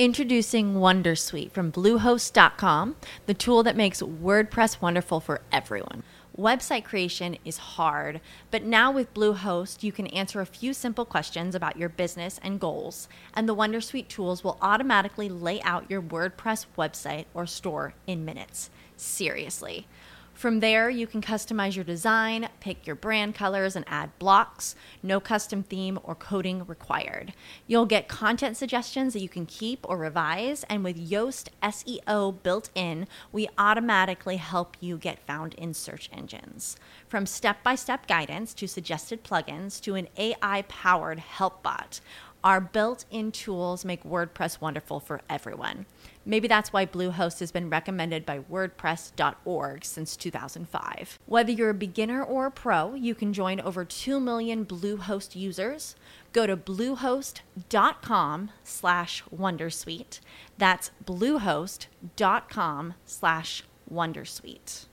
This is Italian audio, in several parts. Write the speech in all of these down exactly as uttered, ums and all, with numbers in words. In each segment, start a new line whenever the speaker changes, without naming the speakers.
Introducing Wondersuite from Bluehost dot com, the tool that makes WordPress wonderful for everyone. Website creation is hard, but now with Bluehost, you can answer a few simple questions about your business and goals, and the Wondersuite tools will automatically lay out your WordPress website or store in minutes. Seriously. From there, you can customize your design, pick your brand colors, and add blocks. No custom theme or coding required. You'll get content suggestions that you can keep or revise, and with Yoast S E O built in, we automatically help you get found in search engines. From step-by-step guidance to suggested plugins to an A I-powered help bot, our built-in tools make WordPress wonderful for everyone. Maybe that's why Bluehost has been recommended by WordPress dot org since two thousand five. Whether you're a beginner or a pro, you can join over two million Bluehost users. Go to bluehost dot com slash wondersuite. That's bluehost dot com slash wondersuite.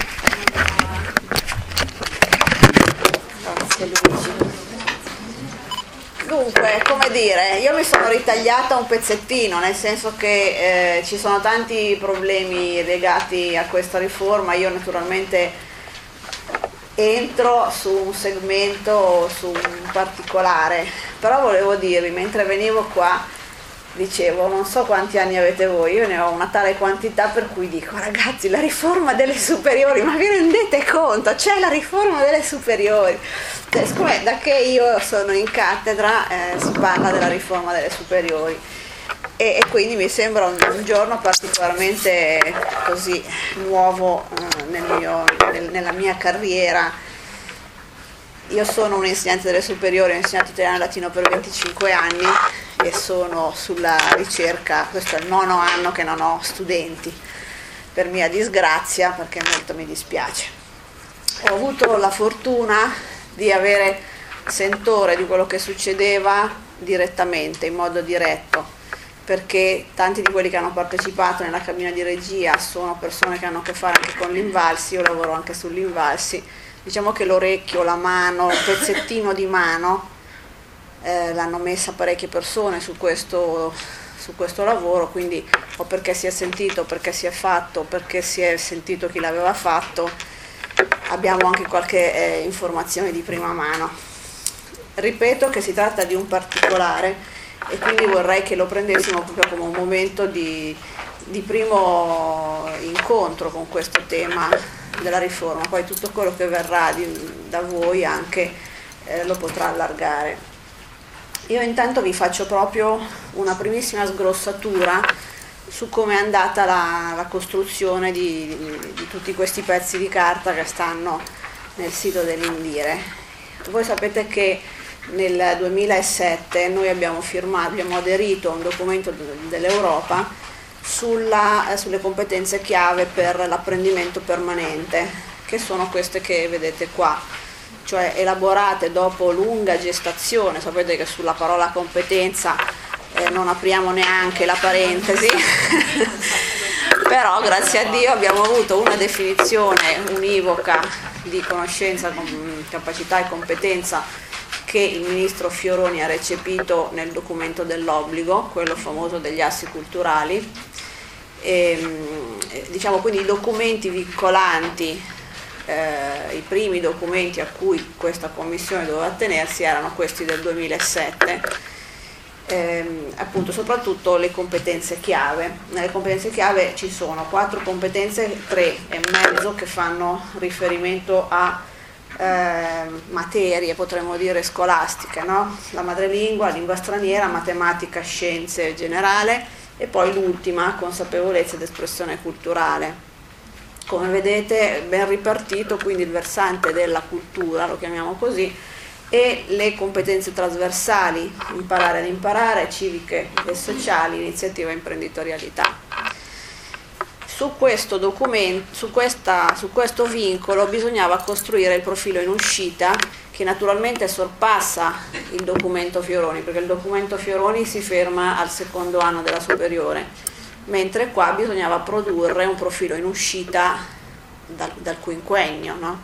Grazie Luigi. Dunque, come dire, io mi sono ritagliata un pezzettino, nel senso che eh, ci sono tanti problemi legati a questa riforma. Io naturalmente entro su un segmento, su un particolare, però volevo dirvi, mentre venivo qua, dicevo, non so quanti anni avete voi, io ne ho una tale quantità per cui dico, ragazzi, la riforma delle superiori, ma vi rendete conto? C'è la riforma delle superiori. Cioè, siccome da che io sono in cattedra eh, si parla della riforma delle superiori e, e quindi mi sembra un, un giorno particolarmente così nuovo eh, nel mio, nel, nella mia carriera. Io sono un insegnante delle superiori, ho insegnato italiano e latino per venticinque anni e sono sulla ricerca, questo è il nono anno che non ho studenti, per mia disgrazia, perché molto mi dispiace. Ho avuto la fortuna di avere sentore di quello che succedeva direttamente, in modo diretto, perché tanti di quelli che hanno partecipato nella cabina di regia sono persone che hanno a che fare anche con l'Invalsi, io lavoro anche sull'Invalsi. Diciamo che l'orecchio, la mano, il pezzettino di mano eh, l'hanno messa parecchie persone su questo, su questo lavoro, quindi o perché si è sentito, perché si è fatto, perché si è sentito chi l'aveva fatto, abbiamo anche qualche eh, informazione di prima mano. Ripeto che si tratta di un particolare e quindi vorrei che lo prendessimo proprio come un momento di, di primo incontro con questo tema della riforma, poi tutto quello che verrà di, da voi anche eh, lo potrà allargare. Io intanto vi faccio proprio una primissima sgrossatura su come è andata la, la costruzione di, di, di tutti questi pezzi di carta che stanno nel sito dell'Indire. Voi sapete che nel duemilasette noi abbiamo firmato, abbiamo aderito a un documento dell'Europa Sulla, sulle competenze chiave per l'apprendimento permanente, che sono queste che vedete qua, cioè elaborate dopo lunga gestazione. Sapete che sulla parola competenza eh, non apriamo neanche la parentesi, però grazie a Dio abbiamo avuto una definizione univoca di conoscenza, capacità e competenza che il ministro Fioroni ha recepito nel documento dell'obbligo, quello famoso degli assi culturali. E, diciamo quindi i documenti vincolanti, eh, i primi documenti a cui questa commissione doveva attenersi erano questi del duemilasette, eh, appunto soprattutto le competenze chiave. Nelle competenze chiave ci sono quattro competenze, tre e mezzo che fanno riferimento a eh, materie, potremmo dire scolastiche, no? La madrelingua, lingua straniera, matematica, scienze generale, e poi l'ultima, consapevolezza ed espressione culturale. Come vedete ben ripartito quindi il versante della cultura, lo chiamiamo così, e le competenze trasversali, imparare ad imparare, civiche e sociali, iniziativa e imprenditorialità. Su questo documento, su, questa, su questo vincolo bisognava costruire il profilo in uscita, che naturalmente sorpassa il documento Fioroni, perché il documento Fioroni si ferma al secondo anno della superiore, mentre qua bisognava produrre un profilo in uscita dal, dal quinquennio, no?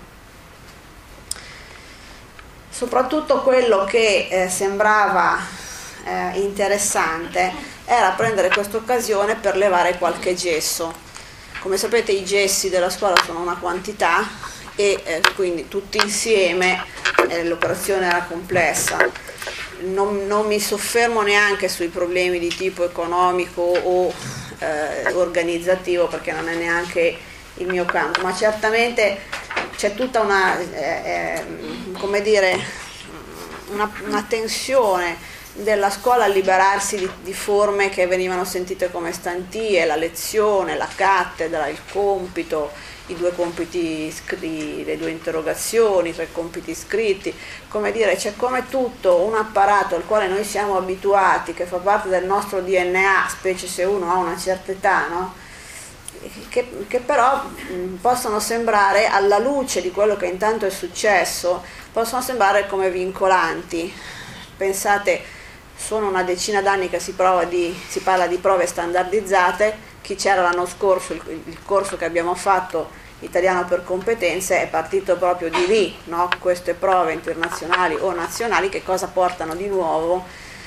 Soprattutto quello che eh, sembrava eh, interessante era prendere questa occasione per levare qualche gesso. Come sapete i gessi della scuola sono una quantità e eh, quindi tutti insieme eh, l'operazione era complessa. Non, non mi soffermo neanche sui problemi di tipo economico o eh, organizzativo, perché non è neanche il mio campo, ma certamente c'è tutta una, eh, eh, come dire, una, una tensione della scuola a liberarsi di, di forme che venivano sentite come stantie, la lezione, la cattedra, il compito, i due compiti scritti, le due interrogazioni, i tre compiti scritti, come dire, c'è come tutto un apparato al quale noi siamo abituati, che fa parte del nostro D N A, specie se uno ha una certa età, no? Che, che però mh, possono sembrare, alla luce di quello che intanto è successo, possono sembrare come vincolanti. Pensate, sono una decina d'anni che si, prova di, si parla di prove standardizzate. Chi c'era l'anno scorso, il, il corso che abbiamo fatto, Italiano per competenze, è partito proprio di lì, no? Queste prove internazionali o nazionali che cosa portano di nuovo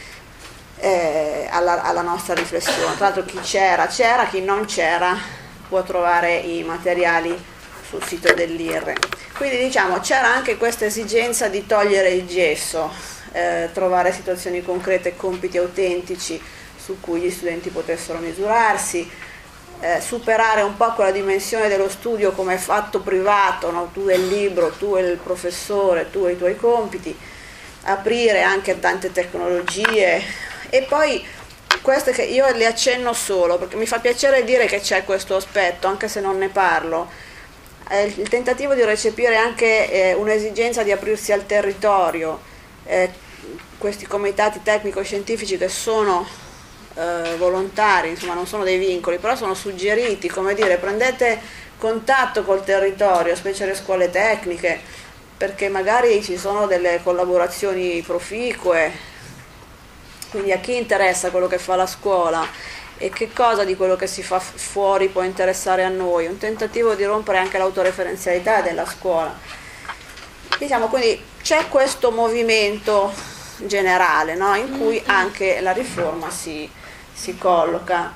eh, alla, alla nostra riflessione. Tra l'altro chi c'era c'era, chi non c'era può trovare i materiali sul sito dell'I R. Quindi diciamo c'era anche questa esigenza di togliere il gesso, eh, trovare situazioni concrete e compiti autentici su cui gli studenti potessero misurarsi, eh, superare un po' quella dimensione dello studio come fatto privato, no? Tu e il libro, tu e il professore, tu e i tuoi compiti, aprire anche a tante tecnologie. E poi queste che io le accenno solo perché mi fa piacere dire che c'è questo aspetto, anche se non ne parlo, eh, il tentativo di recepire anche eh, un'esigenza di aprirsi al territorio, eh, questi comitati tecnico-scientifici che sono eh, volontari, insomma non sono dei vincoli, però sono suggeriti, come dire, prendete contatto col territorio, specie le scuole tecniche, perché magari ci sono delle collaborazioni proficue. Quindi a chi interessa quello che fa la scuola e che cosa di quello che si fa fuori può interessare a noi, un tentativo di rompere anche l'autoreferenzialità della scuola. Diciamo, quindi c'è questo movimento generale, no? In cui anche la riforma si, si colloca,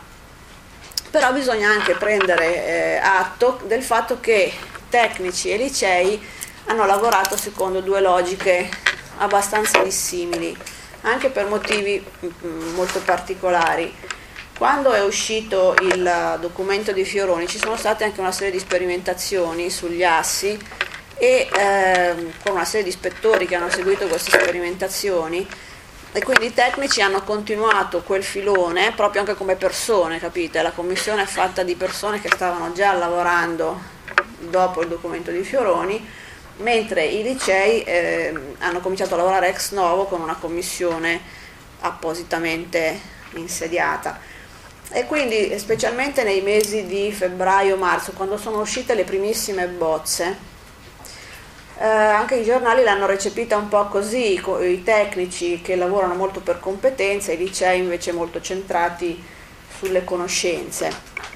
però bisogna anche prendere eh, atto del fatto che tecnici e licei hanno lavorato secondo due logiche abbastanza dissimili, anche per motivi molto particolari. Quando è uscito il documento di Fioroni ci sono state anche una serie di sperimentazioni sugli assi e ehm, con una serie di ispettori che hanno seguito queste sperimentazioni, e quindi i tecnici hanno continuato quel filone proprio anche come persone, capite? La commissione è fatta di persone che stavano già lavorando dopo il documento di Fioroni, mentre i licei eh, hanno cominciato a lavorare ex novo con una commissione appositamente insediata. E quindi specialmente nei mesi di febbraio-marzo, quando sono uscite le primissime bozze, eh, anche i giornali l'hanno recepita un po' così, i tecnici che lavorano molto per competenze, i licei invece molto centrati sulle conoscenze.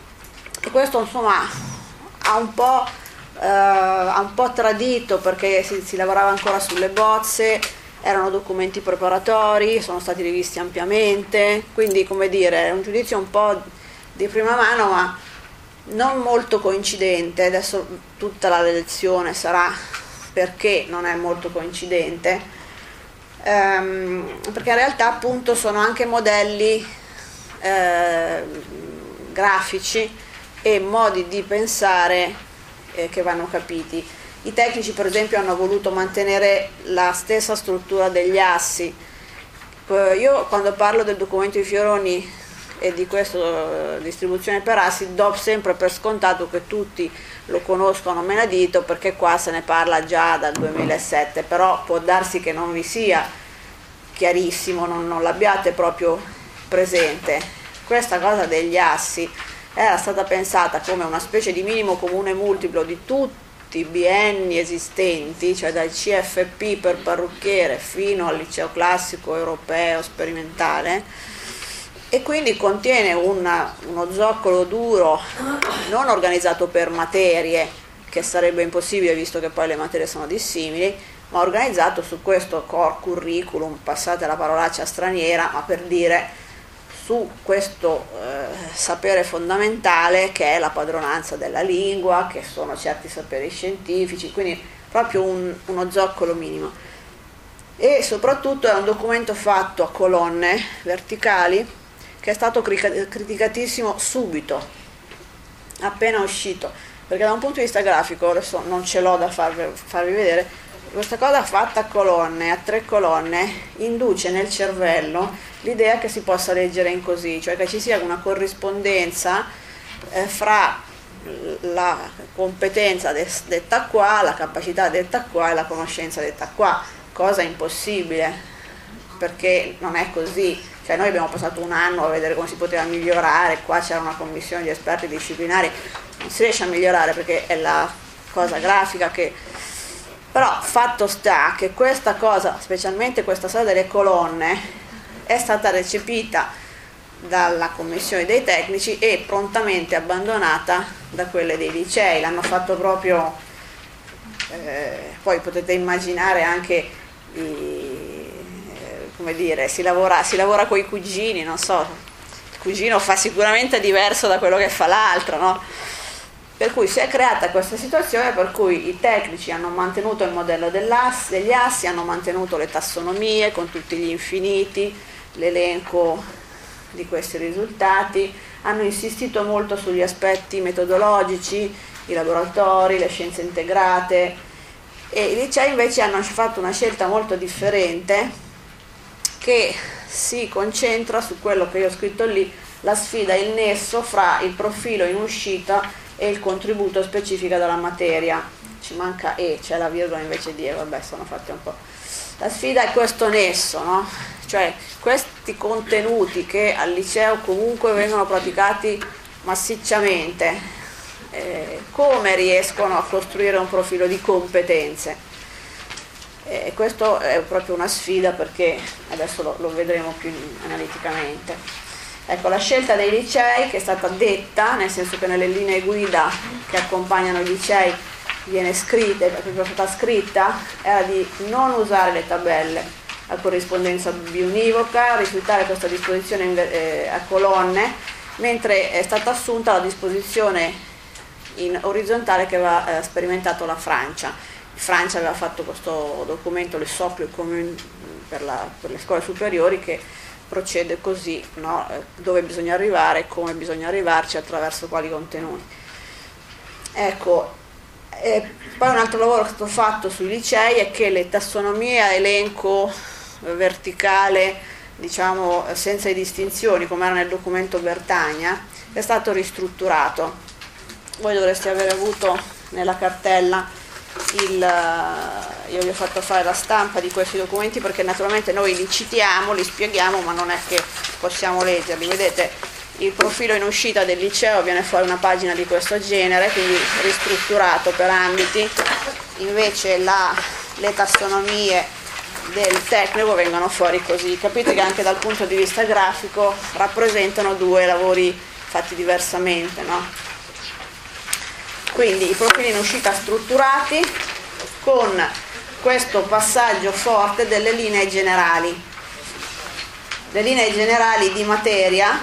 E questo insomma ha un po' Uh, ha un po' tradito, perché si, si lavorava ancora sulle bozze, erano documenti preparatori, sono stati rivisti ampiamente, quindi come dire, è un giudizio un po' di prima mano ma non molto coincidente. Adesso tutta la lezione sarà perché non è molto coincidente, um, perché in realtà appunto sono anche modelli eh, grafici e modi di pensare che vanno capiti. I tecnici per esempio hanno voluto mantenere la stessa struttura degli assi. Io quando parlo del documento di Fioroni e di questa distribuzione per assi do sempre per scontato che tutti lo conoscono a menadito, perché qua se ne parla già dal duemilasette, però può darsi che non vi sia chiarissimo, non, non l'abbiate proprio presente. Questa cosa degli assi era stata pensata come una specie di minimo comune multiplo di tutti i bienni esistenti, cioè dal C F P per parrucchiere fino al liceo classico europeo sperimentale, e quindi contiene una, uno zoccolo duro non organizzato per materie, che sarebbe impossibile visto che poi le materie sono dissimili, ma organizzato su questo core curriculum, passate la parolaccia straniera, ma per dire su questo eh, sapere fondamentale che è la padronanza della lingua, che sono certi saperi scientifici, quindi proprio un, uno zoccolo minimo. E soprattutto è un documento fatto a colonne verticali che è stato criticatissimo subito, appena uscito, perché da un punto di vista grafico, adesso non ce l'ho da farvi, farvi vedere, questa cosa fatta a colonne, a tre colonne, induce nel cervello l'idea che si possa leggere in così, cioè che ci sia una corrispondenza eh, fra la competenza detta qua, la capacità detta qua e la conoscenza detta qua, cosa impossibile, perché non è così. Cioè noi abbiamo passato un anno a vedere come si poteva migliorare, qua c'era una commissione di esperti disciplinari, non si riesce a migliorare perché è la cosa grafica che... Però fatto sta che questa cosa, specialmente questa storia delle colonne, è stata recepita dalla commissione dei tecnici e prontamente abbandonata da quelle dei licei, l'hanno fatto proprio, eh, poi potete immaginare anche i... come dire, si lavora, si lavora con i cugini, non so, il cugino fa sicuramente diverso da quello che fa l'altro, no? Per cui si è creata questa situazione per cui i tecnici hanno mantenuto il modello dell'ass, degli assi, hanno mantenuto le tassonomie con tutti gli infiniti, l'elenco di questi risultati, hanno insistito molto sugli aspetti metodologici, i laboratori, le scienze integrate, e i licei invece hanno fatto una scelta molto differente, che si concentra su quello che io ho scritto lì, la sfida, il nesso fra il profilo in uscita e il contributo specifico della materia. Ci manca E, c'è la virgola invece di E, vabbè, sono fatte un po'. La sfida è questo nesso, no? Cioè questi contenuti che al liceo comunque vengono praticati massicciamente, eh, come riescono a costruire un profilo di competenze? E questo è proprio una sfida, perché adesso lo, lo vedremo più analiticamente. Ecco, la scelta dei licei, che è stata detta, nel senso che nelle linee guida che accompagnano i licei viene scritta, è proprio stata scritta, era di non usare le tabelle a corrispondenza biunivoca, rifiutare questa disposizione in, eh, a colonne, mentre è stata assunta la disposizione in orizzontale che aveva eh, sperimentato la Francia. Francia aveva fatto questo documento, le Socle Communes per, la, per le scuole superiori, che procede così, no? Dove bisogna arrivare, come bisogna arrivarci, attraverso quali contenuti. Ecco, e poi un altro lavoro che è stato fatto sui licei è che le tassonomie a elenco verticale, diciamo senza le distinzioni, come era nel documento Bertagna, è stato ristrutturato. Voi dovreste aver avuto nella cartella il, io vi ho fatto fare la stampa di questi documenti, perché naturalmente noi li citiamo, li spieghiamo, ma non è che possiamo leggerli. Vedete, il profilo in uscita del liceo viene fuori una pagina di questo genere, quindi ristrutturato per ambiti, invece la, le tassonomie del tecnico vengono fuori così. Capite che anche dal punto di vista grafico rappresentano due lavori fatti diversamente, no? Quindi i profili in uscita strutturati con questo passaggio forte delle linee generali. Le linee generali di materia,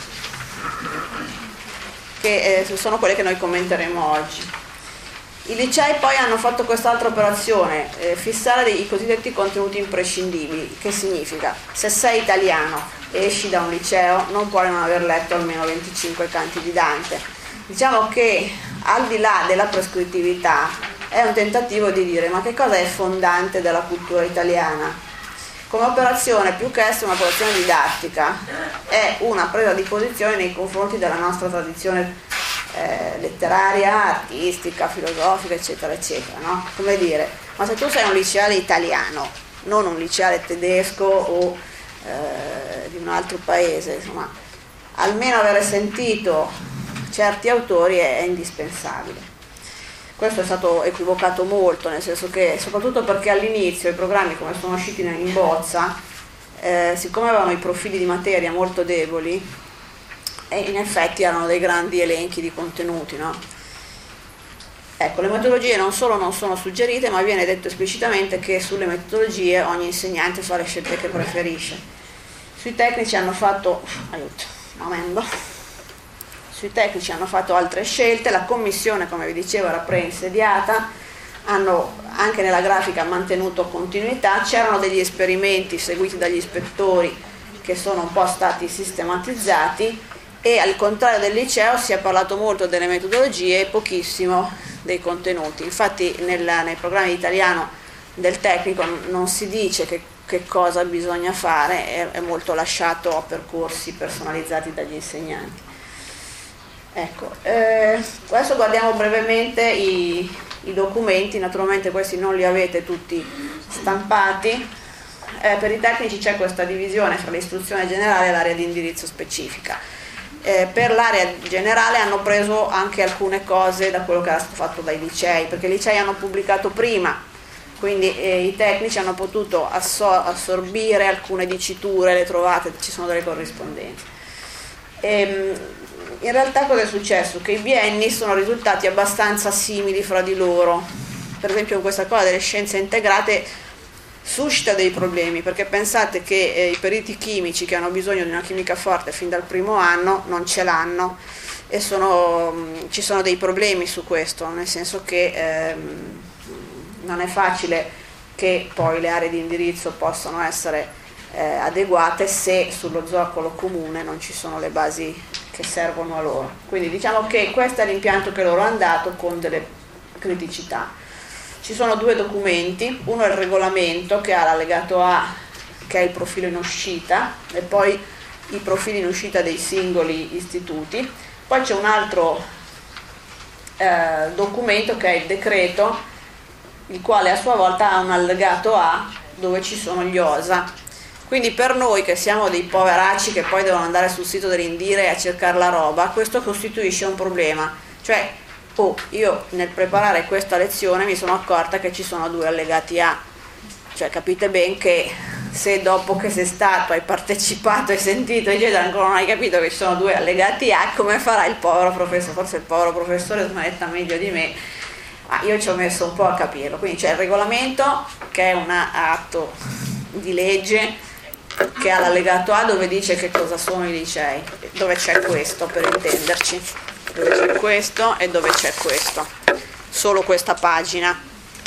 che eh, sono quelle che noi commenteremo oggi. I licei poi hanno fatto quest'altra operazione, eh, fissare dei, i cosiddetti contenuti imprescindibili. Che significa? Se sei italiano e esci da un liceo non puoi non aver letto almeno venticinque canti di Dante. Diciamo che al di là della prescrittività è un tentativo di dire: ma che cosa è fondante della cultura italiana? Come operazione, più che essere un'operazione didattica, è una presa di posizione nei confronti della nostra tradizione eh, letteraria, artistica, filosofica, eccetera, eccetera, no? Come dire, ma se tu sei un liceale italiano, non un liceale tedesco o eh, di un altro paese, insomma, almeno avere sentito certi autori è, è indispensabile. Questo è stato equivocato molto, nel senso che, soprattutto perché all'inizio i programmi, come sono usciti in bozza, eh, siccome avevano i profili di materia molto deboli, e in effetti erano dei grandi elenchi di contenuti, no? Ecco, le metodologie non solo non sono suggerite, ma viene detto esplicitamente che sulle metodologie ogni insegnante fa le scelte che preferisce. Sui tecnici hanno fatto, aiuto, momento. Sui tecnici hanno fatto altre scelte, la commissione, come vi dicevo, era preinsediata, hanno anche nella grafica mantenuto continuità, c'erano degli esperimenti seguiti dagli ispettori che sono un po' stati sistematizzati e al contrario del liceo si è parlato molto delle metodologie e pochissimo dei contenuti. Infatti nel, nei programmi di italiano del tecnico non si dice che, che cosa bisogna fare, è, è molto lasciato a percorsi personalizzati dagli insegnanti. Ecco, eh, adesso guardiamo brevemente i, i documenti, naturalmente questi non li avete tutti stampati. Eh, per i tecnici c'è questa divisione fra l'istruzione generale e l'area di indirizzo specifica. Eh, per l'area generale hanno preso anche alcune cose da quello che era stato fatto dai licei, perché i licei hanno pubblicato prima, quindi eh, i tecnici hanno potuto assor- assorbire alcune diciture, le trovate, ci sono delle corrispondenze. E, in realtà cosa è successo? Che i bienni sono risultati abbastanza simili fra di loro. Per esempio questa cosa delle scienze integrate suscita dei problemi, perché pensate che eh, i periti chimici che hanno bisogno di una chimica forte fin dal primo anno non ce l'hanno e sono, mh, ci sono dei problemi su questo, nel senso che ehm, non è facile che poi le aree di indirizzo possano essere eh, adeguate se sullo zoccolo comune non ci sono le basi che servono a loro. Quindi diciamo che questo è l'impianto che loro hanno dato con delle criticità. Ci sono due documenti, uno è il regolamento che ha l'allegato A, che è il profilo in uscita, e poi i profili in uscita dei singoli istituti. Poi c'è un altro eh, documento che è il decreto, il quale a sua volta ha un allegato A dove ci sono gli O S A. Quindi per noi che siamo dei poveracci che poi devono andare sul sito dell'Indire a cercare la roba, questo costituisce un problema. Cioè, oh, io nel preparare questa lezione mi sono accorta che ci sono due allegati A. Cioè, capite ben che se dopo che sei stato, hai partecipato, hai sentito, eccetera, ancora non hai capito che ci sono due allegati A, come farà il povero professore? Forse il povero professore smanetta meglio di me. Ah, io ci ho messo un po' a capirlo. Quindi c'è il regolamento, che è un atto di legge, che ha l'allegato A dove dice che cosa sono i licei, dove c'è questo per intenderci, dove c'è questo e dove c'è questo, solo questa pagina.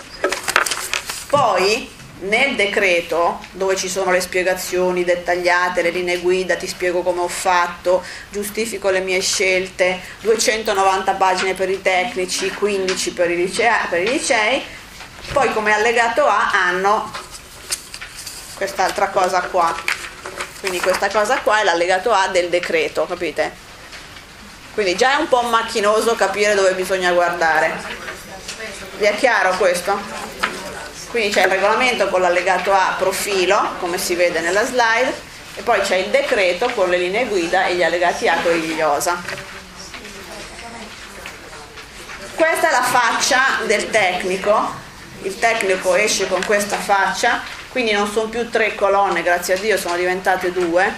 Poi nel decreto, dove ci sono le spiegazioni dettagliate, le linee guida, ti spiego come ho fatto, giustifico le mie scelte, duecentonovanta pagine per i tecnici, quindici per i licei, per i licei. Poi come allegato A hanno quest'altra cosa qua, quindi questa cosa qua è l'allegato A del decreto, capite? Quindi già è un po' macchinoso capire dove bisogna guardare. Vi è chiaro questo? Quindi c'è il regolamento con l'allegato A profilo, come si vede nella slide, e poi c'è il decreto con le linee guida e gli allegati A con gli O S A. Questa è la faccia del tecnico, il tecnico esce con questa faccia. Quindi non sono più tre colonne, grazie a Dio sono diventate due,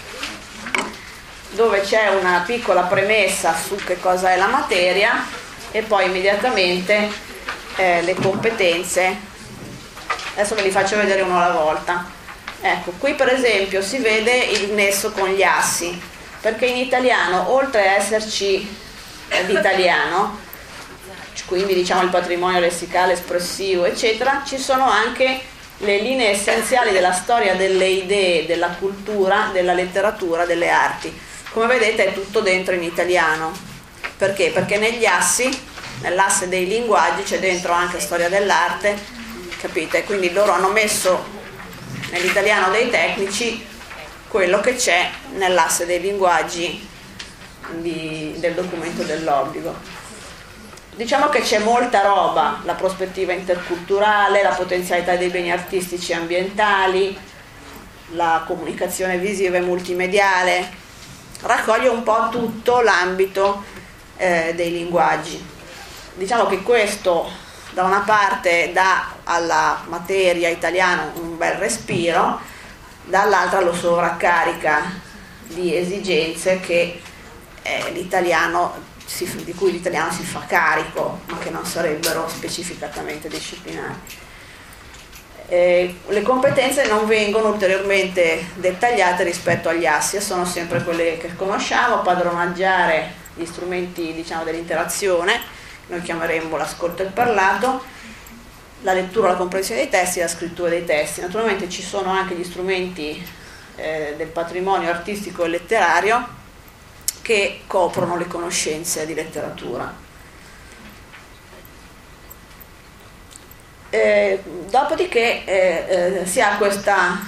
dove c'è una piccola premessa su che cosa è la materia e poi immediatamente eh, le competenze. Adesso ve li faccio vedere uno alla volta. Ecco, qui per esempio si vede il nesso con gli assi, perché in italiano, oltre a esserci eh, l'italiano, quindi diciamo il patrimonio lessicale, espressivo, eccetera, ci sono anche le linee essenziali della storia delle idee, della cultura, della letteratura, delle arti. Come vedete è tutto dentro in italiano. Perché? Perché negli assi, nell'asse dei linguaggi, c'è dentro anche storia dell'arte, capite? Quindi loro hanno messo nell'italiano dei tecnici quello che c'è nell'asse dei linguaggi di, del documento dell'obbligo. Diciamo che c'è molta roba, la prospettiva interculturale, la potenzialità dei beni artistici e ambientali, la comunicazione visiva e multimediale, raccoglie un po' tutto l'ambito eh, dei linguaggi. Diciamo che questo da una parte dà alla materia italiana un bel respiro, dall'altra lo sovraccarica di esigenze che eh, l'italiano Si, di cui l'italiano si fa carico, ma che non sarebbero specificatamente disciplinati. Eh, le competenze non vengono ulteriormente dettagliate rispetto agli assi, sono sempre quelle che conosciamo: padroneggiare gli strumenti, diciamo, dell'interazione, noi chiameremmo l'ascolto e il parlato, la lettura, la comprensione dei testi e la scrittura dei testi. Naturalmente ci sono anche gli strumenti eh, del patrimonio artistico e letterario che coprono le conoscenze di letteratura. Eh, dopodiché eh, eh, si ha questa,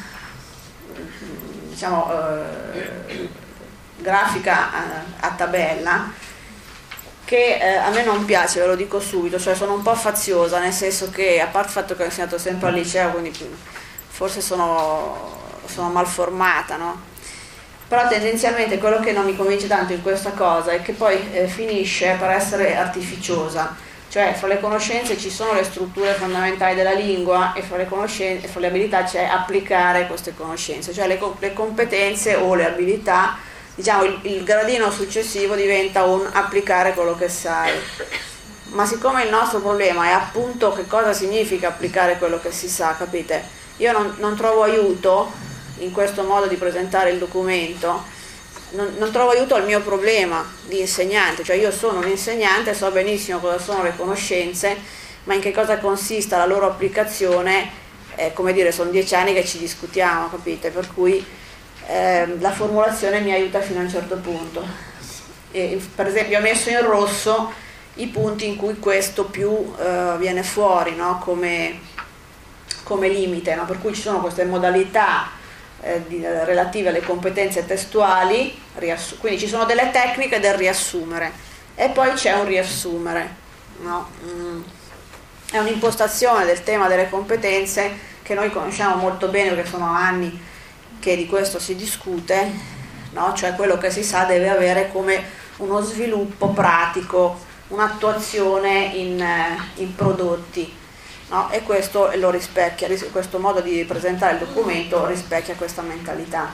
diciamo, eh, grafica a, a tabella che eh, a me non piace, ve lo dico subito, cioè sono un po' faziosa, nel senso che, a parte il fatto che ho insegnato sempre al liceo, quindi forse sono, sono mal formata, no? Però tendenzialmente quello che non mi convince tanto in questa cosa è che poi eh, finisce per essere artificiosa. Cioè, fra le conoscenze ci sono le strutture fondamentali della lingua e fra le, conoscenze, fra le abilità c'è applicare queste conoscenze, cioè le, le competenze o le abilità, diciamo il, il gradino successivo diventa un applicare quello che sai. Ma siccome il nostro problema è appunto che cosa significa applicare quello che si sa, capite? Io non, non trovo aiuto in questo modo di presentare il documento. Non, non trovo aiuto al mio problema di insegnante, cioè io sono un insegnante, so benissimo cosa sono le conoscenze, ma in che cosa consista la loro applicazione, eh, come dire, sono dieci anni che ci discutiamo, capite? Per cui eh, la formulazione mi aiuta fino a un certo punto. E, per esempio, ho messo in rosso i punti in cui questo più eh, viene fuori, no? come, come limite, no? Per cui ci sono queste modalità Eh, di, eh, relative alle competenze testuali, quindi ci sono delle tecniche del riassumere e poi c'è un riassumere, no? mm. È un'impostazione del tema delle competenze che noi conosciamo molto bene perché sono anni che di questo si discute, no? Cioè quello che si sa deve avere come uno sviluppo pratico, un'attuazione in, eh, in prodotti. No? E questo lo rispecchia, questo modo di presentare il documento rispecchia questa mentalità.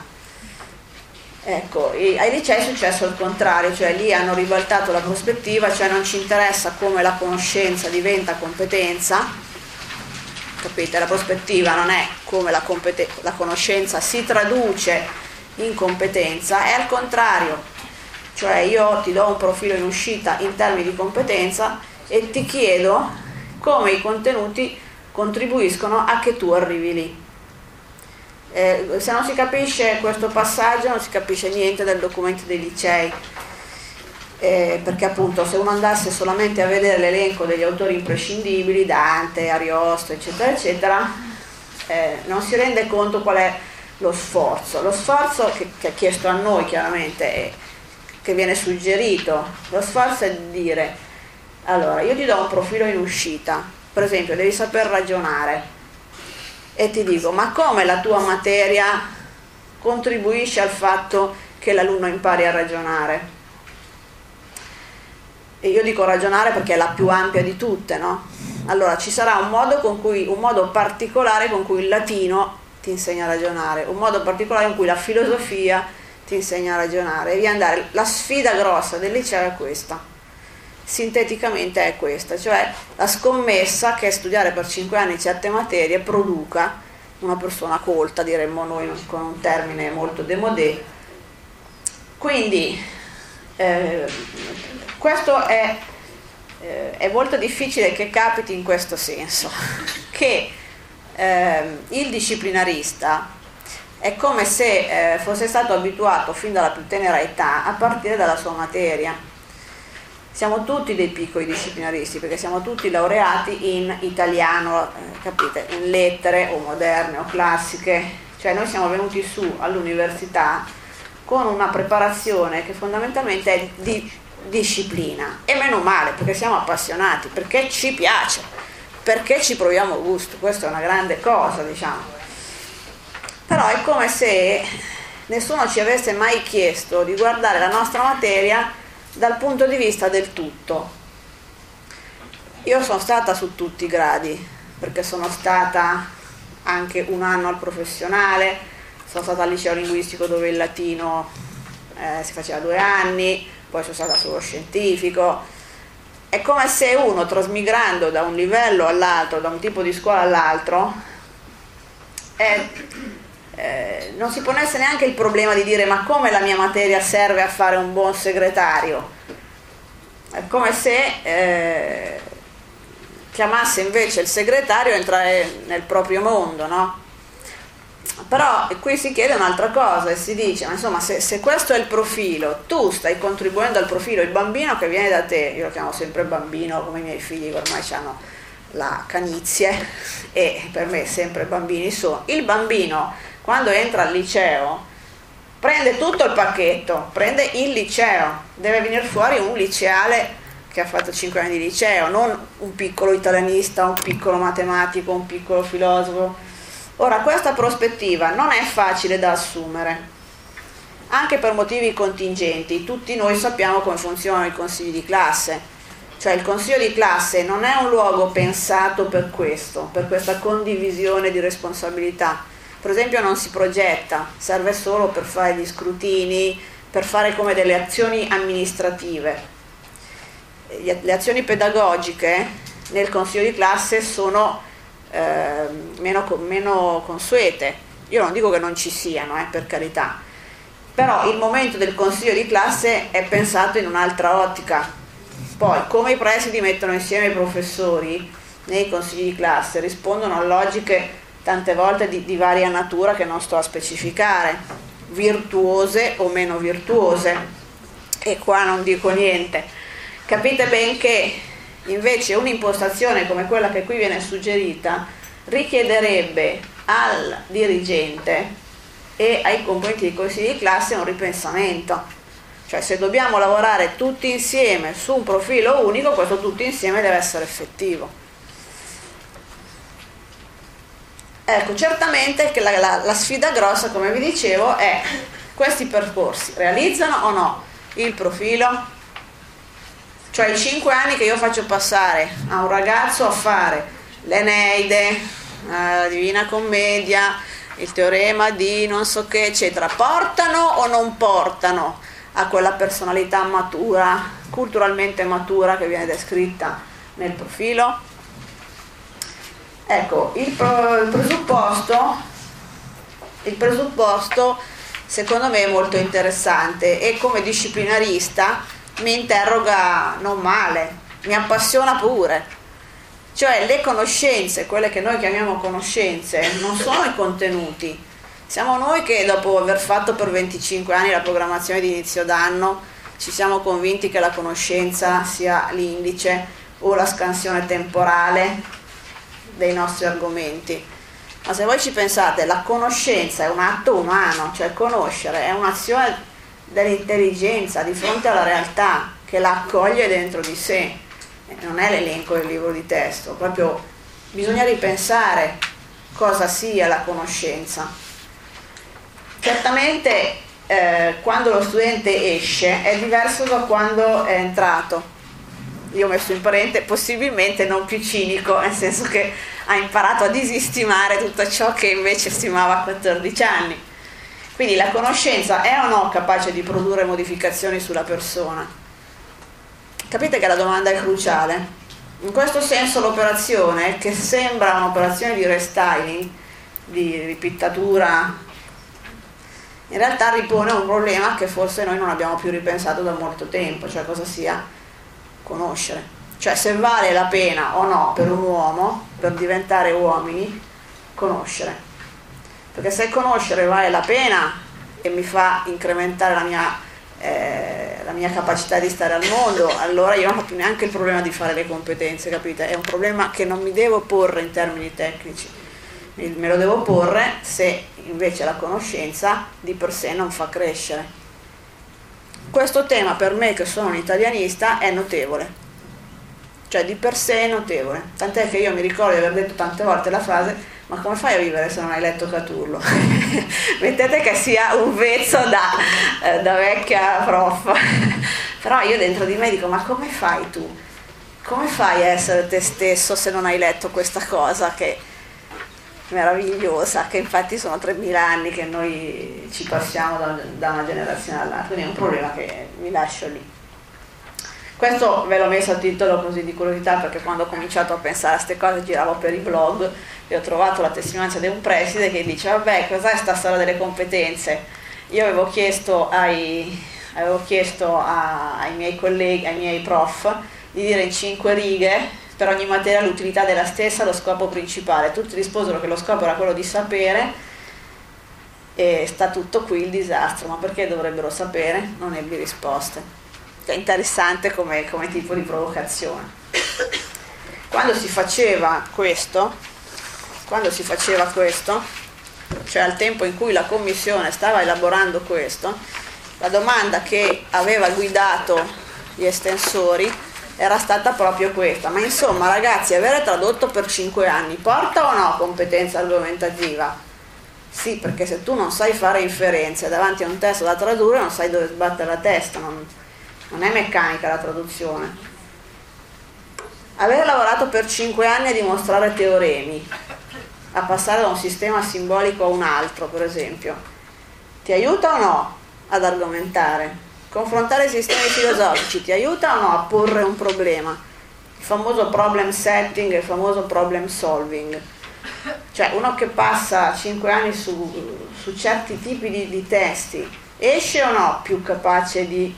Ecco, ai licei è successo il contrario, cioè lì hanno ribaltato la prospettiva, cioè non ci interessa come la conoscenza diventa competenza, capite? La prospettiva non è come la, competen- la conoscenza si traduce in competenza, è al contrario, cioè io ti do un profilo in uscita in termini di competenza e ti chiedo come i contenuti contribuiscono a che tu arrivi lì. Eh, se non si capisce questo passaggio non si capisce niente del documento dei licei, eh, perché appunto se uno andasse solamente a vedere l'elenco degli autori imprescindibili, Dante, Ariosto, eccetera, eccetera, eh, non si rende conto qual è lo sforzo. Lo sforzo che, che è chiesto a noi chiaramente, è, che viene suggerito, lo sforzo è di dire: allora, io ti do un profilo in uscita, per esempio devi saper ragionare, e ti dico: ma come la tua materia contribuisce al fatto che l'alunno impari a ragionare? E io dico ragionare perché è la più ampia di tutte, no? Allora ci sarà un modo con cui, un modo particolare con cui il latino ti insegna a ragionare, un modo particolare con cui la filosofia ti insegna a ragionare, e via andare. La sfida grossa del liceo è questa. Sinteticamente è questa, cioè la scommessa che studiare per cinque anni certe materie produca una persona colta, diremmo noi con un termine molto démodé. Quindi eh, questo è, eh, è molto difficile che capiti in questo senso, che eh, il disciplinarista è come se eh, fosse stato abituato fin dalla più tenera età a partire dalla sua materia. Siamo tutti dei piccoli disciplinaristi perché siamo tutti laureati in italiano, eh, capite, in lettere o moderne o classiche, cioè noi siamo venuti su all'università con una preparazione che fondamentalmente è di disciplina, e meno male, perché siamo appassionati, perché ci piace, perché ci proviamo gusto, questa è una grande cosa, diciamo. Però è come se nessuno ci avesse mai chiesto di guardare la nostra materia dal punto di vista del tutto. Io sono stata su tutti i gradi, perché sono stata anche un anno al professionale, sono stata al liceo linguistico dove il latino eh, si faceva due anni, poi sono stata sullo scientifico. È come se uno, trasmigrando da un livello all'altro, da un tipo di scuola all'altro, è, eh, non si ponesse neanche il problema di dire ma come la mia materia serve a fare un buon segretario. È come se eh, chiamasse invece il segretario a entrare nel proprio mondo, no? Però qui si chiede un'altra cosa e si dice, ma insomma, se, se questo è il profilo, tu stai contribuendo al profilo, il bambino che viene da te, io lo chiamo sempre bambino come i miei figli che ormai hanno la canizie e per me sempre bambini sono, il bambino quando entra al liceo prende tutto il pacchetto, prende il liceo, deve venire fuori un liceale che ha fatto cinque anni di liceo, non un piccolo italianista, un piccolo matematico, un piccolo filosofo. Ora, questa prospettiva non è facile da assumere, anche per motivi contingenti. Tutti noi sappiamo come funzionano i consigli di classe, cioè il consiglio di classe non è un luogo pensato per questo, per questa condivisione di responsabilità. Per esempio non si progetta, serve solo per fare gli scrutini, per fare come delle azioni amministrative. Le azioni pedagogiche nel consiglio di classe sono eh, meno, meno consuete. Io non dico che non ci siano, eh, per carità, però il momento del consiglio di classe è pensato in un'altra ottica. Poi come i presidi mettono insieme i professori nei consigli di classe rispondono a logiche tante volte di, di varia natura che non sto a specificare, virtuose o meno virtuose, e qua non dico niente. Capite ben che invece un'impostazione come quella che qui viene suggerita richiederebbe al dirigente e ai componenti dei consigli di classe un ripensamento. Cioè, se dobbiamo lavorare tutti insieme su un profilo unico, questo tutti insieme deve essere effettivo. Ecco, certamente che la, la, la sfida grossa, come vi dicevo, è questi percorsi realizzano o no il profilo? Cioè i cinque anni che io faccio passare a un ragazzo a fare l'Eneide, la Divina Commedia, il teorema di non so che, eccetera, portano o non portano a quella personalità matura, culturalmente matura che viene descritta nel profilo? Ecco, il, il presupposto, il presupposto secondo me è molto interessante e come disciplinarista mi interroga non male, mi appassiona pure. Cioè le conoscenze, quelle che noi chiamiamo conoscenze, non sono i contenuti. Siamo noi che dopo aver fatto per venticinque anni la programmazione di inizio d'anno ci siamo convinti che la conoscenza sia l'indice o la scansione temporale dei nostri argomenti. Ma se voi ci pensate, la conoscenza è un atto umano, cioè conoscere è un'azione dell'intelligenza di fronte alla realtà che la accoglie dentro di sé, non è l'elenco del libro di testo, proprio bisogna ripensare cosa sia la conoscenza. Certamente eh, quando lo studente esce è diverso da quando è entrato. Io ho messo in parente possibilmente non più cinico, nel senso che ha imparato a disistimare tutto ciò che invece stimava a quattordici anni. Quindi la conoscenza è o no capace di produrre modificazioni sulla persona? Capite che la domanda è cruciale. In questo senso l'operazione, che sembra un'operazione di restyling, di ripittatura, in realtà ripone un problema che forse noi non abbiamo più ripensato da molto tempo, cioè cosa sia conoscere. Cioè se vale la pena o no per un uomo, per diventare uomini, conoscere. Perché se conoscere vale la pena e mi fa incrementare la mia, eh, la mia capacità di stare al mondo, allora io non ho più neanche il problema di fare le competenze, capite? È un problema che non mi devo porre in termini tecnici, me lo devo porre se invece la conoscenza di per sé non fa crescere. Questo tema per me, che sono un italianista, è notevole, cioè di per sé è notevole, tant'è che io mi ricordo di aver detto tante volte la frase: ma come fai a vivere se non hai letto Catullo? Mettete che sia un vezzo da, eh, da vecchia prof. Però io dentro di me dico: ma come fai tu? Come fai a essere te stesso se non hai letto questa cosa che è meravigliosa, che infatti sono tremila anni che noi ci passiamo da, da una generazione all'altra, quindi è un problema che vi lascio lì. Questo ve l'ho messo a titolo così di curiosità, perché quando ho cominciato a pensare a queste cose giravo per i blog e ho trovato la testimonianza di un preside che dice: vabbè, cos'è sta storia delle competenze? Io avevo chiesto ai, avevo chiesto a, ai miei colleghi, ai miei prof, di dire in cinque righe per ogni materia l'utilità della stessa, lo scopo principale. Tutti risposero che lo scopo era quello di sapere, e sta tutto qui il disastro. Ma perché dovrebbero sapere? Non ebbi risposte. È interessante come, come tipo di provocazione. Quando si faceva questo, quando si faceva questo, cioè al tempo in cui la commissione stava elaborando questo, la domanda che aveva guidato gli estensori era stata proprio questa: ma insomma ragazzi, avere tradotto per cinque anni porta o no competenza argomentativa? Sì, perché se tu non sai fare inferenze davanti a un testo da tradurre, non sai dove sbattere la testa, non, non è meccanica la traduzione. Aver lavorato per cinque anni a dimostrare teoremi, a passare da un sistema simbolico a un altro, per esempio, ti aiuta o no ad argomentare? Confrontare i sistemi filosofici ti aiuta o no a porre un problema? Il famoso problem setting e il famoso problem solving. Cioè, uno che passa cinque anni su, su certi tipi di, di testi esce o no più capace di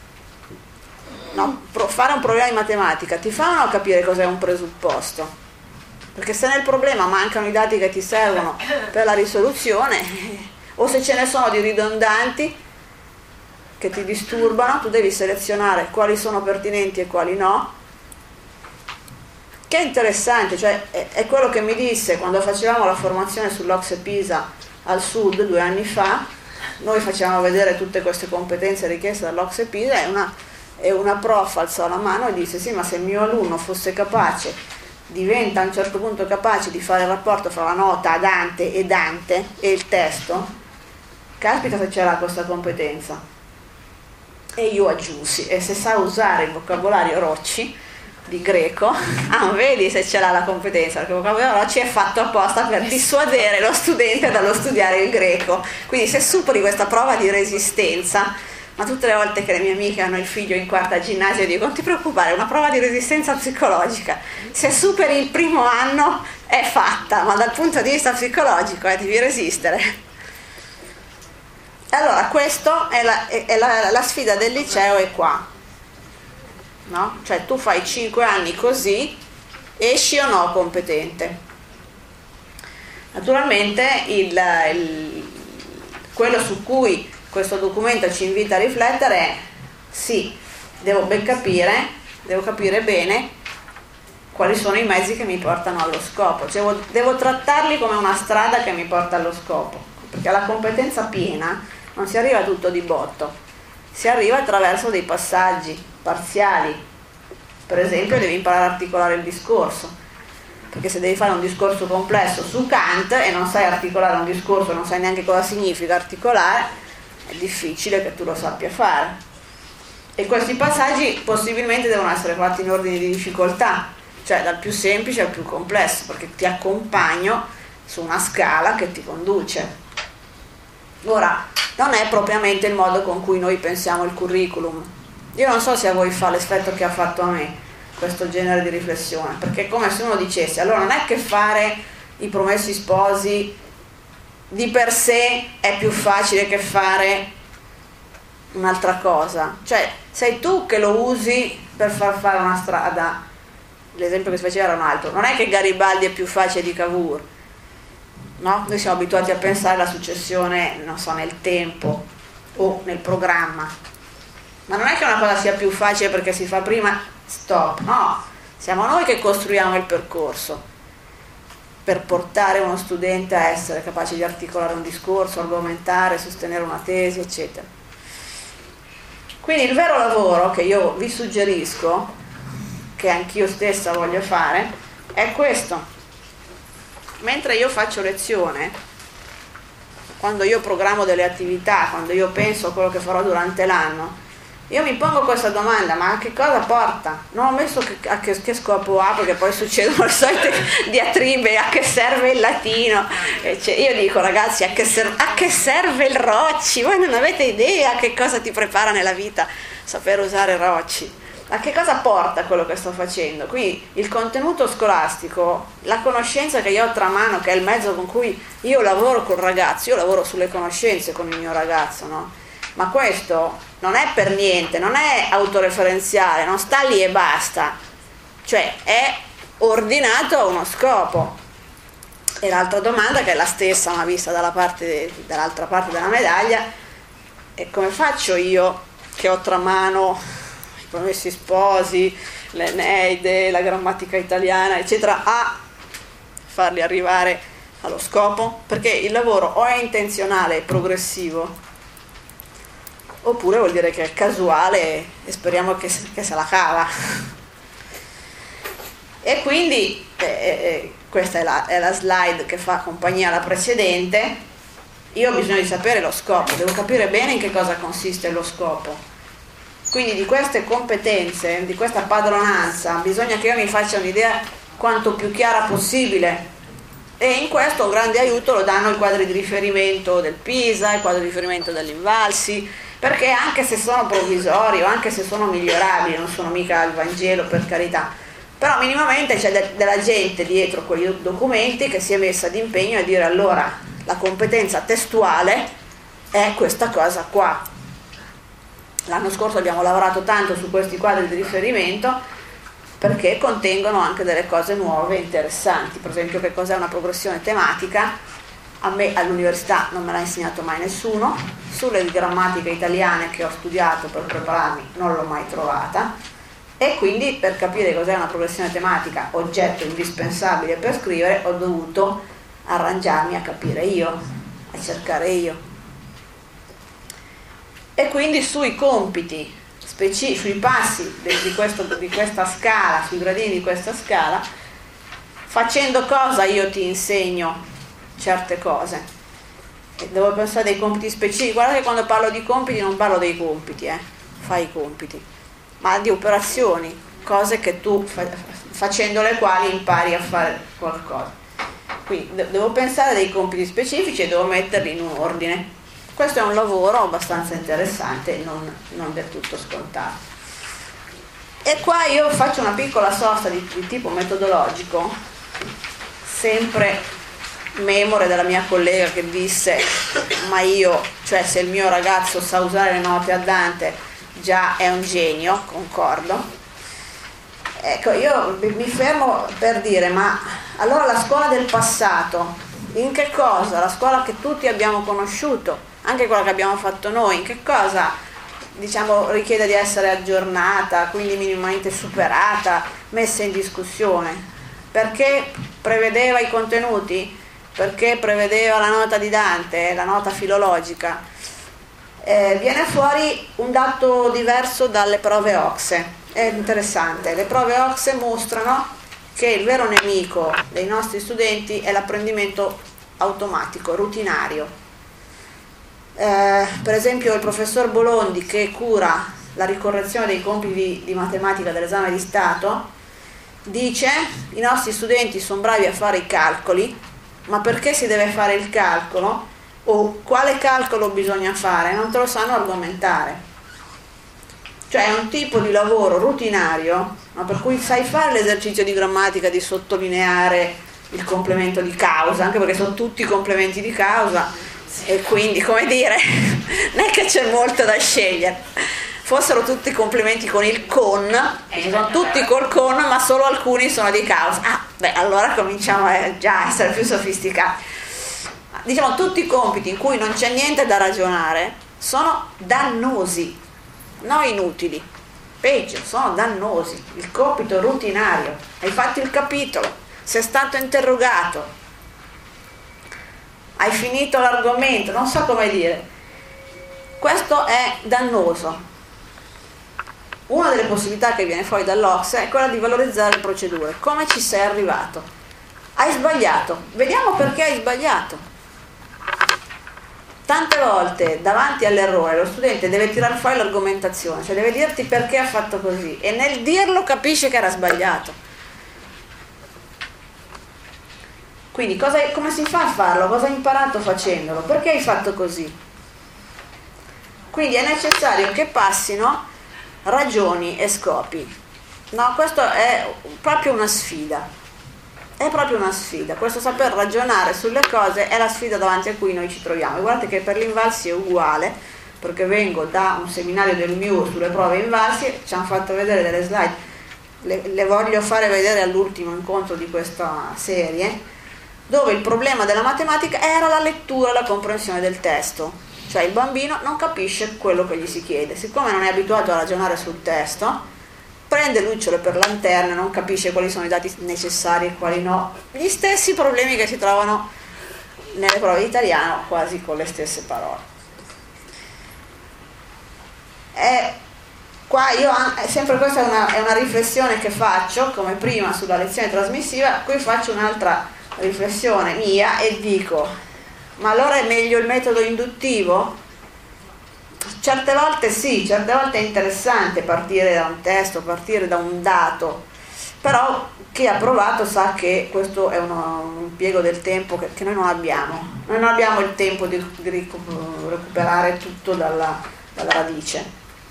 no, pro, fare un problema di matematica? Ti fa o no capire cos'è un presupposto? Perché se nel problema mancano i dati che ti servono per la risoluzione, o se ce ne sono di ridondanti che ti disturbano, tu devi selezionare quali sono pertinenti e quali no. Che è interessante, cioè è, è quello che mi disse quando facevamo la formazione sull'Ocse Pisa al Sud due anni fa. Noi facevamo vedere tutte queste competenze richieste dall'Ocse Pisa e una, e una prof alzò la mano e disse: sì, ma se il mio alunno fosse capace, diventa a un certo punto capace di fare il rapporto fra la nota Dante e Dante e il testo, caspita se c'era questa competenza. E io aggiunsi: e se sa usare il vocabolario Rocci di greco, ah, vedi se ce l'ha la competenza, perché il vocabolario Rocci è fatto apposta per dissuadere lo studente dallo studiare il greco. Quindi se superi questa prova di resistenza, ma tutte le volte che le mie amiche hanno il figlio in quarta ginnasio dico: non ti preoccupare, è una prova di resistenza psicologica, se superi il primo anno è fatta, ma dal punto di vista psicologico eh, devi resistere. Allora, questa è, la, è la, la sfida del liceo è qua, no? Cioè tu fai cinque anni così, esci o no competente? Naturalmente il, il, quello su cui questo documento ci invita a riflettere è: sì, devo ben capire, devo capire bene quali sono i mezzi che mi portano allo scopo, cioè devo, devo trattarli come una strada che mi porta allo scopo, perché alla competenza piena non si arriva tutto di botto, si arriva attraverso dei passaggi parziali. Per esempio devi imparare a articolare il discorso, perché se devi fare un discorso complesso su Kant e non sai articolare un discorso, non sai neanche cosa significa articolare, è difficile che tu lo sappia fare. E questi passaggi possibilmente devono essere fatti in ordine di difficoltà, cioè dal più semplice al più complesso, perché ti accompagno su una scala che ti conduce. Ora, non è propriamente il modo con cui noi pensiamo il curriculum. Io non so se a voi fa l'effetto che ha fatto a me questo genere di riflessione, perché è come se uno dicesse: allora non è che fare i Promessi Sposi di per sé è più facile che fare un'altra cosa, cioè sei tu che lo usi per far fare una strada. L'esempio che si faceva era un altro: non è che Garibaldi è più facile di Cavour, no? Noi siamo abituati a pensare alla successione, non so, nel tempo o nel programma, ma non è che una cosa sia più facile perché si fa prima, stop, no, siamo noi che costruiamo il percorso per portare uno studente a essere capace di articolare un discorso, argomentare, sostenere una tesi, eccetera. Quindi il vero lavoro che io vi suggerisco, che anch'io stessa voglio fare, è questo. Mentre io faccio lezione, quando io programmo delle attività, quando io penso a quello che farò durante l'anno, io mi pongo questa domanda: ma a che cosa porta? Non ho messo che, a che, che scopo ha, perché poi succedono le solite diatribe: a che serve il latino? Cioè, io dico: ragazzi, a che, ser- a che serve il Rocci? Voi non avete idea che cosa ti prepara nella vita saper usare Rocci. a che cosa porta quello che sto facendo? Qui il contenuto scolastico, la conoscenza che io ho tra mano, che è il mezzo con cui io lavoro col ragazzo, io lavoro sulle conoscenze con il mio ragazzo, no? Ma questo non è per niente, non è autoreferenziale, non sta lì e basta, cioè è ordinato a uno scopo. E l'altra domanda, che è la stessa ma vista dalla parte, dall'altra parte della medaglia, è: come faccio io, che ho tra mano i Promessi Sposi, l'Eneide, la grammatica italiana, eccetera, a farli arrivare allo scopo? Perché il lavoro o è intenzionale e progressivo, oppure vuol dire che è casuale e speriamo che, che se la cava. E quindi eh, eh, questa è la, è la slide che fa compagnia alla precedente. Io ho bisogno di sapere lo scopo, devo capire bene in che cosa consiste lo scopo. Quindi di queste competenze, di questa padronanza, bisogna che io mi faccia un'idea quanto più chiara possibile, e in questo un grande aiuto lo danno i quadri di riferimento del PISA, il quadro di riferimento dell'Invalsi, perché anche se sono provvisori o anche se sono migliorabili, non sono mica il Vangelo, per carità, però minimamente c'è de- della gente dietro quei documenti che si è messa d'impegno a dire: allora la competenza testuale è questa cosa qua. L'anno scorso abbiamo lavorato tanto su questi quadri di riferimento perché contengono anche delle cose nuove e interessanti. Per esempio, che cos'è una progressione tematica? A me all'università non me l'ha insegnato mai nessuno. Sulle grammatiche italiane che ho studiato per prepararmi non l'ho mai trovata, e quindi per capire cos'è una progressione tematica, oggetto indispensabile per scrivere, ho dovuto arrangiarmi a capire io, a cercare io. E quindi sui compiti specifici, sui passi di, questo, di questa scala, sui gradini di questa scala, facendo cosa io ti insegno certe cose. E devo pensare dei compiti specifici. Guarda che quando parlo di compiti non parlo dei compiti, eh, fai i compiti, ma di operazioni, cose che tu facendo le quali impari a fare qualcosa. Quindi devo pensare dei compiti specifici e devo metterli in un ordine. Questo è un lavoro abbastanza interessante e non, non del tutto scontato. E qua io faccio una piccola sosta di, di tipo metodologico, sempre memore della mia collega che disse: ma io, cioè se il mio ragazzo sa usare le note a Dante già è un genio, concordo. Ecco, io mi fermo per dire: ma allora la scuola del passato, in che cosa? La scuola che tutti abbiamo conosciuto, anche quella che abbiamo fatto noi, in che cosa, diciamo, richiede di essere aggiornata, quindi minimamente superata, messa in discussione? Perché prevedeva i contenuti? Perché prevedeva la nota di Dante, la nota filologica? Eh, viene fuori un dato diverso dalle prove OCSE. È interessante, le prove OCSE mostrano che il vero nemico dei nostri studenti è l'apprendimento automatico, rutinario. Eh, per esempio il professor Bolondi, che cura la ricorrezione dei compiti di matematica dell'esame di Stato, dice: i nostri studenti sono bravi a fare i calcoli, ma perché si deve fare il calcolo o quale calcolo bisogna fare non te lo sanno argomentare. Cioè è un tipo di lavoro rutinario, ma per cui sai fare l'esercizio di grammatica di sottolineare il complemento di causa, anche perché sono tutti complementi di causa, e quindi, come dire, non è che c'è molto da scegliere. Fossero tutti complementi con il con, sono tutti col con, ma solo alcuni sono di causa. Ah, beh, allora cominciamo a già essere più sofisticati. Diciamo, tutti i compiti in cui non c'è niente da ragionare sono dannosi, non inutili, peggio, sono dannosi. Il compito rutinario, hai fatto il capitolo, sei stato interrogato, hai finito l'argomento, non so come dire, questo è dannoso. Una delle possibilità che viene fuori dall'OCSE è quella di valorizzare le procedure. Come ci sei arrivato? Hai sbagliato, vediamo perché hai sbagliato. Tante volte davanti all'errore lo studente deve tirar fuori l'argomentazione, cioè deve dirti perché ha fatto così, e nel dirlo capisce che era sbagliato. Quindi cosa, come si fa a farlo? Cosa hai imparato facendolo? Perché hai fatto così? Quindi è necessario che passino ragioni e scopi. No, questo è proprio una sfida, è proprio una sfida, questo saper ragionare sulle cose è la sfida davanti a cui noi ci troviamo. E guardate che per l'Invalsi è uguale, perché vengo da un seminario del M I U R sulle prove Invalsi, ci hanno fatto vedere delle slide, le, le voglio fare vedere all'ultimo incontro di questa serie, dove il problema della matematica era la lettura e la comprensione del testo, cioè il bambino non capisce quello che gli si chiede, siccome non è abituato a ragionare sul testo, prende lucciole per lanterne, non capisce quali sono i dati necessari e quali no, gli stessi problemi che si trovano nelle prove di italiano, quasi con le stesse parole. E qua io, sempre questa è una, è una riflessione che faccio, come prima sulla lezione trasmissiva, qui faccio un'altra riflessione mia e dico, ma allora è meglio il metodo induttivo? Certe volte sì, certe volte è interessante partire da un testo, partire da un dato, però chi ha provato sa che questo è uno, un impiego del tempo che, che noi non abbiamo, noi non abbiamo il tempo di, di recuperare tutto dalla, dalla radice,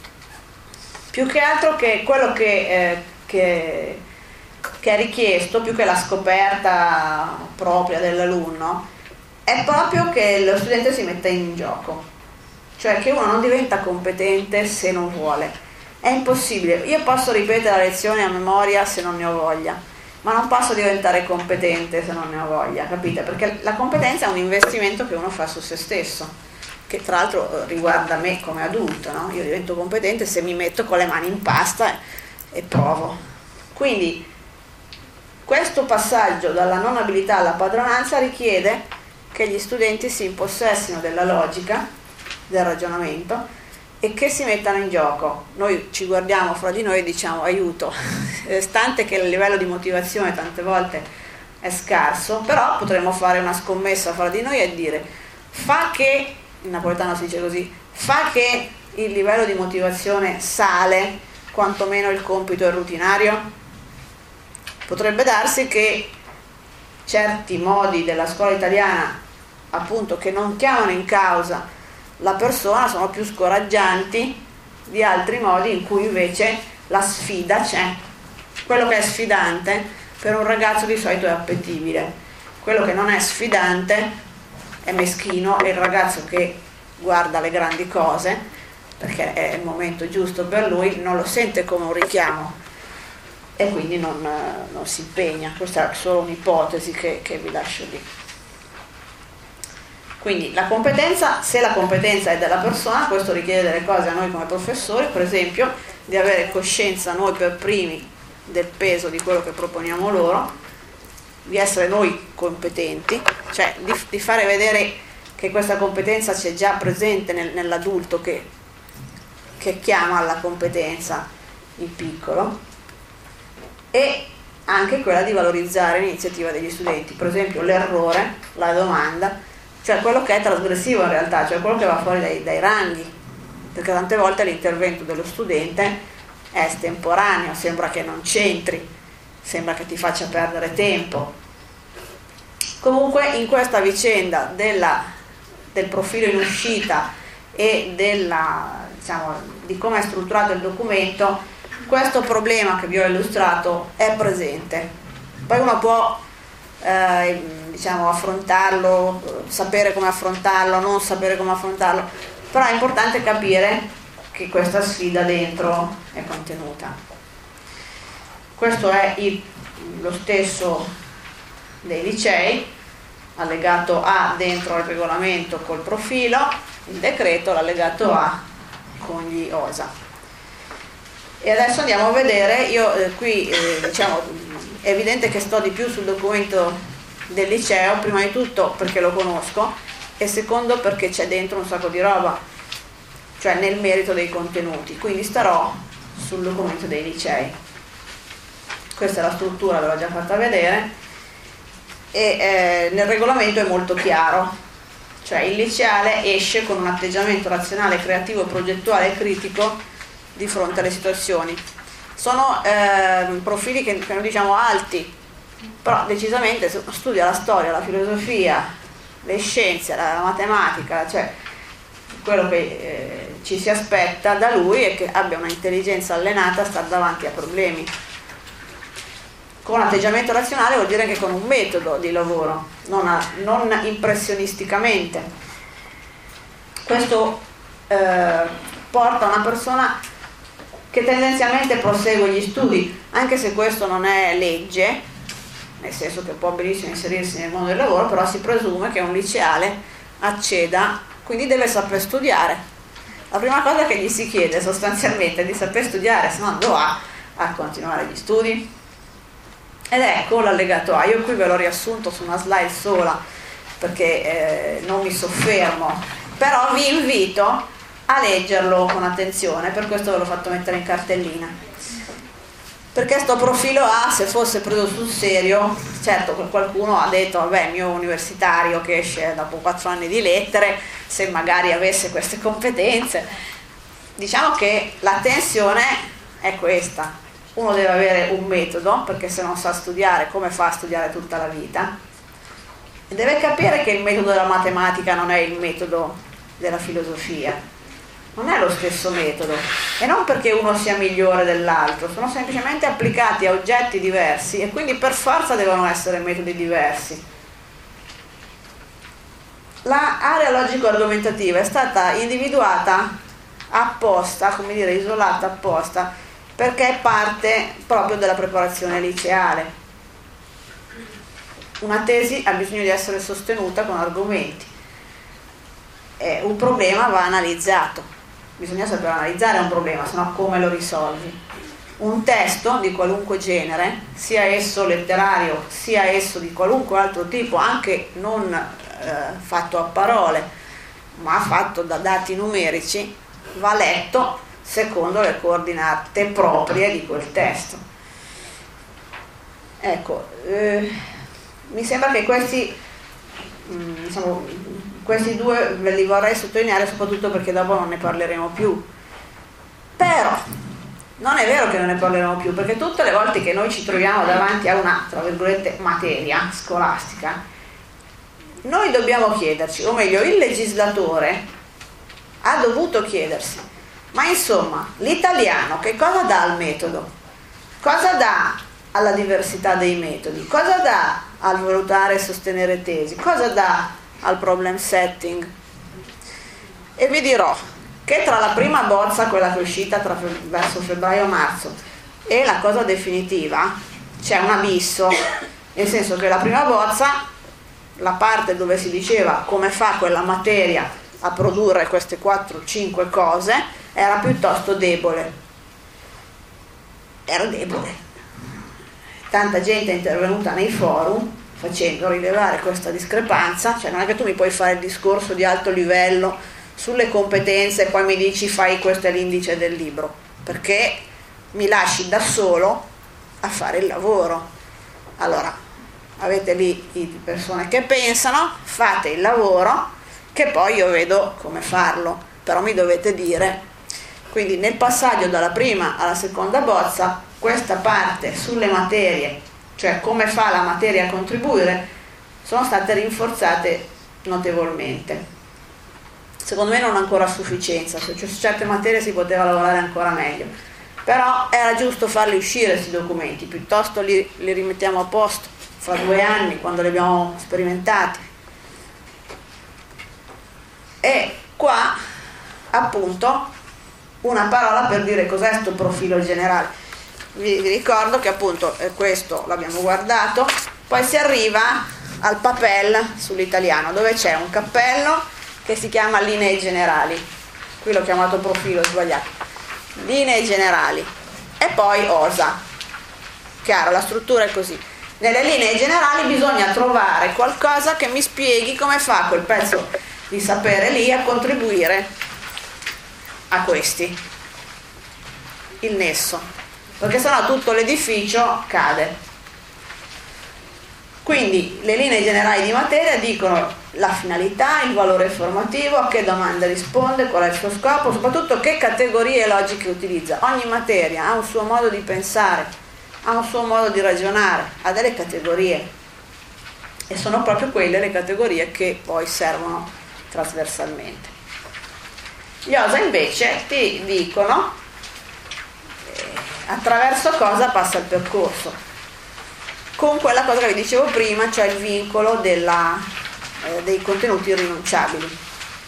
più che altro che quello che, eh, che che è richiesto, più che la scoperta propria dell'alunno, è proprio che lo studente si metta in gioco, cioè che uno non diventa competente se non vuole, è impossibile. Io posso ripetere la lezione a memoria se non ne ho voglia, ma non posso diventare competente se non ne ho voglia, capite? Perché la competenza è un investimento che uno fa su se stesso, che tra l'altro riguarda me come adulto, no? Io divento competente se mi metto con le mani in pasta e, e provo. Quindi questo passaggio dalla non abilità alla padronanza richiede che gli studenti si impossessino della logica, del ragionamento e che si mettano in gioco. Noi ci guardiamo fra di noi e diciamo aiuto, stante che il livello di motivazione tante volte è scarso, però potremmo fare una scommessa fra di noi e dire fa che, in napoletano si dice così, fa che il livello di motivazione sale, quantomeno il compito è rutinario. Potrebbe darsi che certi modi della scuola italiana, appunto, che non chiamano in causa la persona, sono più scoraggianti di altri modi in cui invece la sfida c'è. Quello che è sfidante per un ragazzo di solito è appetibile, quello che non è sfidante è meschino e il ragazzo che guarda le grandi cose, perché è il momento giusto per lui, non lo sente come un richiamo e quindi non, non si impegna. Questa è solo un'ipotesi che, che vi lascio lì. Quindi la competenza, se la competenza è della persona, questo richiede delle cose a noi come professori, per esempio di avere coscienza noi per primi del peso di quello che proponiamo loro, di essere noi competenti, cioè di, di fare vedere che questa competenza c'è già presente nel, nell'adulto che, che chiama alla competenza il piccolo, e anche quella di valorizzare l'iniziativa degli studenti, per esempio l'errore, la domanda, cioè quello che è trasgressivo in realtà, cioè quello che va fuori dai, dai ranghi, perché tante volte l'intervento dello studente è estemporaneo, sembra che non c'entri, sembra che ti faccia perdere tempo. Comunque in questa vicenda della, del profilo in uscita e della, diciamo, di come è strutturato il documento, questo problema che vi ho illustrato è presente. Poi uno può eh, diciamo, affrontarlo, sapere come affrontarlo, non sapere come affrontarlo, però è importante capire che questa sfida dentro è contenuta. Questo è il, lo stesso dei licei, allegato A dentro al regolamento col profilo, il decreto, l'allegato A con gli O S A. E adesso andiamo a vedere, io eh, qui eh, diciamo è evidente che sto di più sul documento del liceo, prima di tutto perché lo conosco e secondo perché c'è dentro un sacco di roba, cioè nel merito dei contenuti, quindi starò sul documento dei licei. Questa è la struttura, ve l'ho già fatta vedere, e eh, nel regolamento è molto chiaro, cioè il liceale esce con un atteggiamento razionale, creativo, progettuale e critico di fronte alle situazioni. Sono eh, profili che, che noi diciamo alti, però decisamente se uno studia la storia, la filosofia, le scienze, la matematica, cioè quello che eh, ci si aspetta da lui è che abbia una intelligenza allenata a stare davanti a problemi. Con atteggiamento razionale vuol dire anche con un metodo di lavoro, non, a, non impressionisticamente. Questo eh, porta una persona che tendenzialmente prosegue gli studi, anche se questo non è legge, nel senso che può benissimo inserirsi nel mondo del lavoro, però si presume che un liceale acceda, quindi deve saper studiare. La prima cosa che gli si chiede sostanzialmente è di saper studiare, se no non va a continuare gli studi. Ed ecco l'allegato A. Io qui ve l'ho riassunto su una slide sola perché eh, non mi soffermo, però vi invito a leggerlo con attenzione, per questo ve l'ho fatto mettere in cartellina, perché sto profilo A, se fosse preso sul serio, certo qualcuno ha detto vabbè, il mio universitario che esce dopo quattro anni di lettere, se magari avesse queste competenze, diciamo che la tensione è questa: uno deve avere un metodo, perché se non sa studiare come fa a studiare tutta la vita, e deve capire che il metodo della matematica non è il metodo della filosofia, non è lo stesso metodo, e non perché uno sia migliore dell'altro, sono semplicemente applicati a oggetti diversi e quindi per forza devono essere metodi diversi. La area logico-argomentativa è stata individuata apposta, come dire, isolata apposta, perché è parte proprio della preparazione liceale. Una tesi ha bisogno di essere sostenuta con argomenti, e un problema va analizzato, bisogna saper analizzare un problema, se no come lo risolvi? Un testo di qualunque genere, sia esso letterario, sia esso di qualunque altro tipo, anche non eh, fatto a parole, ma fatto da dati numerici, va letto secondo le coordinate proprie di quel testo. Ecco, eh, mi sembra che questi, mh, diciamo, questi due ve li vorrei sottolineare, soprattutto perché dopo non ne parleremo più. Però non è vero che non ne parleremo più, perché tutte le volte che noi ci troviamo davanti a una, tra virgolette, materia scolastica, noi dobbiamo chiederci, o meglio il legislatore ha dovuto chiedersi: ma insomma, l'italiano che cosa dà al metodo? Cosa dà alla diversità dei metodi? Cosa dà al valutare e sostenere tesi? Cosa dà al problem setting? E vi dirò che tra la prima bozza, quella che è uscita tra, verso febbraio-marzo, e la cosa definitiva c'è un abisso, nel senso che la prima bozza, la parte dove si diceva come fa quella materia a produrre queste quattro cinque cose, era piuttosto debole. Era debole. Tanta gente è intervenuta nei forum facendo rilevare questa discrepanza, cioè non è che tu mi puoi fare il discorso di alto livello sulle competenze e poi mi dici fai questo è l'indice del libro, perché mi lasci da solo a fare il lavoro. Allora, avete lì persone che pensano, fate il lavoro, che poi io vedo come farlo, però mi dovete dire. Quindi nel passaggio dalla prima alla seconda bozza, questa parte sulle materie, cioè come fa la materia a contribuire, sono state rinforzate notevolmente. Secondo me non ancora a sufficienza, cioè su certe materie si poteva lavorare ancora meglio, però era giusto farli uscire questi documenti, piuttosto li, li rimettiamo a posto fra due anni quando li abbiamo sperimentati. E qua appunto una parola per dire cos'è questo profilo generale. Vi, vi ricordo che appunto eh, questo l'abbiamo guardato, poi si arriva al papel sull'italiano, dove c'è un cappello che si chiama linee generali, qui l'ho chiamato profilo sbagliato, linee generali, e poi osa. Chiaro, la struttura è così. Nelle linee generali bisogna trovare qualcosa che mi spieghi come fa quel pezzo di sapere lì a contribuire a questi, il nesso, perché sennò tutto l'edificio cade. Quindi le linee generali di materia dicono la finalità, il valore formativo, a che domande risponde, qual è il suo scopo, soprattutto che categorie logiche utilizza. Ogni materia ha un suo modo di pensare, ha un suo modo di ragionare, ha delle categorie, e sono proprio quelle le categorie che poi servono trasversalmente. Gli O S A invece ti dicono eh, attraverso cosa passa il percorso, con quella cosa che vi dicevo prima, cioè il vincolo della, eh, dei contenuti irrinunciabili.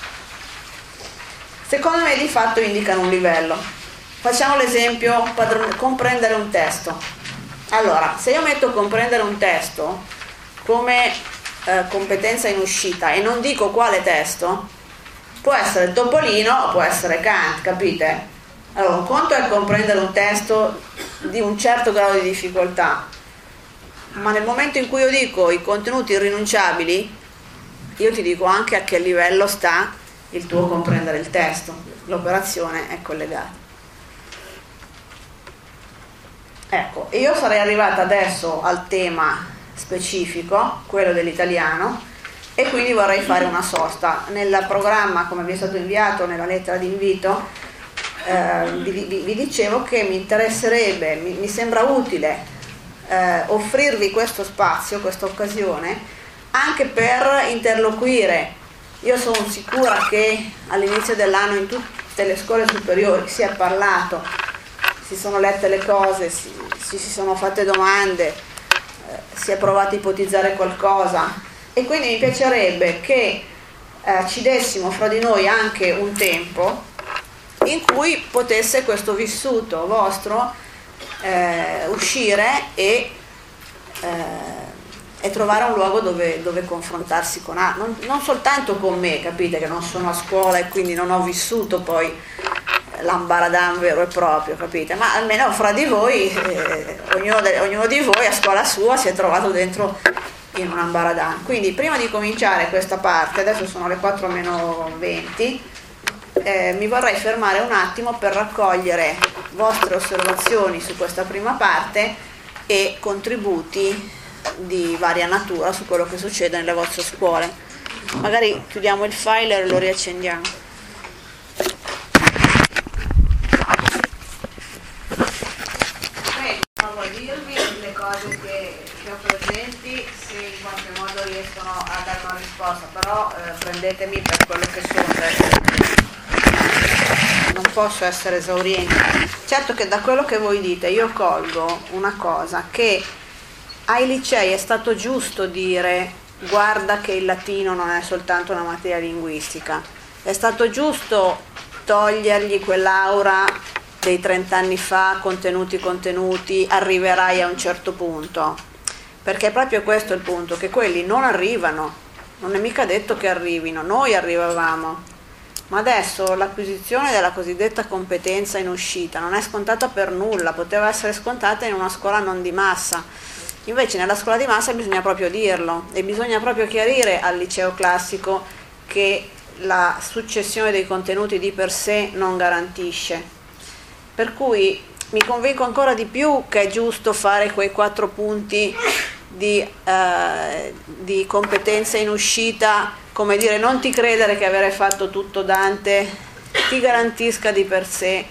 Secondo me di fatto indicano un livello. Facciamo l'esempio, padron- comprendere un testo. Allora, se io metto comprendere un testo come eh, competenza in uscita e non dico quale testo, può essere Topolino o può essere Kant, capite? Allora, un conto è comprendere un testo di un certo grado di difficoltà, ma nel momento in cui io dico i contenuti irrinunciabili, io ti dico anche a che livello sta il tuo comprendere il testo. L'operazione è collegata. Ecco, io sarei arrivata adesso al tema specifico, quello dell'italiano, e quindi vorrei fare una sosta. Nel programma, come vi è stato inviato nella lettera di invito, eh, vi, vi, vi dicevo che mi interesserebbe, mi, mi sembra utile eh, offrirvi questo spazio, questa occasione, anche per interloquire. Io sono sicura che all'inizio dell'anno in tutte le scuole superiori si è parlato, si sono lette le cose, si, si, si sono fatte domande, eh, si è provato a ipotizzare qualcosa, e quindi mi piacerebbe che eh, ci dessimo fra di noi anche un tempo in cui potesse questo vissuto vostro eh, uscire e eh, e trovare un luogo dove, dove confrontarsi con altri, non, non soltanto con me, capite, che non sono a scuola e quindi non ho vissuto poi l'ambaradan vero e proprio, capite, ma almeno fra di voi, eh, ognuno, de, ognuno di voi a scuola sua si è trovato dentro in un ambaradan. Quindi prima di cominciare questa parte, adesso sono le quattro meno venti, eh, mi vorrei fermare un attimo per raccogliere vostre osservazioni su questa prima parte e contributi di varia natura su quello che succede nelle vostre scuole. Magari chiudiamo il file e lo riaccendiamo. Quindi provo a dirvi le cose che, che ho presenti, se in qualche modo riescono a dare una risposta, però eh, prendetemi per quello che sono, non posso essere esauriente. Certo che da quello che voi dite io colgo una cosa, che ai licei è stato giusto dire guarda che il latino non è soltanto una materia linguistica, è stato giusto togliergli quell'aura dei trent'anni fa, contenuti contenuti, arriverai a un certo punto, perché proprio questo è il punto, che quelli non arrivano, non è mica detto che arrivino, noi arrivavamo, ma adesso l'acquisizione della cosiddetta competenza in uscita non è scontata per nulla, poteva essere scontata in una scuola non di massa. Invece nella scuola di massa bisogna proprio dirlo e bisogna proprio chiarire al liceo classico che la successione dei contenuti di per sé non garantisce. Per cui mi convinco ancora di più che è giusto fare quei quattro punti di, eh, di competenza in uscita, come dire, non ti credere che avere fatto tutto Dante ti garantisca di per sé,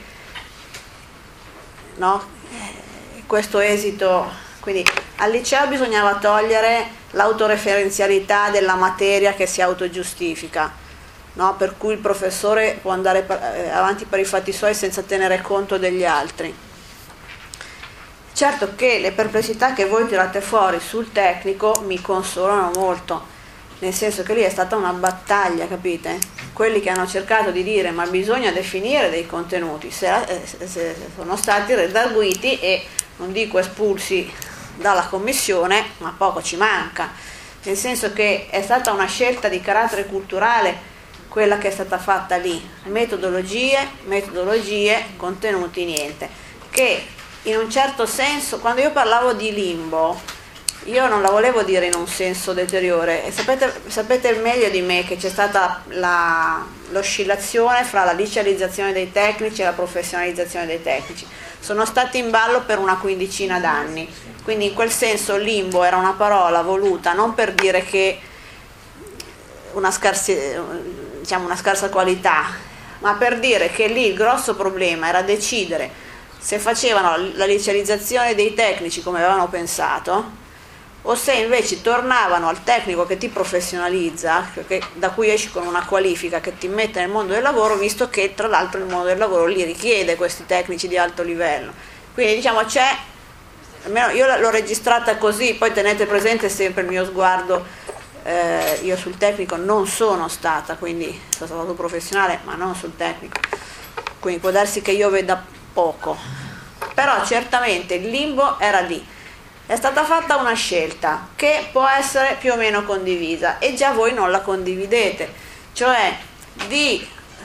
no? Questo esito. Quindi al liceo bisognava togliere l'autoreferenzialità della materia che si autogiustifica, no? Per cui il professore può andare avanti per i fatti suoi senza tenere conto degli altri. Certo che le perplessità che voi tirate fuori sul tecnico mi consolano molto, nel senso che lì è stata una battaglia, capite? Quelli che hanno cercato di dire ma bisogna definire dei contenuti, se, se sono stati redarguiti e non dico espulsi dalla commissione, ma poco ci manca, nel senso che è stata una scelta di carattere culturale quella che è stata fatta lì, metodologie, metodologie, contenuti niente, che in un certo senso, quando io parlavo di limbo, io non la volevo dire in un senso deteriore, e sapete, sapete meglio di me che c'è stata la, l'oscillazione fra la licealizzazione dei tecnici e la professionalizzazione dei tecnici. Sono stati in ballo per una quindicina d'anni, quindi in quel senso limbo era una parola voluta non per dire che una scarsa, diciamo una scarsa qualità, ma per dire che lì il grosso problema era decidere se facevano la licealizzazione dei tecnici come avevano pensato o se invece tornavano al tecnico che ti professionalizza, che, da cui esci con una qualifica che ti mette nel mondo del lavoro, visto che tra l'altro il mondo del lavoro li richiede questi tecnici di alto livello. Quindi diciamo c'è, almeno io l'ho registrata così, poi tenete presente sempre il mio sguardo, eh, io sul tecnico non sono stata, quindi sono stato professionale ma non sul tecnico, quindi può darsi che io veda poco, però certamente il limbo era lì. È stata fatta una scelta che può essere più o meno condivisa e già voi non la condividete, cioè di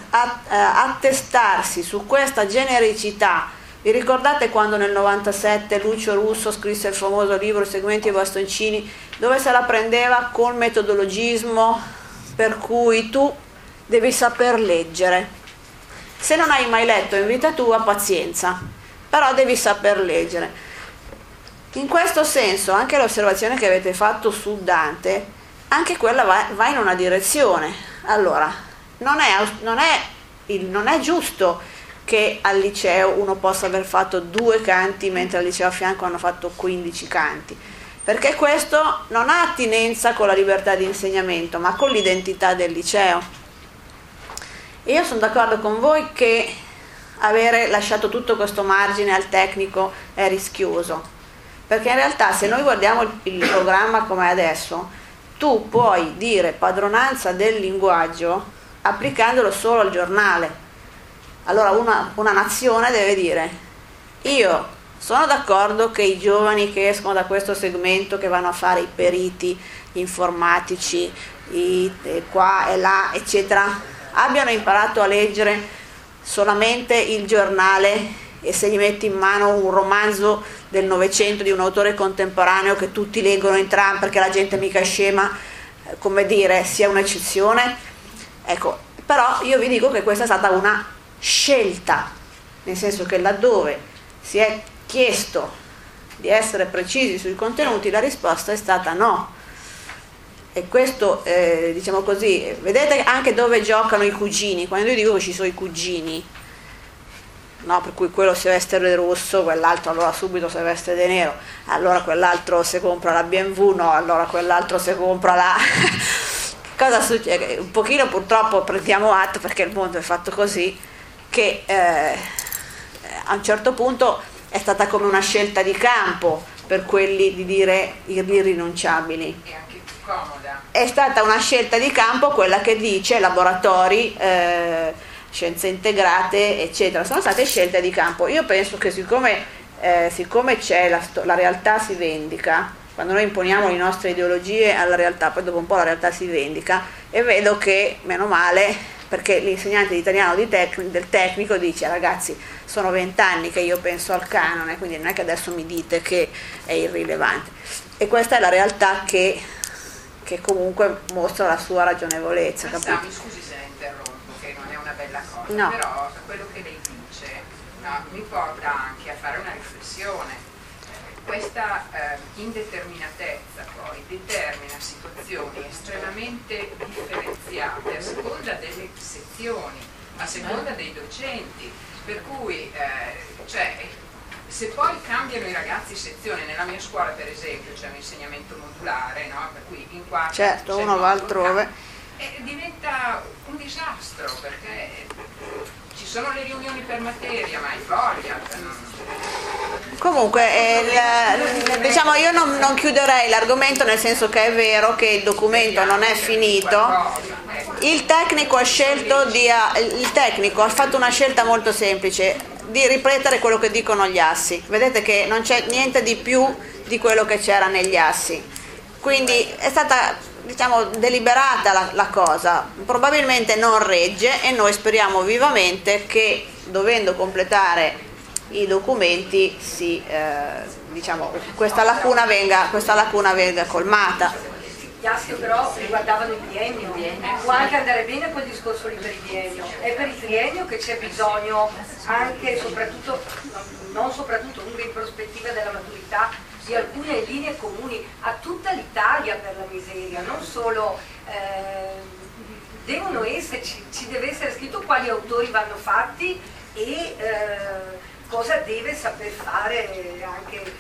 attestarsi su questa genericità. Vi ricordate quando nel novantasette Lucio Russo scrisse il famoso libro I segmenti e i bastoncini, dove se la prendeva col metodologismo per cui tu devi saper leggere. Se non hai mai letto in vita tua, pazienza, però devi saper leggere. In questo senso anche l'osservazione che avete fatto su Dante, anche quella va, va in una direzione. Allora, non è, non, è il, non è giusto che al liceo uno possa aver fatto due canti mentre al liceo a fianco hanno fatto quindici canti, perché questo non ha attinenza con la libertà di insegnamento, ma con l'identità del liceo. E io sono d'accordo con voi che avere lasciato tutto questo margine al tecnico è rischioso. Perché in realtà se noi guardiamo il, il programma come adesso, tu puoi dire padronanza del linguaggio applicandolo solo al giornale. Allora una, una nazione deve dire: io sono d'accordo che i giovani che escono da questo segmento, che vanno a fare i periti informatici, i, eh, qua e là, eccetera, abbiano imparato a leggere solamente il giornale, e se gli metti in mano un romanzo del Novecento di un autore contemporaneo che tutti leggono entrambi perché la gente mica è scema, come dire, sia un'eccezione. Ecco, però io vi dico che questa è stata una scelta, nel senso che laddove si è chiesto di essere precisi sui contenuti, la risposta è stata no. E questo, eh, diciamo così, vedete anche dove giocano i cugini. Quando io dico che ci sono i cugini, no, per cui quello si veste di rosso, quell'altro allora subito si veste di nero, allora quell'altro si compra la B M W, no, allora quell'altro si compra la... Cosa succede? Un pochino purtroppo prendiamo atto, perché il mondo è fatto così, che eh, a un certo punto è stata come una scelta di campo per quelli di dire irrinunciabili.
E anche più comoda. È
stata una scelta di campo quella che dice laboratori, eh, scienze integrate, eccetera, sono state scelte di campo. Io penso che siccome, eh, siccome c'è la, la realtà si vendica, quando noi imponiamo le nostre ideologie alla realtà, poi dopo un po' la realtà si vendica, e vedo che, meno male, perché l'insegnante di italiano di tec- del tecnico dice: ragazzi, sono vent'anni che io penso al canone, quindi non è che adesso mi dite che è irrilevante. E questa è la realtà che, che comunque mostra la sua ragionevolezza.
Sami, scusi se la interrompo, che non è una bella cosa,
no.
Però quello che lei dice no, mi porta anche a fare una riflessione. Questa eh, indeterminatezza poi determina situazioni estremamente differenziate a seconda delle sezioni, a seconda dei docenti, per cui eh, cioè, se poi cambiano i ragazzi sezione, nella mia scuola per esempio c'è un insegnamento modulare, no? Per cui in quarta
certo uno va altrove
e diventa un disastro, perché ci sono le riunioni per materia, ma hai voglia.
Comunque, eh, diciamo, io non, non chiuderei l'argomento, nel senso che è vero che il documento non è finito. Il tecnico ha scelto di, il tecnico ha fatto una scelta molto semplice, di ripetere quello che dicono gli assi. Vedete che non c'è niente di più di quello che c'era negli assi. Quindi è stata, diciamo, deliberata la, la cosa, probabilmente non regge, e noi speriamo vivamente che, dovendo completare i documenti, si, eh, diciamo, questa lacuna venga, questa lacuna venga colmata.
Gli assi però riguardavano il biennio, può anche andare bene quel discorso lì per il biennio, è per il triennio che c'è bisogno anche, soprattutto, non soprattutto, comunque in prospettiva della maturità, di alcune linee comuni a tutta l'Italia, per la miseria, non solo, eh, devono esserci, ci deve essere scritto quali autori vanno fatti e eh, cosa deve saper fare anche in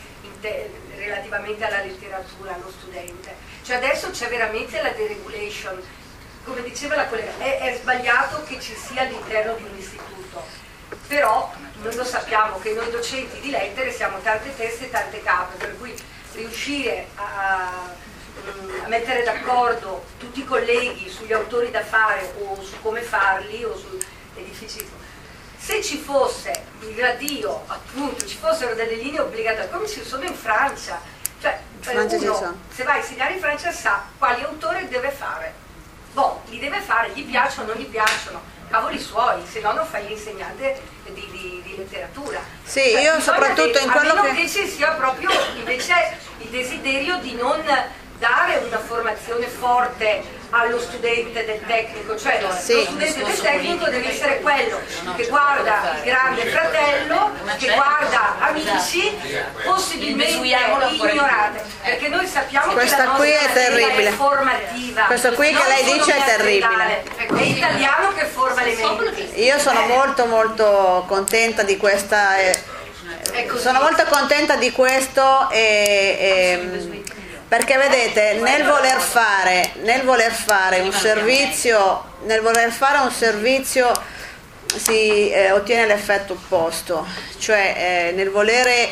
de, relativamente alla letteratura, allo studente. Cioè adesso c'è veramente la deregulation, come diceva la collega, è, è sbagliato che ci sia all'interno di un istituto, però noi lo sappiamo che noi docenti di lettere siamo tante teste e tante cape, per cui riuscire a, a mettere d'accordo tutti i colleghi sugli autori da fare o su come farli o su, è difficilissimo. Se ci fosse, viva Dio, appunto, ci fossero delle linee obbligatorie, come ci sono in Francia, cioè
Francia
uno, se va a insegnare in Francia sa quali autori deve fare. Boh, li deve fare, gli piacciono o non gli piacciono, cavoli suoi, se no non fai l'insegnante di, di, di letteratura.
Sì,
cioè,
io soprattutto in quello
a meno
che...
che ci sia proprio invece il desiderio di non dare una formazione forte allo studente del tecnico, cioè
sì.
Lo studente del tecnico deve essere quello che guarda il grande fratello, che guarda amici, possibilmente ignorati, perché noi sappiamo
Questa
che la nostra
qui è terribile.
è formativa.
Questo qui che lei dice è terribile.
È italiano che forma le menti.
Io sono molto molto contenta di questa, eh, sono molto contenta di questo e, e, perché vedete, nel voler fare, nel voler fare un servizio, nel voler fare un servizio si eh, ottiene l'effetto opposto, cioè eh, nel volere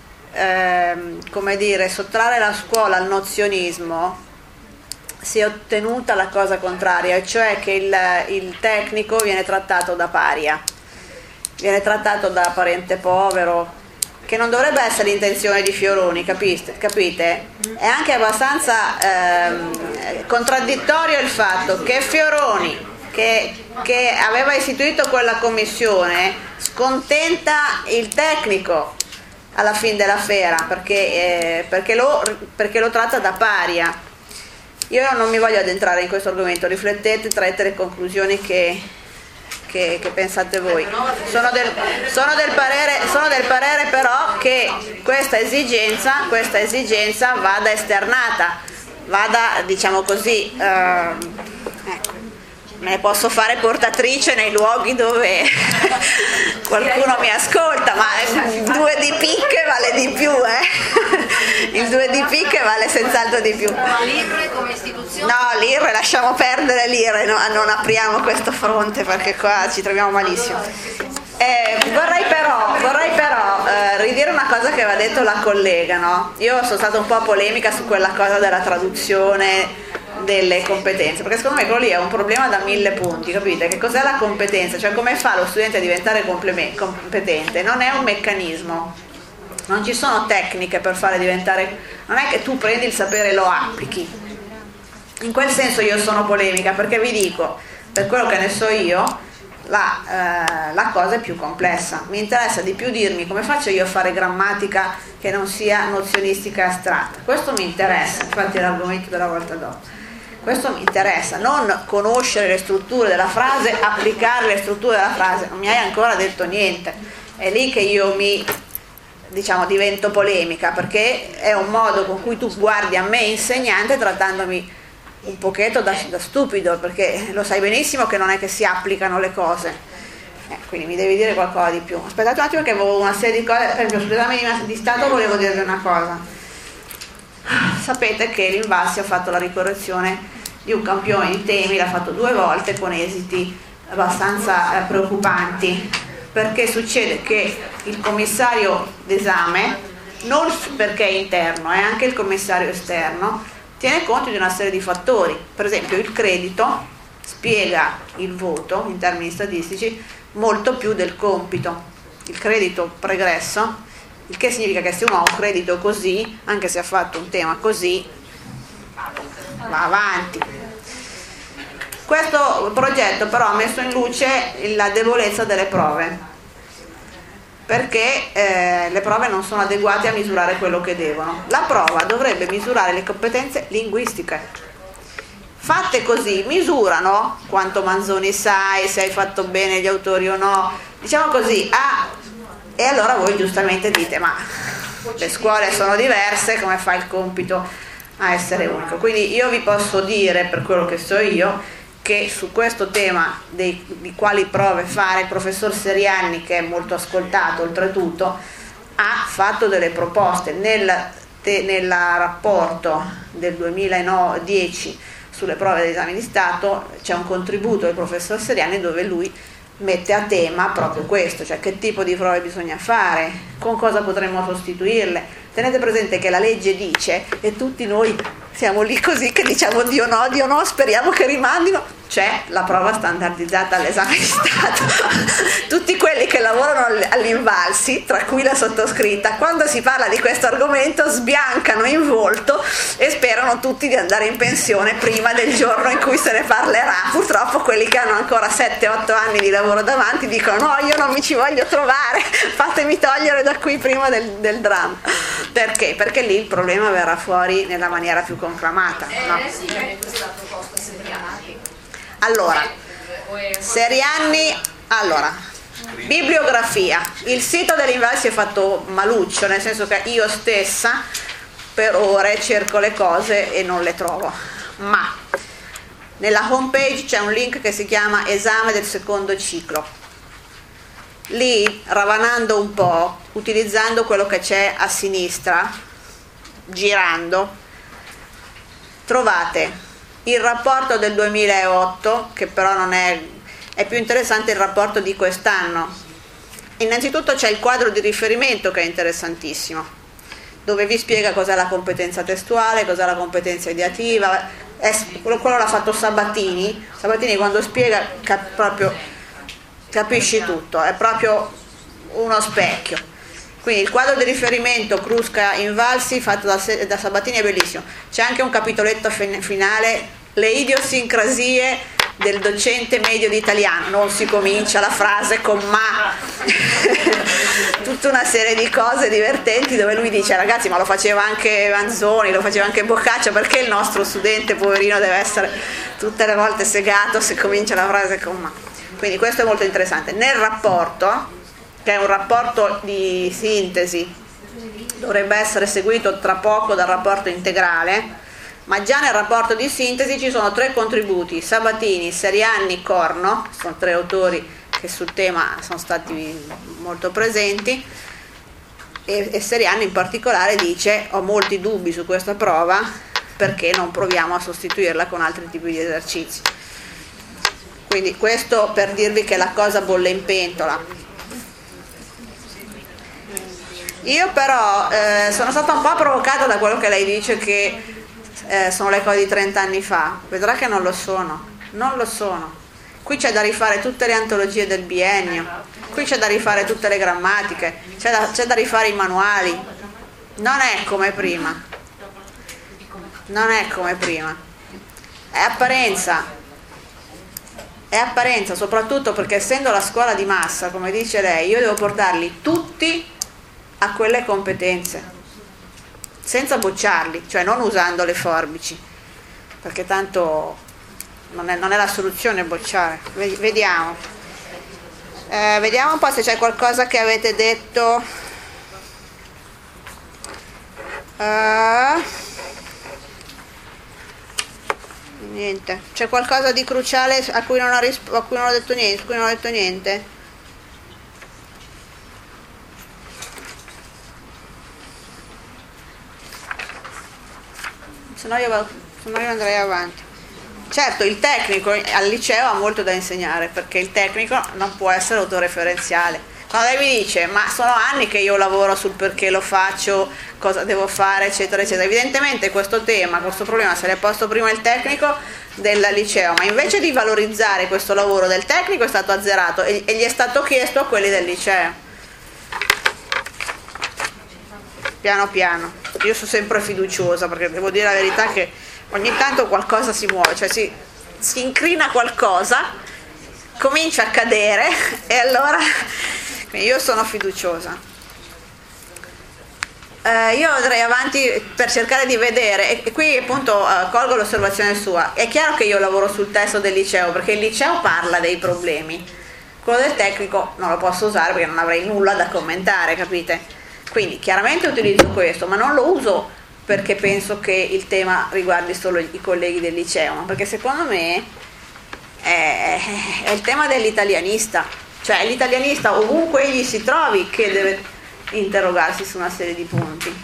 eh, come dire, sottrarre la scuola al nozionismo si è ottenuta la cosa contraria, cioè che il, il tecnico viene trattato da paria, viene trattato da parente povero, che non dovrebbe essere l'intenzione di Fioroni, capite? capite? È anche abbastanza ehm, contraddittorio il fatto che Fioroni, che, che aveva istituito quella commissione, scontenta il tecnico alla fine della fiera, perché, eh, perché, lo, perché lo tratta da paria. Io non mi voglio addentrare in questo argomento, riflettete, traete le conclusioni che... Che, che pensate voi. Sono del, sono, del parere, sono del parere però che questa esigenza, questa esigenza vada esternata, vada, diciamo così, eh, ecco, me ne posso fare portatrice nei luoghi dove qualcuno mi ascolta, ma il due di picche vale di più, eh? Il due di picche vale senz'altro di più.
Ma l'I R E come istituzione?
No, l'I R E, lasciamo perdere l'I R E, no, non apriamo questo fronte perché qua ci troviamo malissimo. Eh, vorrei però, vorrei però eh, ridire una cosa che aveva detto la collega, no? Io sono stata un po' polemica su quella cosa della traduzione delle competenze, perché secondo me quello lì è un problema da mille punti, capite? Che cos'è la competenza? Cioè come fa lo studente a diventare competente? Non è un meccanismo, non ci sono tecniche per fare diventare, non è che tu prendi il sapere e lo applichi. In quel senso io sono polemica, perché vi dico, per quello che ne so io, la, eh, la cosa è più complessa. Mi interessa di più dirmi come faccio io a fare grammatica che non sia nozionistica e astratta. Questo mi interessa, infatti è l'argomento della volta dopo. Questo mi interessa, non conoscere le strutture della frase, applicare le strutture della frase. Non mi hai ancora detto niente. È lì che io mi, diciamo, divento polemica, perché è un modo con cui tu guardi a me insegnante trattandomi un pochetto da, da stupido, perché lo sai benissimo che non è che si applicano le cose, eh, quindi mi devi dire qualcosa di più. Aspettate un attimo che avevo una serie di cose, per esempio sull'esame di, di Stato volevo dirvi una cosa. Sapete che l'Invalsi ha fatto la ricorrezione di un campione di temi, l'ha fatto due volte con esiti abbastanza eh, preoccupanti, perché succede che il commissario d'esame, non perché è interno, è anche il commissario esterno, tiene conto di una serie di fattori. Per esempio il credito spiega il voto in termini statistici molto più del compito. Il credito pregresso, il che significa che se uno ha un credito così, anche se ha fatto un tema così, va avanti. Questo progetto però ha messo in luce la debolezza delle prove, perché eh, le prove non sono adeguate a misurare quello che devono. La prova dovrebbe misurare le competenze linguistiche. Fatte così, misurano quanto Manzoni sai, se hai fatto bene gli autori o no, diciamo così, ah, e allora voi giustamente dite, ma le scuole sono diverse, come fa il compito a essere unico? Quindi io vi posso dire, per quello che so io, che su questo tema dei, di quali prove fare, il professor Serianni, che è molto ascoltato oltretutto, ha fatto delle proposte nel, te, nel rapporto del duemiladieci sulle prove degli esami di Stato. C'è un contributo del professor Seriani dove lui mette a tema proprio questo, cioè che tipo di prove bisogna fare, con cosa potremmo sostituirle. Tenete presente che la legge dice, e tutti noi siamo lì così che diciamo Dio no, Dio no, speriamo che rimandino, c'è la prova standardizzata all'esame di Stato. Tutti quelli che lavorano all'Invalsi, tra cui la sottoscritta, quando si parla di questo argomento sbiancano in volto e sperano tutti di andare in pensione prima del giorno in cui se ne parlerà. Purtroppo quelli che hanno ancora sette otto anni di lavoro davanti dicono no, io non mi ci voglio trovare, fatemi togliere da qui prima del, del dramma. Perché? Perché lì il problema verrà fuori nella maniera più conclamata, no?
Eh sì, è questa proposta Seriani.
Allora, Seriani, allora, bibliografia. Il sito dell'Invalsi è fatto maluccio, nel senso che io stessa per ore cerco le cose e non le trovo, ma nella home page c'è un link che si chiama esame del secondo ciclo. Lì, ravanando un po', utilizzando quello che c'è a sinistra, girando, trovate il rapporto del duemilaotto, che però non è, è più interessante il rapporto di quest'anno. Innanzitutto c'è il quadro di riferimento che è interessantissimo, dove vi spiega cos'è la competenza testuale, cos'è la competenza ideativa. È, quello, quello l'ha fatto Sabatini. Sabatini quando spiega cap, proprio capisci tutto, è proprio uno specchio. Quindi il quadro di riferimento Crusca Invalsi fatto da, da Sabatini è bellissimo. C'è anche un capitoletto finale, le idiosincrasie del docente medio di italiano. Non si comincia la frase con ma. Tutta una serie di cose divertenti dove lui dice ragazzi ma lo faceva anche Manzoni, lo faceva anche Boccaccio, perché il nostro studente poverino deve essere tutte le volte segato se comincia la frase con ma. Quindi questo è molto interessante. Nel rapporto, che è un rapporto di sintesi, dovrebbe essere seguito tra poco dal rapporto integrale, ma già nel rapporto di sintesi ci sono tre contributi: Sabatini, Seriani, Corno, sono tre autori che sul tema sono stati molto presenti, e, e Seriani in particolare dice ho molti dubbi su questa prova perché non proviamo a sostituirla con altri tipi di esercizi. Quindi questo per dirvi che la cosa bolle in pentola. Io però eh, sono stata un po' provocata da quello che lei dice che eh, sono le cose di trenta anni fa. Vedrà che non lo sono, non lo sono. Qui c'è da rifare tutte le antologie del biennio, qui c'è da rifare tutte le grammatiche, c'è da, c'è da rifare i manuali. Non è come prima, non è come prima, è apparenza, è apparenza, soprattutto perché essendo la scuola di massa, come dice lei, io devo portarli tutti a quelle competenze senza bocciarli, cioè non usando le forbici, perché tanto non è, non è la soluzione bocciare. Vediamo eh, vediamo un po' se c'è qualcosa che avete detto. uh, niente, c'è qualcosa di cruciale a cui non ho, risp- a cui non ho detto niente, a cui non ho detto niente? Se no io, vado, se no io andrei avanti. Certo, il tecnico al liceo ha molto da insegnare, perché il tecnico non può essere autoreferenziale. Quando lei mi dice ma sono anni che io lavoro sul perché lo faccio, cosa devo fare, eccetera eccetera, evidentemente questo tema, questo problema se l'è posto prima il tecnico del liceo, ma invece di valorizzare questo lavoro del tecnico è stato azzerato e, e gli è stato chiesto a quelli del liceo. Piano piano, io sono sempre fiduciosa, perché devo dire la verità che ogni tanto qualcosa si muove, cioè si, si incrina qualcosa, comincia a cadere e allora io sono fiduciosa. Eh, io andrei avanti per cercare di vedere, e qui appunto eh, colgo l'osservazione sua. È chiaro che io lavoro sul testo del liceo, perché il liceo parla dei problemi, quello del tecnico non lo posso usare perché non avrei nulla da commentare, capite? Quindi chiaramente utilizzo questo, ma non lo uso perché penso che il tema riguardi solo i colleghi del liceo, ma perché secondo me è, è il tema dell'italianista, cioè l'italianista ovunque egli si trovi che deve, interrogarsi su una serie di punti.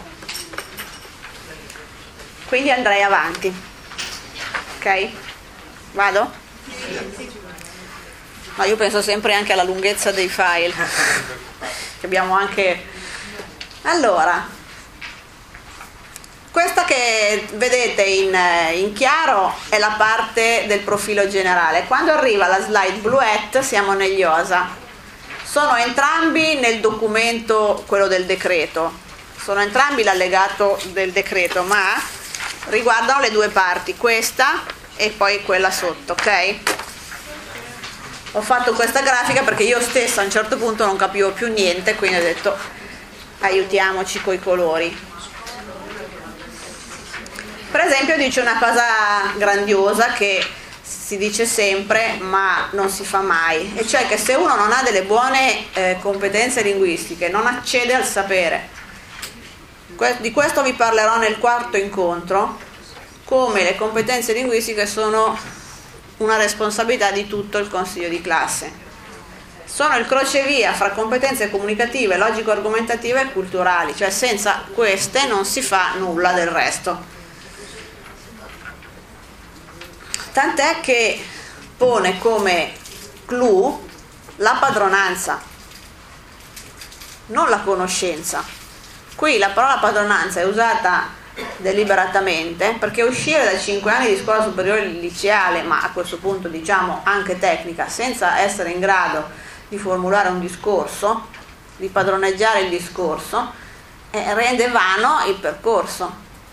Quindi andrei avanti. Ok? Vado? Ma io penso sempre anche alla lunghezza dei file. Abbiamo anche... Allora, questa che vedete in, in chiaro è la parte del profilo generale. Quando arriva la slide bluette siamo negli O S A. Sono entrambi nel documento, quello del decreto, sono entrambi l'allegato del decreto, ma riguardano le due parti, questa e poi quella sotto, ok? Ho fatto questa grafica perché io stessa a un certo punto non capivo più niente, quindi ho detto aiutiamoci coi colori. Per esempio dice una cosa grandiosa che si dice sempre ma non si fa mai, e cioè che se uno non ha delle buone eh, competenze linguistiche non accede al sapere. Que- di questo vi parlerò nel quarto incontro, come le competenze linguistiche sono una responsabilità di tutto il consiglio di classe. Sono il crocevia fra competenze comunicative, logico-argomentative e culturali, cioè senza queste non si fa nulla del resto. Tant'è che pone come clou la padronanza, non la conoscenza. Qui la parola padronanza è usata deliberatamente perché uscire da cinque anni di scuola superiore liceale, ma a questo punto diciamo anche tecnica, senza essere in grado di formulare un discorso, di padroneggiare il discorso, eh, rende vano il percorso.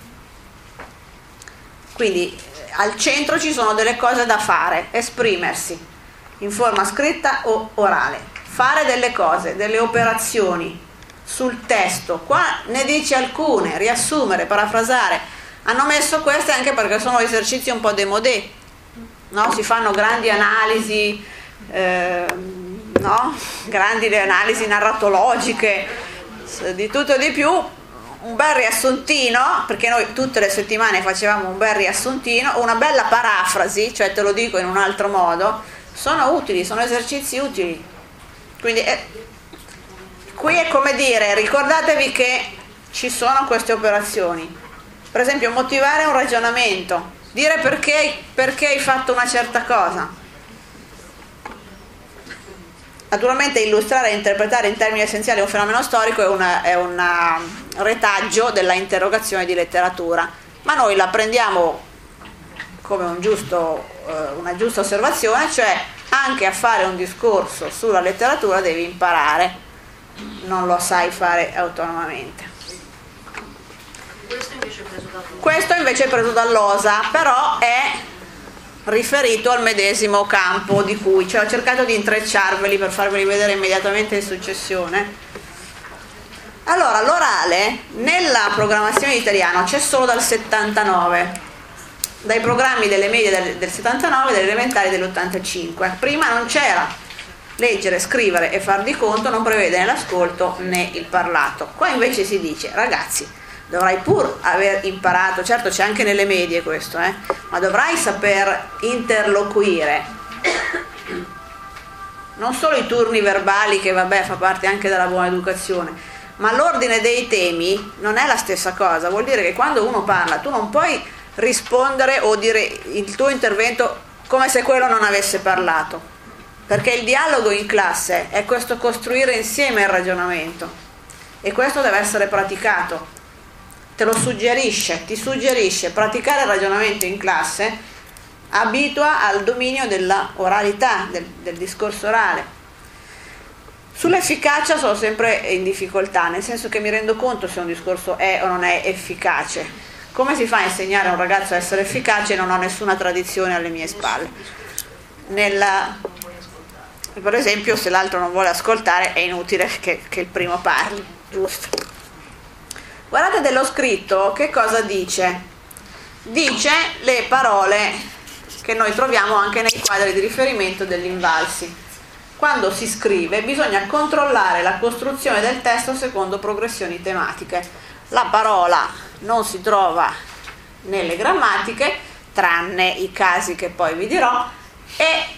Quindi al centro ci sono delle cose da fare: esprimersi in forma scritta o orale, fare delle cose, delle operazioni sul testo. Qua ne dice alcune: riassumere, parafrasare. Hanno messo queste anche perché sono esercizi un po' démodé, no? Si fanno grandi analisi, eh, no? grandi analisi narratologiche, di tutto e di più. Un bel riassuntino, perché noi tutte le settimane facevamo un bel riassuntino, o una bella parafrasi, cioè te lo dico in un altro modo, sono utili, sono esercizi utili. Quindi eh, qui è come dire, ricordatevi che ci sono queste operazioni. Per esempio motivare un ragionamento, dire perché, perché hai fatto una certa cosa. Naturalmente illustrare e interpretare in termini essenziali un fenomeno storico è, una, è un retaggio della interrogazione di letteratura, ma noi la prendiamo come un giusto, una giusta osservazione, cioè anche a fare un discorso sulla letteratura devi imparare, non lo sai fare autonomamente.
Questo invece è preso da
Questo invece è preso dall'O S A, però è riferito al medesimo campo di cui, cioè ho cercato di intrecciarveli per farveli vedere immediatamente in successione. Allora, l'orale nella programmazione di italiano c'è solo dal settantanove, dai programmi delle medie del, del settantanove e delle elementari dell'ottantacinque. Prima non c'era. Leggere, scrivere e far di conto non prevede né l'ascolto né il parlato. Qua invece si dice: ragazzi, dovrai pur aver imparato, certo c'è anche nelle medie questo, eh, ma dovrai saper interloquire, non solo i turni verbali, che vabbè fa parte anche della buona educazione, ma l'ordine dei temi non è la stessa cosa. Vuol dire che quando uno parla tu non puoi rispondere o dire il tuo intervento come se quello non avesse parlato, perché il dialogo in classe è questo costruire insieme il ragionamento, e questo deve essere praticato. Te lo suggerisce, ti suggerisce praticare il ragionamento in classe, abitua al dominio della oralità, del, del discorso orale. Sull'efficacia sono sempre in difficoltà, nel senso che mi rendo conto se un discorso è o non è efficace. Come si fa a insegnare a un ragazzo a essere efficace? Non ho nessuna tradizione alle mie spalle. Nella, per esempio, se l'altro non vuole ascoltare è inutile che, che il primo parli, giusto? Guardate dello scritto che cosa dice. Dice le parole che noi troviamo anche nei quadri di riferimento dell'Invalsi. Quando si scrive bisogna controllare la costruzione del testo secondo progressioni tematiche. La parola non si trova nelle grammatiche, tranne i casi che poi vi dirò, e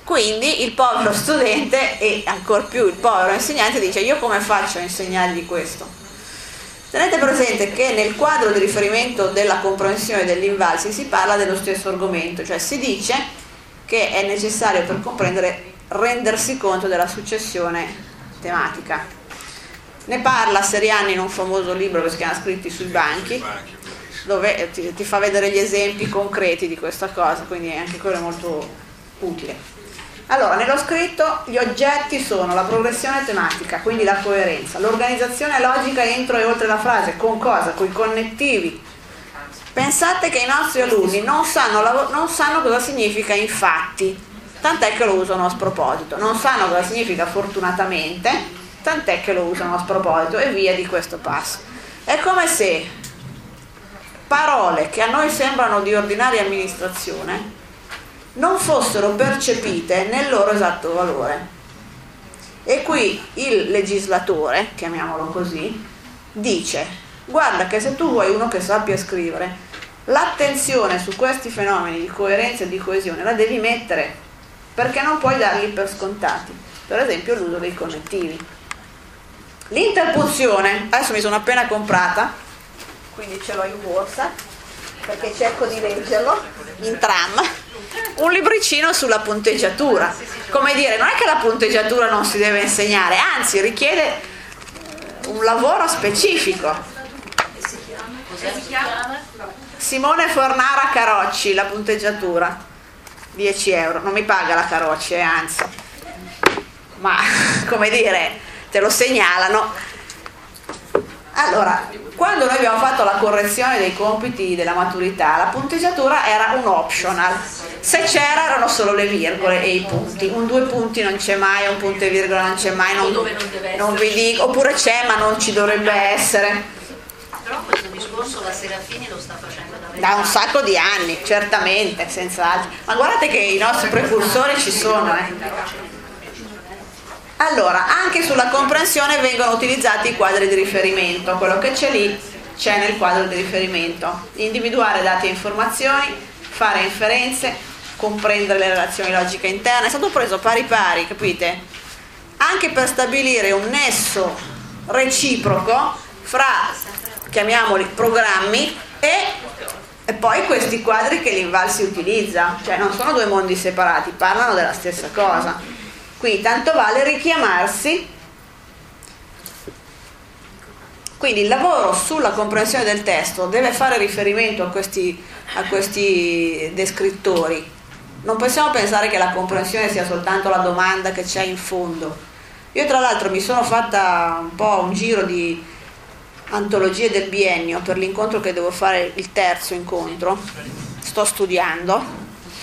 Quindi il povero studente e ancor più il povero insegnante dice: io come faccio a insegnargli questo? Tenete presente che nel quadro di riferimento della comprensione dell'Invalsi si parla dello stesso argomento, cioè si dice che è necessario per comprendere rendersi conto della successione tematica. Ne parla Seriani in un famoso libro che si chiama Scritti sui banchi, dove ti, ti fa vedere gli esempi concreti di questa cosa, quindi anche quello è molto utile. Allora, nello scritto gli oggetti sono la progressione tematica, quindi la coerenza, l'organizzazione logica entro e oltre la frase, con cosa? Con i connettivi. Pensate che i nostri alunni non sanno, non sanno cosa significa infatti, tant'è che lo usano a sproposito, non sanno cosa significa fortunatamente, tant'è che lo usano a sproposito, e via di questo passo. È come se parole che a noi sembrano di ordinaria amministrazione non fossero percepite nel loro esatto valore. E qui il legislatore, chiamiamolo così, dice: guarda che se tu vuoi uno che sappia scrivere, l'attenzione su questi fenomeni di coerenza e di coesione la devi mettere, perché non puoi darli per scontati. Per esempio l'uso dei connettivi. L'interpunzione, adesso mi sono appena comprata, quindi ce l'ho in borsa, perché cerco di leggerlo in tram, un libricino sulla punteggiatura. Come dire, non è che la punteggiatura non si deve insegnare, anzi richiede un lavoro specifico.
Cosa si chiama?
Simone Fornara Carocci, la punteggiatura, dieci euro, non mi paga la Carocci, eh, anzi, ma come dire, te lo segnalano. Allora, quando noi abbiamo fatto la correzione dei compiti della maturità, la punteggiatura era un optional. Se c'era erano solo le virgole e i punti. Un due punti non c'è mai, un punto e virgola non c'è mai, non, non vi dico, oppure c'è ma non ci dovrebbe essere.
Però questo discorso la Serafini lo sta facendo da,
da un sacco di anni, certamente, senz'altro. Ma guardate che i nostri precursori ci sono, eh. Allora, anche sulla comprensione vengono utilizzati i quadri di riferimento, quello che c'è lì c'è nel quadro di riferimento. Individuare dati e informazioni, fare inferenze, comprendere le relazioni logiche interne, è stato preso pari pari, capite? Anche per stabilire un nesso reciproco fra, chiamiamoli, programmi e, e poi questi quadri che l'Invalsi utilizza, cioè non sono due mondi separati, parlano della stessa cosa. Quindi tanto vale richiamarsi. Quindi il lavoro sulla comprensione del testo deve fare riferimento a questi, a questi descrittori. Non possiamo pensare che la comprensione sia soltanto la domanda che c'è in fondo. Io tra l'altro mi sono fatta un po' un giro di antologie del biennio per l'incontro che devo fare, il terzo incontro, sto studiando.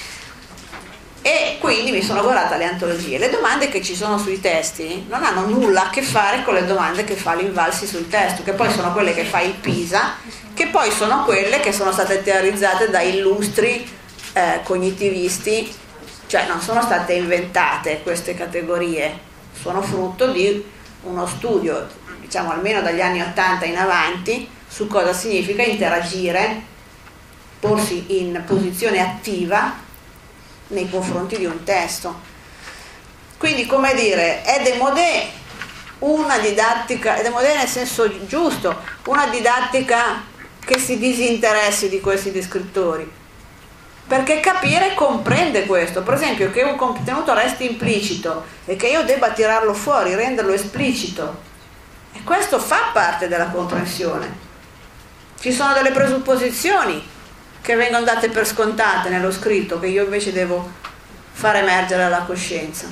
E quindi mi sono guardata le antologie. Le domande che ci sono sui testi non hanno nulla a che fare con le domande che fa l'Invalsi sul testo, che poi sono quelle che fa il PISA, che poi sono quelle che sono state teorizzate da illustri eh, cognitivisti, cioè non sono state inventate queste categorie, sono frutto di uno studio, diciamo almeno dagli anni ottanta in avanti, su cosa significa interagire, porsi in posizione attiva nei confronti di un testo. Quindi, come dire, è démodé una didattica, è démodé nel senso giusto, una didattica che si disinteressi di questi descrittori, perché capire comprende questo. Per esempio, che un contenuto resti implicito e che io debba tirarlo fuori, renderlo esplicito, e questo fa parte della comprensione. Ci sono delle presupposizioni che vengono date per scontate nello scritto, che io invece devo far emergere alla coscienza.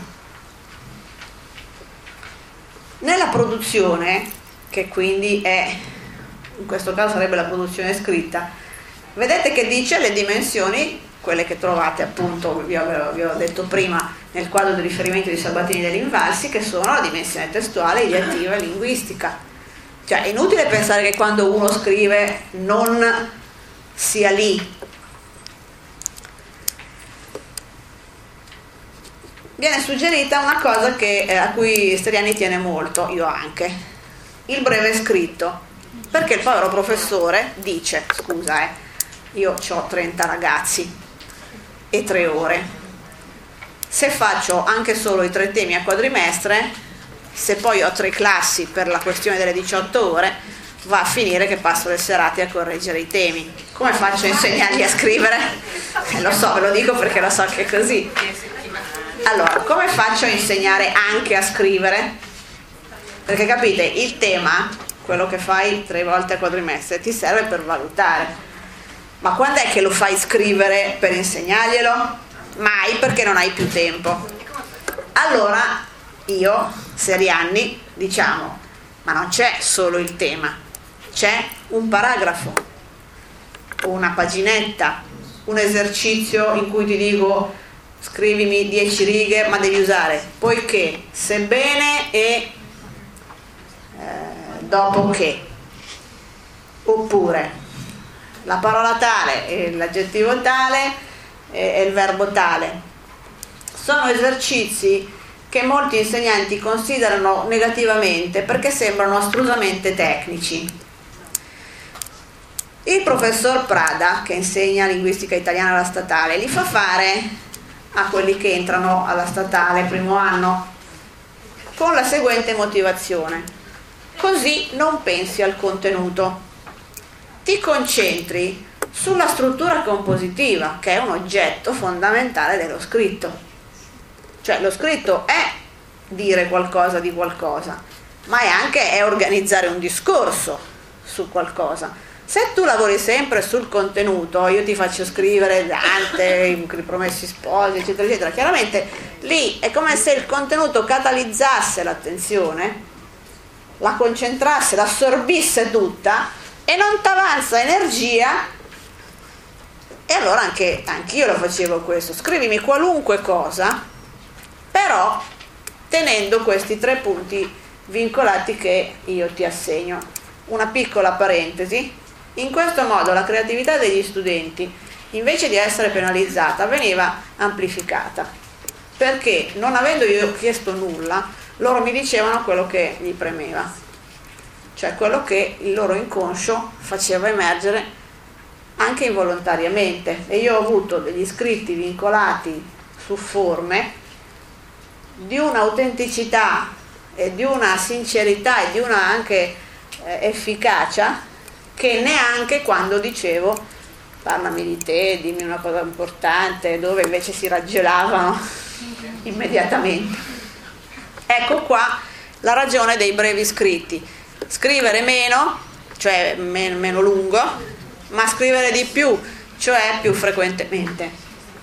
Nella produzione, che quindi è, in questo caso sarebbe la produzione scritta, vedete che dice le dimensioni, quelle che trovate appunto, vi ho, vi ho detto prima, nel quadro di riferimento di Sabatini dell'Invalsi, che sono la dimensione testuale, ideativa e linguistica. Cioè è inutile pensare che quando uno scrive non sia lì. Viene suggerita una cosa che, eh, a cui Steriani tiene molto, io anche, il breve scritto, perché il povero professore dice: scusa, eh, io ho trenta ragazzi e tre ore, Se faccio anche solo i tre temi a quadrimestre, se poi ho tre classi per la questione delle diciotto ore, va a finire che passo le serate a correggere i temi. Come faccio a insegnargli a scrivere? Eh, lo so, ve lo dico perché lo so che è così. Allora, come faccio a insegnare anche a scrivere? Perché capite, il tema, quello che fai tre volte a quadrimestre, ti serve per valutare. Ma quando è che lo fai scrivere per insegnarglielo? Mai, perché non hai più tempo. Allora io, Serianni, diciamo, ma non c'è solo il tema, c'è un paragrafo, una paginetta, un esercizio in cui ti dico scrivimi dieci righe, ma devi usare poiché, sebbene e eh, dopo che, oppure la parola tale e l'aggettivo tale e il verbo tale. Sono esercizi che molti insegnanti considerano negativamente perché sembrano astrusamente tecnici. Il professor Prada, che insegna linguistica italiana alla statale, li fa fare a quelli che entrano alla statale primo anno con la seguente motivazione: così non pensi al contenuto, ti concentri sulla struttura compositiva, che è un oggetto fondamentale dello scritto. Cioè lo scritto è dire qualcosa di qualcosa, ma è anche è organizzare un discorso su qualcosa. Se tu lavori sempre sul contenuto, io ti faccio scrivere Dante, i Promessi Sposi, eccetera, eccetera, chiaramente lì è come se il contenuto catalizzasse l'attenzione, la concentrasse, l'assorbisse tutta e non ti avanza energia. E allora anche anch'io lo facevo questo, scrivimi qualunque cosa, però tenendo questi tre punti vincolati che io ti assegno. Una piccola parentesi: in questo modo la creatività degli studenti, invece di essere penalizzata, veniva amplificata, perché non avendo io chiesto nulla, loro mi dicevano quello che gli premeva, cioè quello che il loro inconscio faceva emergere anche involontariamente. E io ho avuto degli scritti vincolati su forme di un'autenticità e di una sincerità e di una anche eh, efficacia che neanche quando dicevo parlami di te, dimmi una cosa importante, dove invece si raggelavano immediatamente. Ecco qua la ragione dei brevi scritti: scrivere meno, cioè meno, meno lungo, ma scrivere di più, cioè più frequentemente.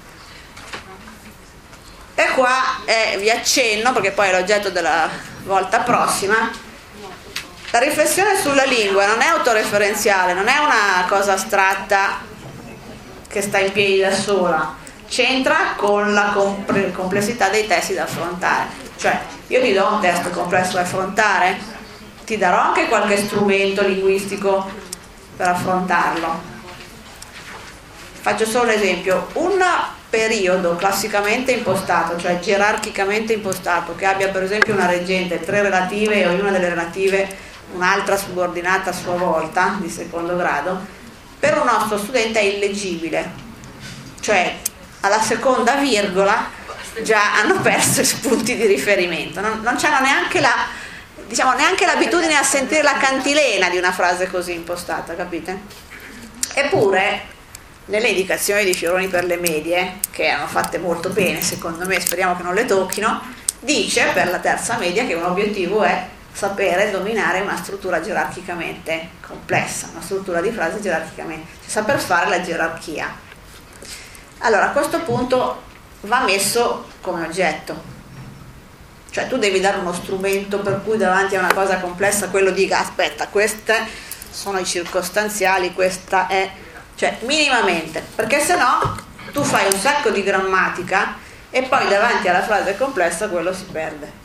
E qua eh, vi accenno, perché poi è l'oggetto della volta prossima, la riflessione sulla lingua non è autoreferenziale, non è una cosa astratta che sta in piedi da sola, c'entra con la compre- complessità dei testi da affrontare. Cioè io ti do un testo complesso da affrontare, ti darò anche qualche strumento linguistico per affrontarlo. Faccio solo un esempio: un periodo classicamente impostato, cioè gerarchicamente impostato, che abbia per esempio una reggente, tre relative e ognuna delle relative un'altra subordinata a sua volta di secondo grado, per un nostro studente è illeggibile, cioè alla seconda virgola già hanno perso i punti di riferimento, non, non c'hanno neanche la, diciamo, neanche l'abitudine a sentire la cantilena di una frase così impostata, capite? Eppure nelle indicazioni di Fioroni per le medie, che erano fatte molto bene secondo me, speriamo che non le tocchino, dice per la terza media che un obiettivo è sapere dominare una struttura gerarchicamente complessa, una struttura di frase gerarchicamente, cioè saper fare la gerarchia. Allora a questo punto va messo come oggetto, cioè tu devi dare uno strumento per cui davanti a una cosa complessa quello dica aspetta, questi sono i circostanziali, questa è, cioè minimamente, perché se no tu fai un sacco di grammatica e poi davanti alla frase complessa quello si perde.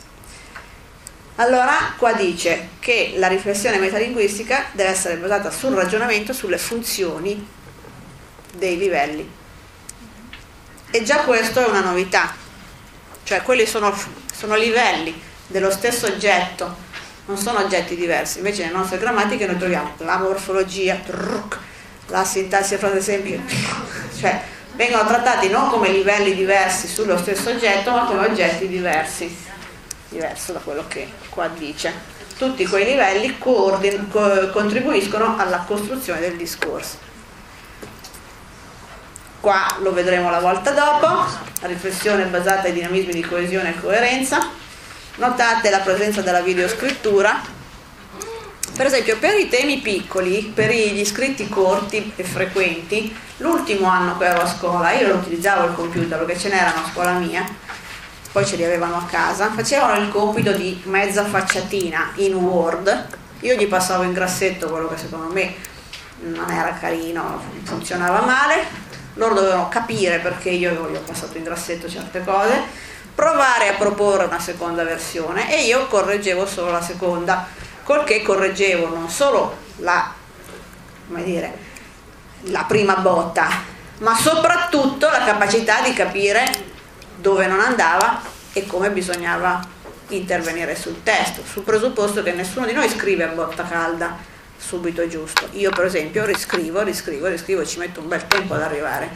Allora qua dice che la riflessione metalinguistica deve essere basata sul ragionamento sulle funzioni dei livelli, e già questo è una novità, cioè quelli sono, sono livelli dello stesso oggetto, non sono oggetti diversi. Invece nelle nostre grammatiche noi troviamo la morfologia, la sintassi a frase semplice, cioè vengono trattati non come livelli diversi sullo stesso oggetto, ma come oggetti diversi, diverso da quello che qua dice. Tutti quei livelli coordin- co- contribuiscono alla costruzione del discorso. Qua lo vedremo la volta dopo, la riflessione basata ai dinamismi di coesione e coerenza. Notate la presenza della videoscrittura. Per esempio, per i temi piccoli, per gli scritti corti e frequenti, l'ultimo anno che ero a scuola, io non utilizzavo il computer perché ce n'erano a scuola mia, poi ce li avevano a casa, facevano il compito di mezza facciatina in Word, io gli passavo in grassetto quello che secondo me non era carino, funzionava male, loro dovevano capire perché io gli ho passato in grassetto certe cose, provare a proporre una seconda versione e io correggevo solo la seconda, col che correggevo non solo la, come dire, la prima botta, ma soprattutto la capacità di capire dove non andava e come bisognava intervenire sul testo, sul presupposto che nessuno di noi scrive a botta calda subito giusto. Io per esempio riscrivo, riscrivo, riscrivo e ci metto un bel tempo ad arrivare.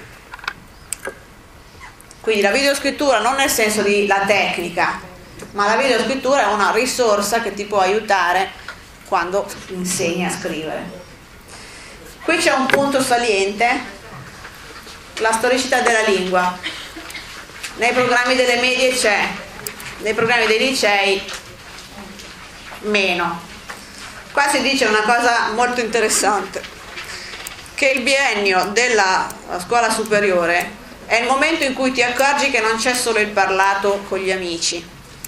Quindi la videoscrittura non nel senso di la tecnica, ma la videoscrittura è una risorsa che ti può aiutare quando insegni a scrivere. Qui c'è un punto saliente, la storicità della lingua. Nei programmi delle medie c'è, nei programmi dei licei meno. Qua si dice una cosa molto interessante, che il biennio della scuola superiore è il momento in cui ti accorgi che non c'è solo il parlato con gli amici.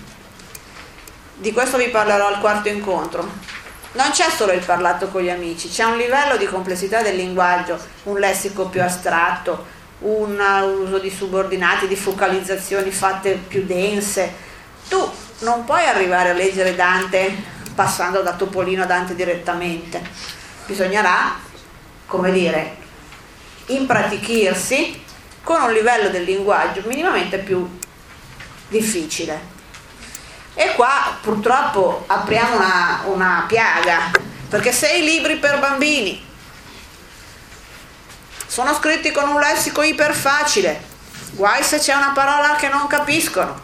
Di questo vi parlerò al quarto incontro. Non c'è solo il parlato con gli amici, c'è un livello di complessità del linguaggio, un lessico più astratto, un uso di subordinati, di focalizzazioni fatte più dense. Tu non puoi arrivare a leggere Dante passando da Topolino a Dante direttamente. Bisognerà, come dire, impratichirsi con un livello del linguaggio minimamente più difficile. E qua purtroppo apriamo una, una piaga, perché se i libri per bambini sono scritti con un lessico iper facile, guai se c'è una parola che non capiscono,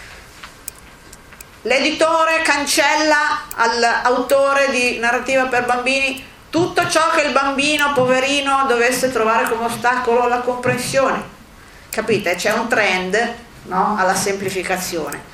l'editore cancella all'autore di narrativa per bambini tutto ciò che il bambino poverino dovesse trovare come ostacolo alla comprensione. Capite? C'è un trend, no? Alla semplificazione.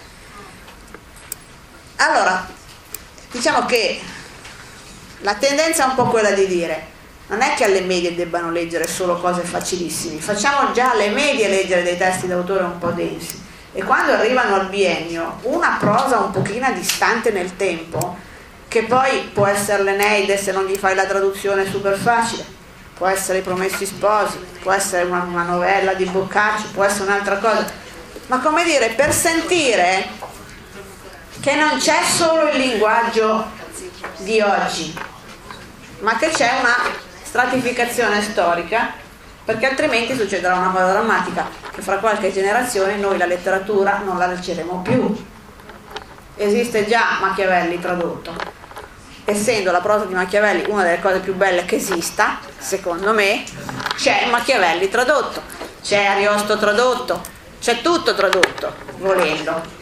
Allora, diciamo che la tendenza è un po' quella di dire: non è che alle medie debbano leggere solo cose facilissime, facciamo già alle medie leggere dei testi d'autore un po' densi, e quando arrivano al biennio una prosa un pochino distante nel tempo, che poi può essere l'Eneide se non gli fai la traduzione super facile, può essere I Promessi Sposi, può essere una, una novella di Boccaccio, può essere un'altra cosa, ma come dire, per sentire che non c'è solo il linguaggio di oggi, ma che c'è una stratificazione storica, perché altrimenti succederà una cosa drammatica, che fra qualche generazione noi la letteratura non la leggeremo più. Esiste già Machiavelli tradotto, essendo la prosa di Machiavelli una delle cose più belle che esista, secondo me, c'è Machiavelli tradotto, c'è Ariosto tradotto, c'è tutto tradotto, volendo.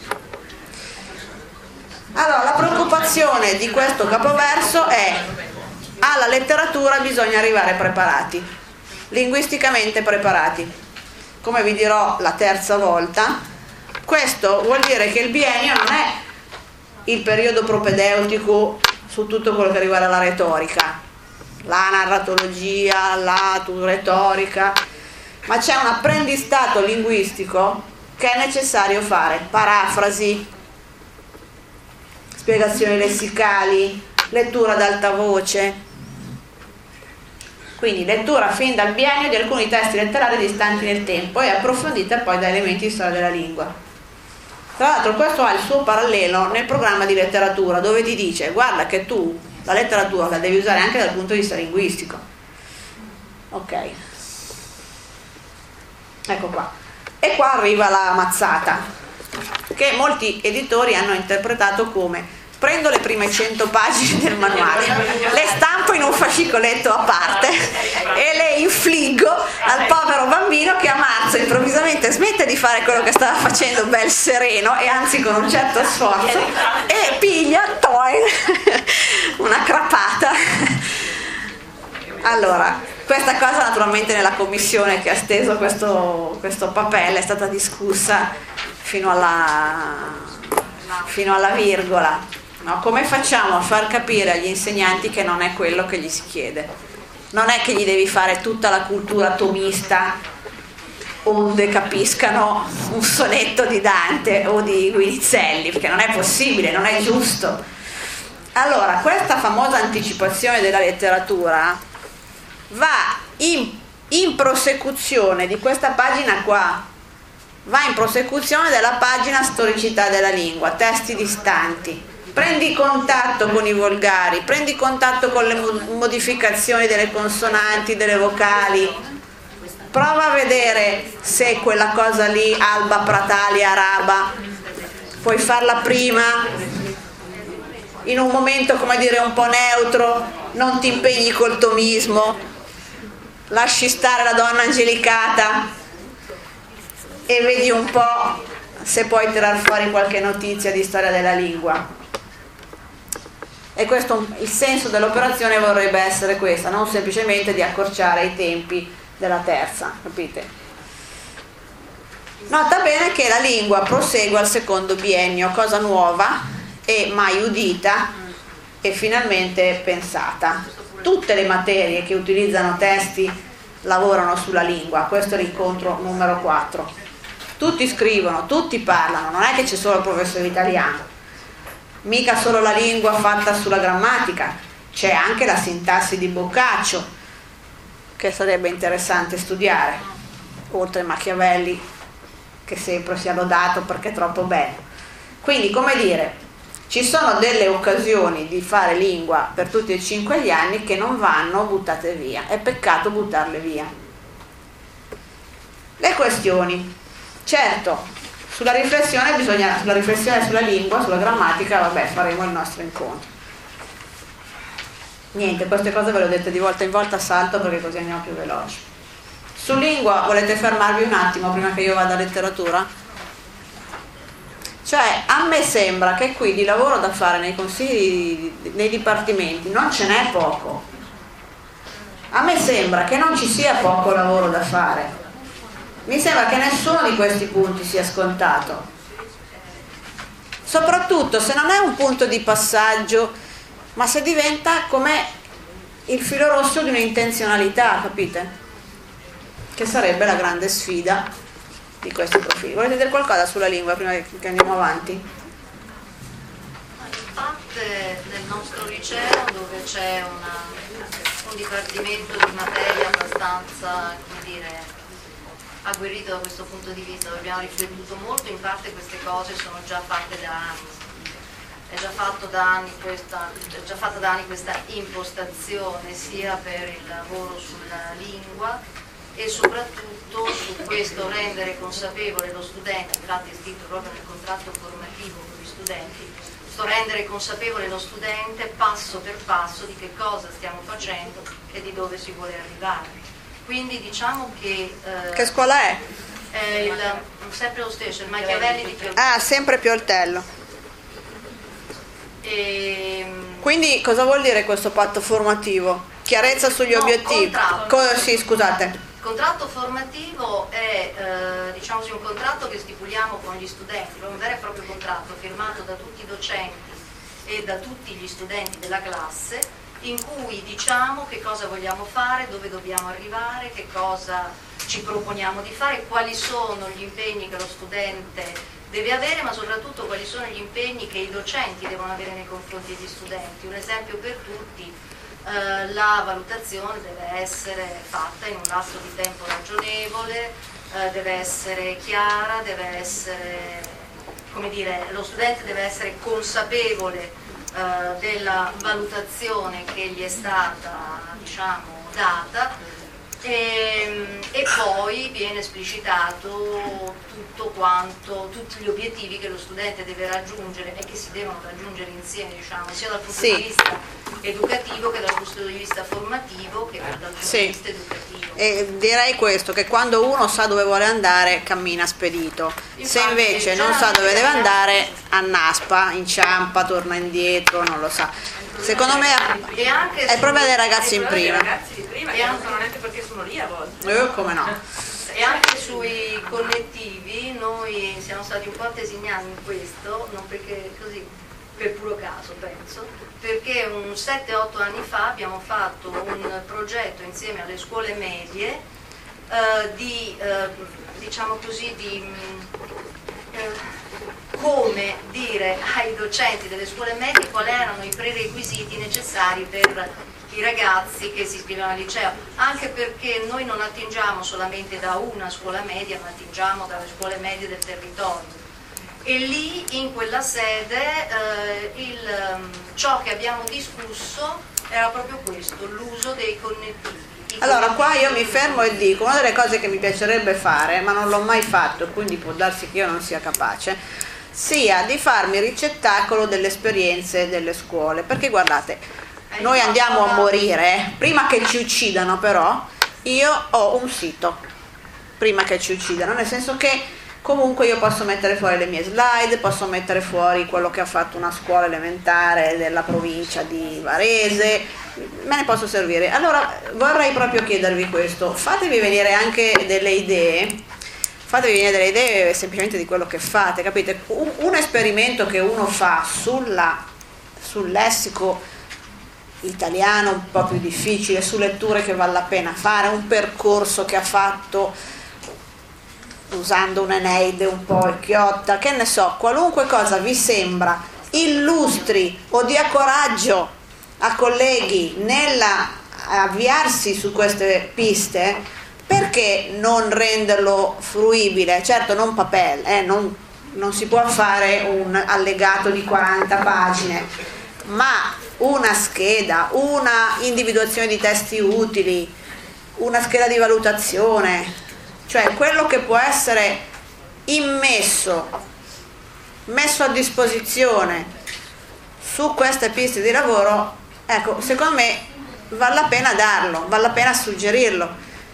Allora, la preoccupazione di questo capoverso è: alla letteratura bisogna arrivare preparati, linguisticamente preparati. Come vi dirò la terza volta, questo vuol dire che il biennio non è il periodo propedeutico su tutto quello che riguarda la retorica, la narratologia, la retorica, ma c'è un apprendistato linguistico che è necessario fare: parafrasi, spiegazioni lessicali, lettura ad alta voce. Quindi lettura fin dal biennio di alcuni testi letterari distanti nel tempo e approfondita poi da elementi di storia della lingua. Tra l'altro questo ha il suo parallelo nel programma di letteratura, dove ti dice: guarda che tu la letteratura la devi usare anche dal punto di vista linguistico. Ok, ecco qua. E qua arriva la mazzata, che molti editori hanno interpretato come: prendo le prime cento pagine del manuale, le stampo in un fascicoletto a parte e le infliggo al povero bambino improvvisamente smette di fare quello che stava facendo bel sereno e anzi con un certo sforzo e piglia toi, una crapata. Allora, questa cosa naturalmente nella commissione che ha steso questo, questo papel è stata discussa fino alla, fino alla virgola, no? Come facciamo a far capire agli insegnanti che non è quello che gli si chiede? Non è che gli devi fare tutta la cultura tomista onde capiscano un sonetto di Dante o di Guinizelli, perché non è possibile, non è giusto. Allora, questa famosa anticipazione della letteratura va in, in prosecuzione di questa pagina qua, va in prosecuzione della pagina storicità della lingua, testi distanti. Prendi contatto con i volgari, prendi contatto con le modificazioni delle consonanti, delle vocali, prova a vedere se quella cosa lì, alba, pratalia, araba, puoi farla prima, in un momento, come dire, un po' neutro, non ti impegni col tomismo, lasci stare la donna angelicata e vedi un po' se puoi tirar fuori qualche notizia di storia della lingua. E questo, il senso dell'operazione vorrebbe essere questa, non semplicemente di accorciare i tempi della terza, capite? Nota bene che la lingua prosegue al secondo biennio, cosa nuova e mai udita e finalmente pensata. Tutte le materie che utilizzano testi lavorano sulla lingua, questo è l'incontro numero quattro. Tutti scrivono, tutti parlano, non è che c'è solo il professore italiano. Mica solo la lingua fatta sulla grammatica, c'è anche la sintassi di Boccaccio, che sarebbe interessante studiare, oltre a Machiavelli, che sempre si è lodato perché è troppo bello. Quindi, come dire, ci sono delle occasioni di fare lingua per tutti e cinque gli anni che non vanno buttate via, è peccato buttarle via. Le questioni, certo. Sulla riflessione bisogna, sulla riflessione sulla lingua, sulla grammatica, vabbè, faremo il nostro incontro. Niente, queste cose ve le ho dette di volta in volta, salto perché così andiamo più veloci. Su lingua volete fermarvi un attimo prima che io vada a letteratura? Cioè, a me sembra che qui di lavoro da fare nei consigli, nei dipartimenti, non ce n'è poco. A me sembra che non ci sia poco lavoro da fare. Mi sembra che nessuno di questi punti sia scontato, soprattutto se non è un punto di passaggio, ma se diventa come il filo rosso di un'intenzionalità, capite? Che sarebbe la grande sfida di questi profili. Volete dire qualcosa sulla lingua prima che andiamo avanti?
In parte nel nostro liceo, dove c'è una, un dipartimento di materia abbastanza, come dire, agguerrito da questo punto di vista, dove abbiamo riflettuto molto, in parte queste cose sono già fatte da anni. È già, fatto da anni questa, è già fatta da anni questa impostazione sia per il lavoro sulla lingua e soprattutto su questo rendere consapevole lo studente, infatti è scritto proprio nel contratto formativo con gli studenti, sto rendere consapevole lo studente passo per passo di che cosa stiamo facendo e di dove si vuole arrivare. Quindi diciamo che... Eh,
che scuola è?
È il, sempre lo stesso, il Machiavelli di Pioltello.
Ah, sempre Pioltello.
E,
quindi cosa vuol dire questo patto formativo? Chiarezza sugli
no,
obiettivi? Co- sì, scusate.
Il contratto formativo è eh, diciamo così, un contratto che stipuliamo con gli studenti, un vero e proprio contratto firmato da tutti i docenti e da tutti gli studenti della classe, in cui diciamo che cosa vogliamo fare, dove dobbiamo arrivare, che cosa ci proponiamo di fare, quali sono gli impegni che lo studente deve avere, ma soprattutto quali sono gli impegni che i docenti devono avere nei confronti degli studenti. Un esempio per tutti, eh, la valutazione deve essere fatta in un lasso di tempo ragionevole, eh, deve essere chiara, deve essere, come dire, lo studente deve essere consapevole Uh, della valutazione che gli è stata, diciamo, data e, e poi viene esplicitato tutto quanto, tutti gli obiettivi che lo studente deve raggiungere e che si devono raggiungere insieme, diciamo, sia dal punto
sì.
di vista educativo che dal punto di vista formativo che dal punto
sì.
di vista educativo.
E direi questo, che quando uno sa dove vuole andare cammina spedito, se invece non sa dove deve andare annaspa, inciampa, torna indietro, non lo sa. Secondo me è proprio dei ragazzi in prima.
I ragazzi di prima che non sanno neanche perché sono lì a volte.
Eh, come no?
E anche sui connettivi noi siamo stati un po' antesignani in questo, non perché così, per puro caso penso, perché un sette otto anni fa abbiamo fatto un progetto insieme alle scuole medie eh, di, eh, diciamo così, di eh, come dire ai docenti delle scuole medie quali erano i prerequisiti necessari per i ragazzi che si iscrivono al liceo, anche perché noi non attingiamo solamente da una scuola media, ma attingiamo dalle scuole medie del territorio. E lì in quella sede eh, il, ciò che abbiamo discusso era proprio questo, l'uso dei connettivi.
Allora qua io mi fermo e dico, una delle cose che mi piacerebbe fare, ma non l'ho mai fatto, quindi può darsi che io non sia capace, sia di farmi ricettacolo delle esperienze delle scuole, perché guardate, noi andiamo a morire, prima che ci uccidano però, io ho un sito, prima che ci uccidano, nel senso che comunque io posso mettere fuori le mie slide, posso mettere fuori quello che ha fatto una scuola elementare della provincia di Varese, me ne posso servire. Allora vorrei proprio chiedervi questo, fatevi venire anche delle idee, fatevi venire delle idee semplicemente di quello che fate, capite? Un, un esperimento che uno fa sulla, sul lessico italiano un po' più difficile, su letture che vale la pena fare, un percorso che ha fatto usando un'Eneide un po' chiotta, che ne so, qualunque cosa vi sembra illustri o dia coraggio a colleghi nell'avviarsi su queste piste, perché non renderlo fruibile? Certo, non papel, eh, non, non si può fare un allegato di quaranta pagine, ma una scheda, una individuazione di testi utili, una scheda di valutazione, cioè quello che può essere immesso, messo a disposizione su queste piste di lavoro, ecco, secondo me vale la pena darlo, vale la pena suggerirlo.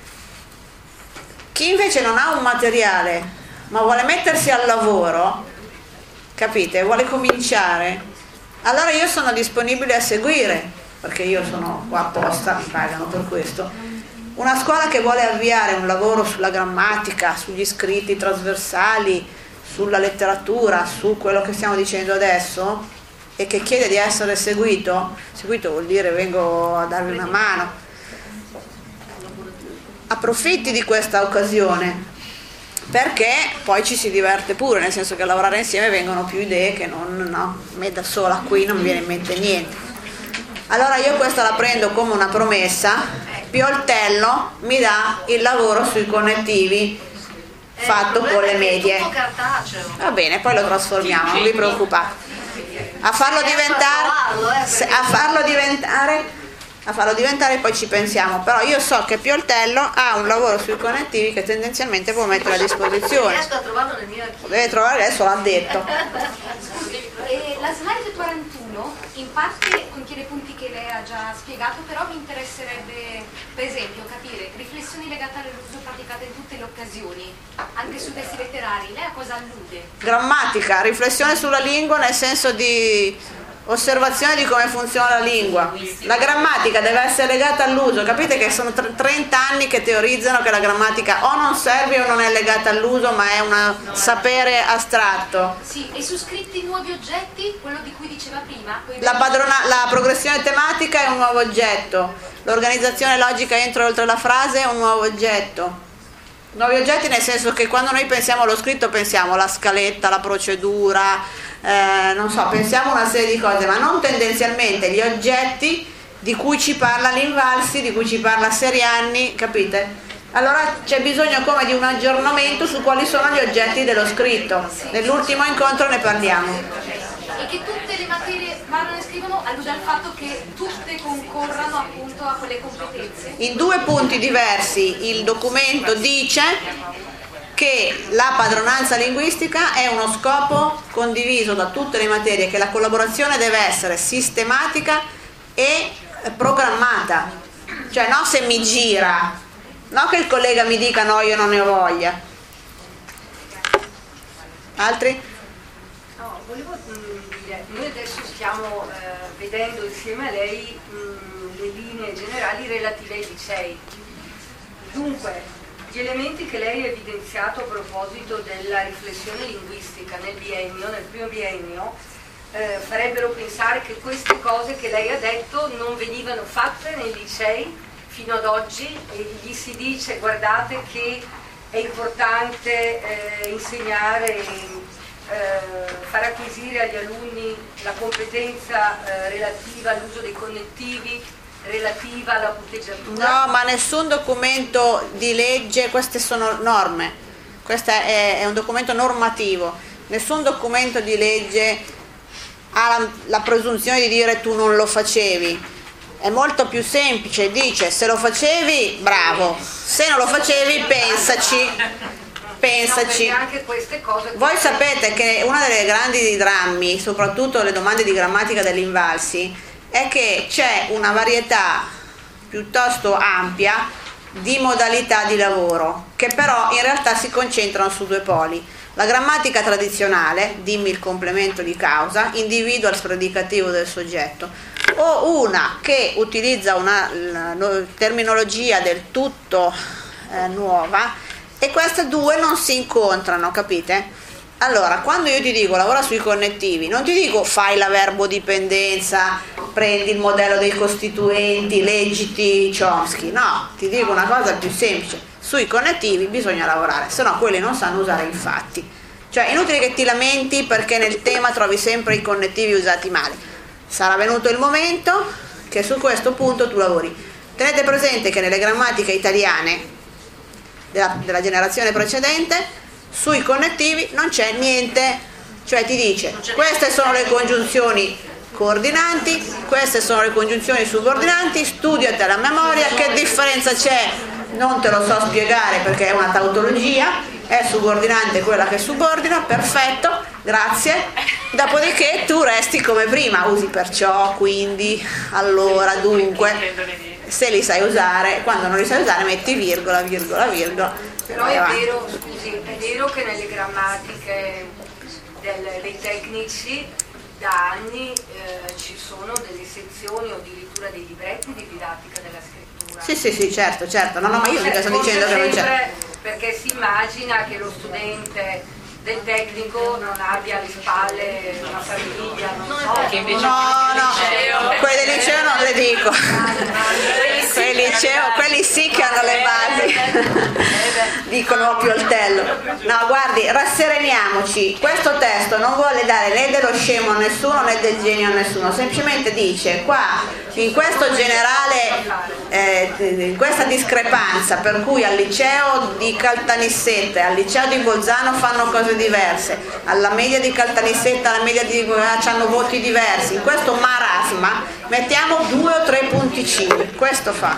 Chi invece non ha un materiale ma vuole mettersi al lavoro, capite, vuole cominciare, allora io sono disponibile a seguire, perché io sono qua apposta, mi pagano per questo, una scuola che vuole avviare un lavoro sulla grammatica, sugli scritti trasversali, sulla letteratura, su quello che stiamo dicendo adesso, e che chiede di essere seguito. Seguito vuol dire vengo a darvi una mano. Approfitti di questa occasione, perché poi ci si diverte pure, nel senso che a lavorare insieme vengono più idee che non, no, me da sola qui non mi viene in mente niente. Allora io questa la prendo come una promessa. Pioltello mi dà il lavoro sui connettivi fatto con le medie. Va bene, poi lo trasformiamo, non vi preoccupate. A farlo diventare, a farlo diventare, a farlo diventare poi ci pensiamo. Però io so che Pioltello ha un lavoro sui connettivi che tendenzialmente può mettere a disposizione.
Riesco a trovarlo nel mio archivio.
Deve trovare, adesso l'ha detto.
Eh, la slide quarantuno in parte contiene punti che lei ha già spiegato, però mi interesserebbe per esempio capire riflessioni legate all'uso praticato in tutte le occasioni, anche sui testi letterari. Lei a cosa allude?
Grammatica, riflessione sulla lingua nel senso di osservazione di come funziona la lingua. La grammatica deve essere legata all'uso, capite che sono trenta anni che teorizzano che la grammatica o non serve o non è legata all'uso, ma è un sapere astratto.
Sì, e su scritti nuovi oggetti, quello di cui diceva prima.
La, padrona, la progressione tematica è un nuovo oggetto, l'organizzazione logica entro e oltre la frase è un nuovo oggetto. Nuovi oggetti nel senso che quando noi pensiamo allo scritto pensiamo alla scaletta, alla procedura, eh, non so, pensiamo a una serie di cose, ma non tendenzialmente gli oggetti di cui ci parla l'Invalsi, di cui ci parla Serianni, capite? Allora c'è bisogno come di un aggiornamento su quali sono gli oggetti dello scritto. Nell'ultimo incontro ne parliamo.
E che tutte le materie parlano e scrivono allude al fatto che tutte concorrano appunto a quelle competenze.
In due punti diversi il documento dice che la padronanza linguistica è uno scopo condiviso da tutte le materie, che la collaborazione deve essere sistematica e programmata, cioè no se mi gira, No che il collega mi dica no, io non ne ho voglia. Altri?
No, volevo mh, dire, noi adesso stiamo eh, vedendo insieme a lei mh, le linee generali relative ai licei. Dunque, gli elementi che lei ha evidenziato a proposito della riflessione linguistica nel biennio, nel primo biennio, eh, farebbero pensare che queste cose che lei ha detto non venivano fatte nei licei fino ad oggi, e gli si dice guardate che è importante eh, insegnare, eh, far acquisire agli alunni la competenza eh, relativa all'uso dei connettivi, relativa alla punteggiatura.
No, ma nessun documento di legge, queste sono norme, questo è, è un documento normativo, nessun documento di legge ha la, la presunzione di dire tu non lo facevi. È molto più semplice, dice se lo facevi bravo, se non lo facevi pensaci, pensaci.
No, anche queste cose.
Voi sapete che una delle grandi drammi, soprattutto le domande di grammatica dell'Invalsi, è che c'è una varietà piuttosto ampia di modalità di lavoro, che però in realtà si concentrano su due poli. La grammatica tradizionale, dimmi il complemento di causa, individua il predicativo del soggetto, o una che utilizza una terminologia del tutto eh, nuova, e queste due non si incontrano, capite? Allora, quando io ti dico lavora sui connettivi, non ti dico fai la verbodipendenza, prendi il modello dei costituenti, leggiti Chomsky, no, ti dico una cosa più semplice: sui connettivi bisogna lavorare, se no quelli non sanno usare i fatti. Cioè, inutile che ti lamenti perché nel tema trovi sempre i connettivi usati male. Sarà venuto il momento che su questo punto tu lavori. Tenete presente che nelle grammatiche italiane della, della generazione precedente sui connettivi non c'è niente, cioè ti dice queste sono le congiunzioni coordinanti, queste sono le congiunzioni subordinanti, studiate la memoria, che differenza c'è? Non te lo so spiegare perché è una tautologia, è subordinante quella che subordina, perfetto, grazie, dopodiché tu resti come prima, usi perciò, quindi, allora, dunque, se li sai usare, quando non li sai usare metti virgola, virgola, virgola.
Però è vero, scusi, è vero che nelle grammatiche del, dei tecnici da anni eh, ci sono delle sezioni o addirittura dei libretti di didattica della scrittura.
Sì, sì, sì, certo, certo, no, no, ma io mica sto dicendo che non c'è.
Perché si immagina che lo studente del tecnico non abbia alle spalle una famiglia, non so.
Che invece
no, no, quelli del liceo non le dico. Quelli liceo, quelli sì che hanno le basi. Dicono pioltello. No, guardi, rassereniamoci. Questo testo non vuole dare né dello scemo a nessuno né del genio a nessuno, semplicemente dice qua in questo generale, eh, in questa discrepanza per cui al liceo di Caltanissetta e al liceo di Bolzano fanno cose diverse, alla media di Caltanissetta, alla media di Bolzano hanno voti diversi, in questo marasma mettiamo due o tre punticini, questo fa.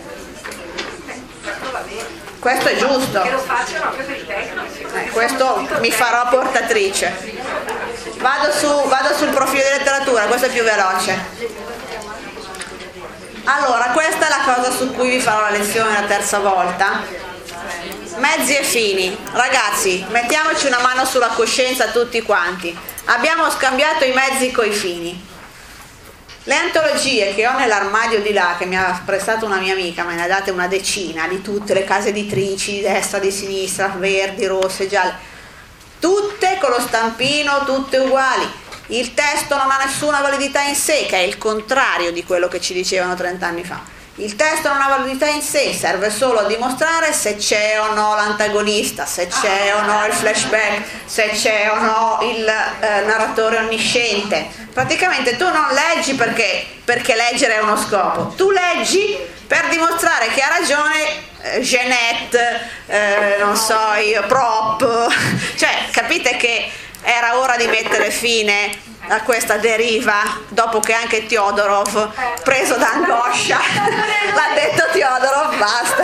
Questo è giusto.
Che lo facciano anche per i tecnici.
Eh, questo mi farò portatrice. Vado, su, vado sul profilo di letteratura, questo è più veloce. Allora, questa è la cosa su cui vi farò la lezione la terza volta. Mezzi e fini. Ragazzi, mettiamoci una mano sulla coscienza tutti quanti. Abbiamo scambiato i mezzi coi fini. Le antologie che ho nell'armadio di là, che mi ha prestato una mia amica, me ne ha date una decina, di tutte le case editrici, di destra, di sinistra, verdi, rosse, gialle, tutte con lo stampino, tutte uguali. Il testo non ha nessuna validità in sé, che è il contrario di quello che ci dicevano trent'anni fa. Il testo non ha validità in sé, serve solo a dimostrare se c'è o no l'antagonista, se c'è o no il flashback, se c'è o no il eh, narratore onnisciente. Praticamente tu non leggi perché, perché leggere è uno scopo, tu leggi per dimostrare che ha ragione eh, Genet, eh, non so io, Prop, cioè capite che era ora di mettere fine a questa deriva, dopo che anche Teodorov, preso d'angoscia, l'ha detto Teodorov, basta.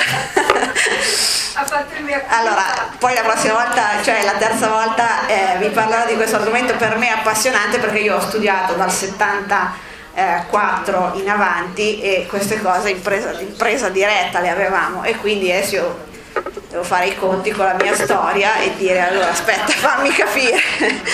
Allora, poi la prossima volta, cioè la terza volta, eh, vi parlerò di questo argomento per me appassionante, perché io ho studiato dal settanta eh, quattro in avanti e queste cose in presa, in presa diretta le avevamo, e quindi adesso io devo fare i conti con la mia storia e dire allora aspetta, fammi capire.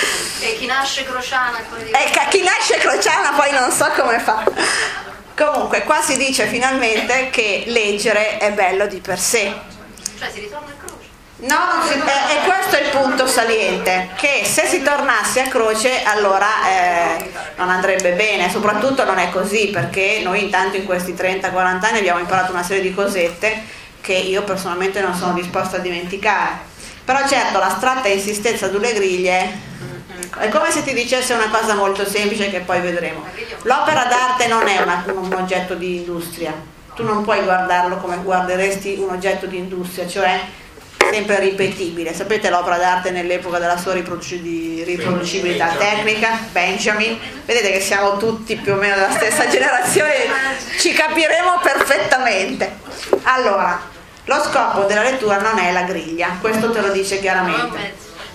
E chi nasce crociana poi
E chi nasce crociana poi non so come fa. Comunque qua si dice finalmente che leggere è bello di per sé.
Cioè si ritorna a croce.
No, si, e, e questo è il punto saliente, che se si tornasse a croce allora eh, non andrebbe bene, soprattutto non è così, perché noi intanto in questi trenta quaranta anni abbiamo imparato una serie di cosette che io personalmente non sono disposta a dimenticare. Però certo, l'astratta insistenza sulle griglie è come se ti dicesse una cosa molto semplice che poi vedremo. L'opera d'arte non è una, un oggetto di industria, tu non puoi guardarlo come guarderesti un oggetto di industria, cioè sempre ripetibile. Sapete l'opera d'arte nell'epoca della sua riproducibilità tecnica, Benjamin, vedete che siamo tutti più o meno della stessa generazione, ci capiremo perfettamente. Allora, lo scopo della lettura non è la griglia, questo te lo dice chiaramente,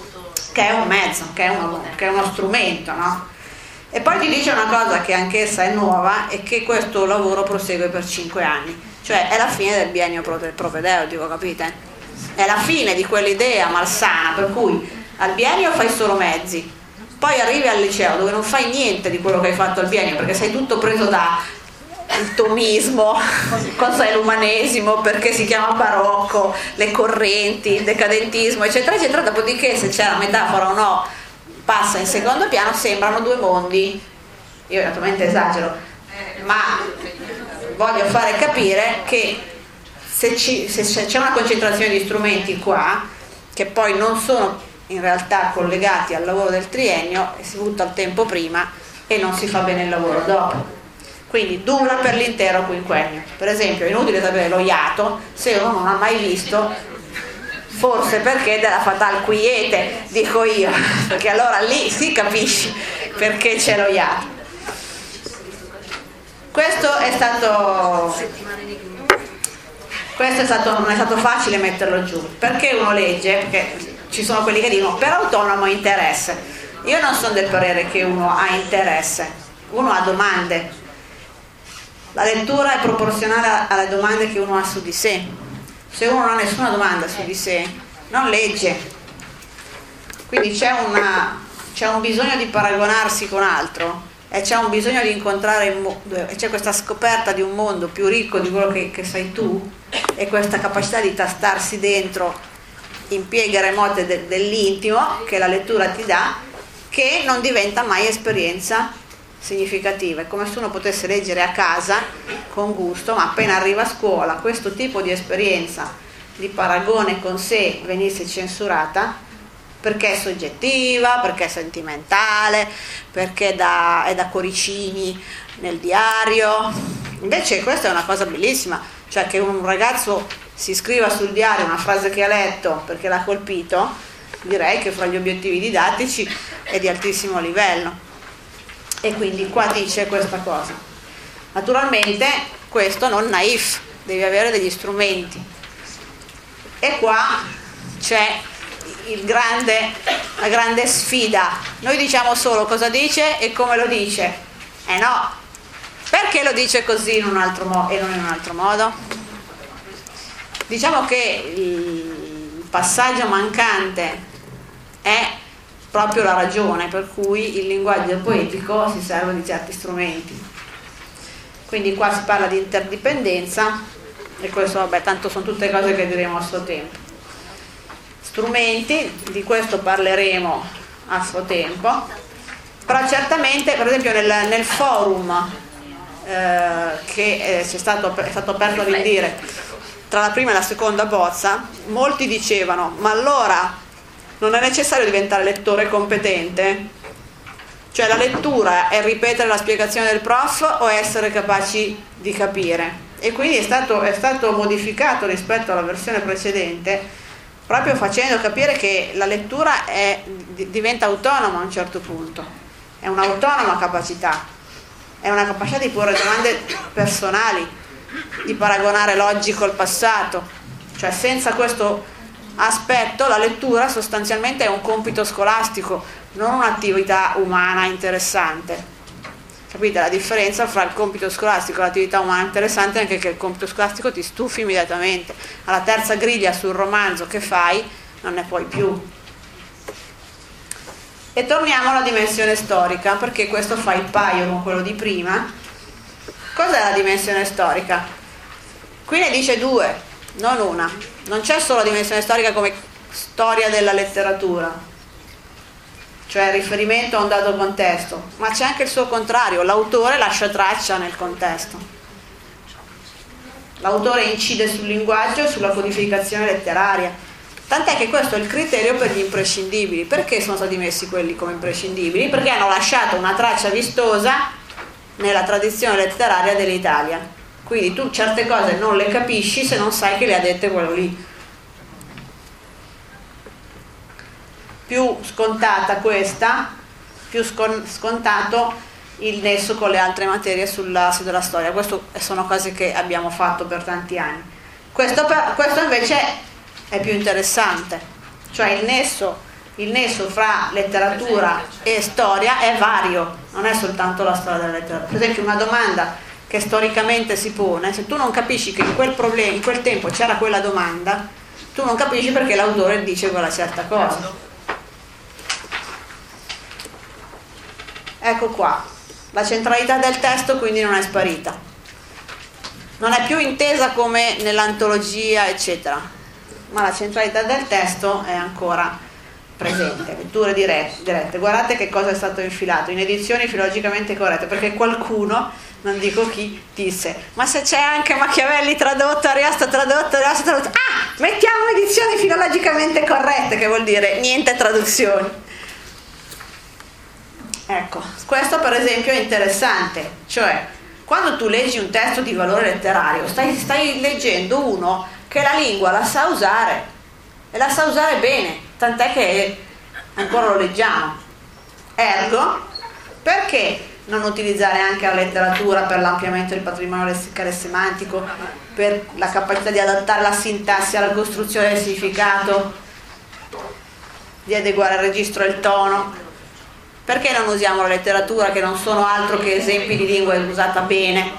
che è un mezzo, che è uno, che è uno strumento, no? E poi ti dice una cosa che anch'essa è nuova, e che questo lavoro prosegue per cinque anni, cioè è la fine del biennio propedeutico, capite? È la fine di quell'idea malsana per cui al biennio fai solo mezzi, poi arrivi al liceo dove non fai niente di quello che hai fatto al biennio perché sei tutto preso da il tomismo, cosa è l'umanesimo, perché si chiama barocco, le correnti, il decadentismo, eccetera eccetera. Dopodiché, se c'è la metafora o no, passa in secondo piano, sembrano due mondi. Io naturalmente esagero, ma voglio fare capire che se, ci, se c'è una concentrazione di strumenti qua, che poi non sono in realtà collegati al lavoro del triennio, e si butta il tempo prima e non si fa bene il lavoro dopo. Quindi dura per l'intero quinquennio. Per esempio è inutile sapere lo iato se uno non ha mai visto, forse perché della fatal quiete, dico io, perché allora lì si capisce perché c'è lo iato. Questo è stato questo è stato non è stato facile metterlo giù, perché uno legge, perché ci sono quelli che dicono per autonomo interesse. Io non sono del parere che uno ha interesse, uno ha domande. La lettura è proporzionale alle domande che uno ha su di sé. Se uno non ha nessuna domanda su di sé, non legge. Quindi c'è, una, c'è un bisogno di paragonarsi con altro, e c'è un bisogno di incontrare, e c'è questa scoperta di un mondo più ricco di quello che, che sei tu, e questa capacità di tastarsi dentro in pieghe remote de, dell'intimo che la lettura ti dà, che non diventa mai esperienza significativa. È come se uno potesse leggere a casa con gusto, ma appena arriva a scuola questo tipo di esperienza di paragone con sé venisse censurata, perché è soggettiva, perché è sentimentale, perché è da, è da cuoricini nel diario. Invece questa è una cosa bellissima, cioè che un ragazzo si scriva sul diario una frase che ha letto perché l'ha colpito, direi che fra gli obiettivi didattici è di altissimo livello. E quindi qua dice questa cosa. Naturalmente questo non naif, devi avere degli strumenti. E qua c'è il grande, la grande sfida. Noi diciamo solo cosa dice e come lo dice. Eh no, perché lo dice così in un altro modo e non in un altro modo? Diciamo che il passaggio mancante è proprio la ragione per cui il linguaggio poetico si serve di certi strumenti. Quindi qua si parla di interdipendenza, e questo vabbè, tanto sono tutte cose che diremo a suo tempo. Strumenti, di questo parleremo a suo tempo, però certamente per esempio nel, nel forum eh, che eh, c'è stato, è stato aperto a dire tra la prima e la seconda bozza, molti dicevano ma allora non è necessario diventare lettore competente? Cioè la lettura è ripetere la spiegazione del prof o essere capaci di capire? E quindi è stato, è stato modificato rispetto alla versione precedente, proprio facendo capire che la lettura è, diventa autonoma a un certo punto, è un'autonoma capacità, è una capacità di porre domande personali, di paragonare l'oggi col passato. Cioè senza questo aspetto la lettura sostanzialmente è un compito scolastico, non un'attività umana interessante. Capite la differenza fra il compito scolastico e l'attività umana? Interessante anche che il compito scolastico ti stufi immediatamente, alla terza griglia sul romanzo che fai non ne puoi più. E torniamo alla dimensione storica, perché questo fa il paio con quello di prima. Cos'è la dimensione storica? Qui ne dice due, non una. Non c'è solo la dimensione storica come storia della letteratura, cioè riferimento a un dato contesto, ma c'è anche il suo contrario, l'autore lascia traccia nel contesto. L'autore incide sul linguaggio e sulla codificazione letteraria, tant'è che questo è il criterio per gli imprescindibili. Perché sono stati messi quelli come imprescindibili? Perché hanno lasciato una traccia vistosa nella tradizione letteraria dell'Italia, quindi tu certe cose non le capisci se non sai che le ha dette quello lì. Più scontata questa, più scon- scontato il nesso con le altre materie sull'asse della storia. Questo sono cose che abbiamo fatto per tanti anni. Questo, per, questo invece è più interessante, cioè il nesso, il nesso fra letteratura e storia è vario, non è soltanto la storia della letteratura. Per esempio una domanda che storicamente si pone, se tu non capisci che in quel problema, in quel tempo c'era quella domanda, tu non capisci perché l'autore dice quella certa cosa. Ecco qua, la centralità del testo quindi non è sparita, non è più intesa come nell'antologia eccetera, ma la centralità del testo è ancora presente. Letture dirette, dirette. Guardate che cosa è stato infilato in edizioni filologicamente corrette, perché qualcuno, non dico chi, disse ma se c'è anche Machiavelli tradotto, Ariosto tradotto, Ariosto tradotto, ah, mettiamo edizioni filologicamente corrette, che vuol dire niente traduzioni. Ecco, questo per esempio è interessante, cioè quando tu leggi un testo di valore letterario stai, stai leggendo uno che la lingua la sa usare e la sa usare bene, tant'è che ancora lo leggiamo. Ergo, perché non utilizzare anche la letteratura per l'ampliamento del patrimonio lessicale semantico, per la capacità di adattare la sintassi alla costruzione del significato, di adeguare il registro e il tono? Perché non usiamo la letteratura, che non sono altro che esempi di lingua usata bene?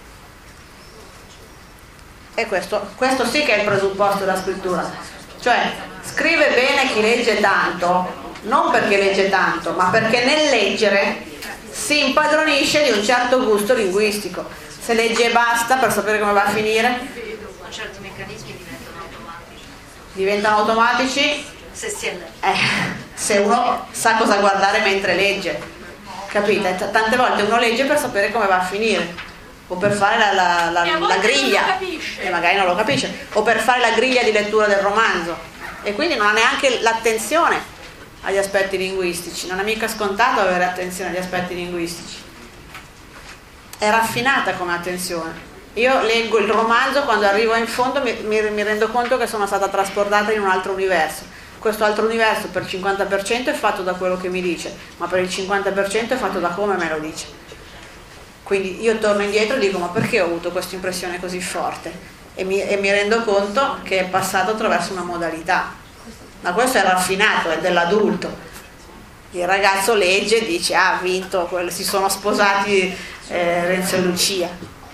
E questo, questo sì che è il presupposto della scrittura. Cioè, scrive bene chi legge tanto, non perché legge tanto, ma perché nel leggere si impadronisce di un certo gusto linguistico. Se legge e basta per sapere come va a finire,
certi meccanismi diventano automatici.
Diventano automatici?
Se si è letto.
Eh, se uno sa cosa guardare mentre legge, capite? T- tante volte uno legge per sapere come va a finire, o per fare la, la, la, la griglia, e magari non lo capisce, o per fare la griglia di lettura del romanzo, e quindi non ha neanche l'attenzione agli aspetti linguistici. Non è mica scontato avere attenzione agli aspetti linguistici, è raffinata come attenzione. Io leggo il romanzo, quando arrivo in fondo mi, mi, mi rendo conto che sono stata trasportata in un altro universo. Questo altro universo per il cinquanta per cento è fatto da quello che mi dice, ma per il cinquanta per cento è fatto da come me lo dice. Quindi io torno indietro e dico: ma perché ho avuto questa impressione così forte? E mi, e mi rendo conto che è passato attraverso una modalità. Ma questo è raffinato, è dell'adulto. Il ragazzo legge e dice: ah, ha vinto, si sono sposati eh, Renzo e Lucia.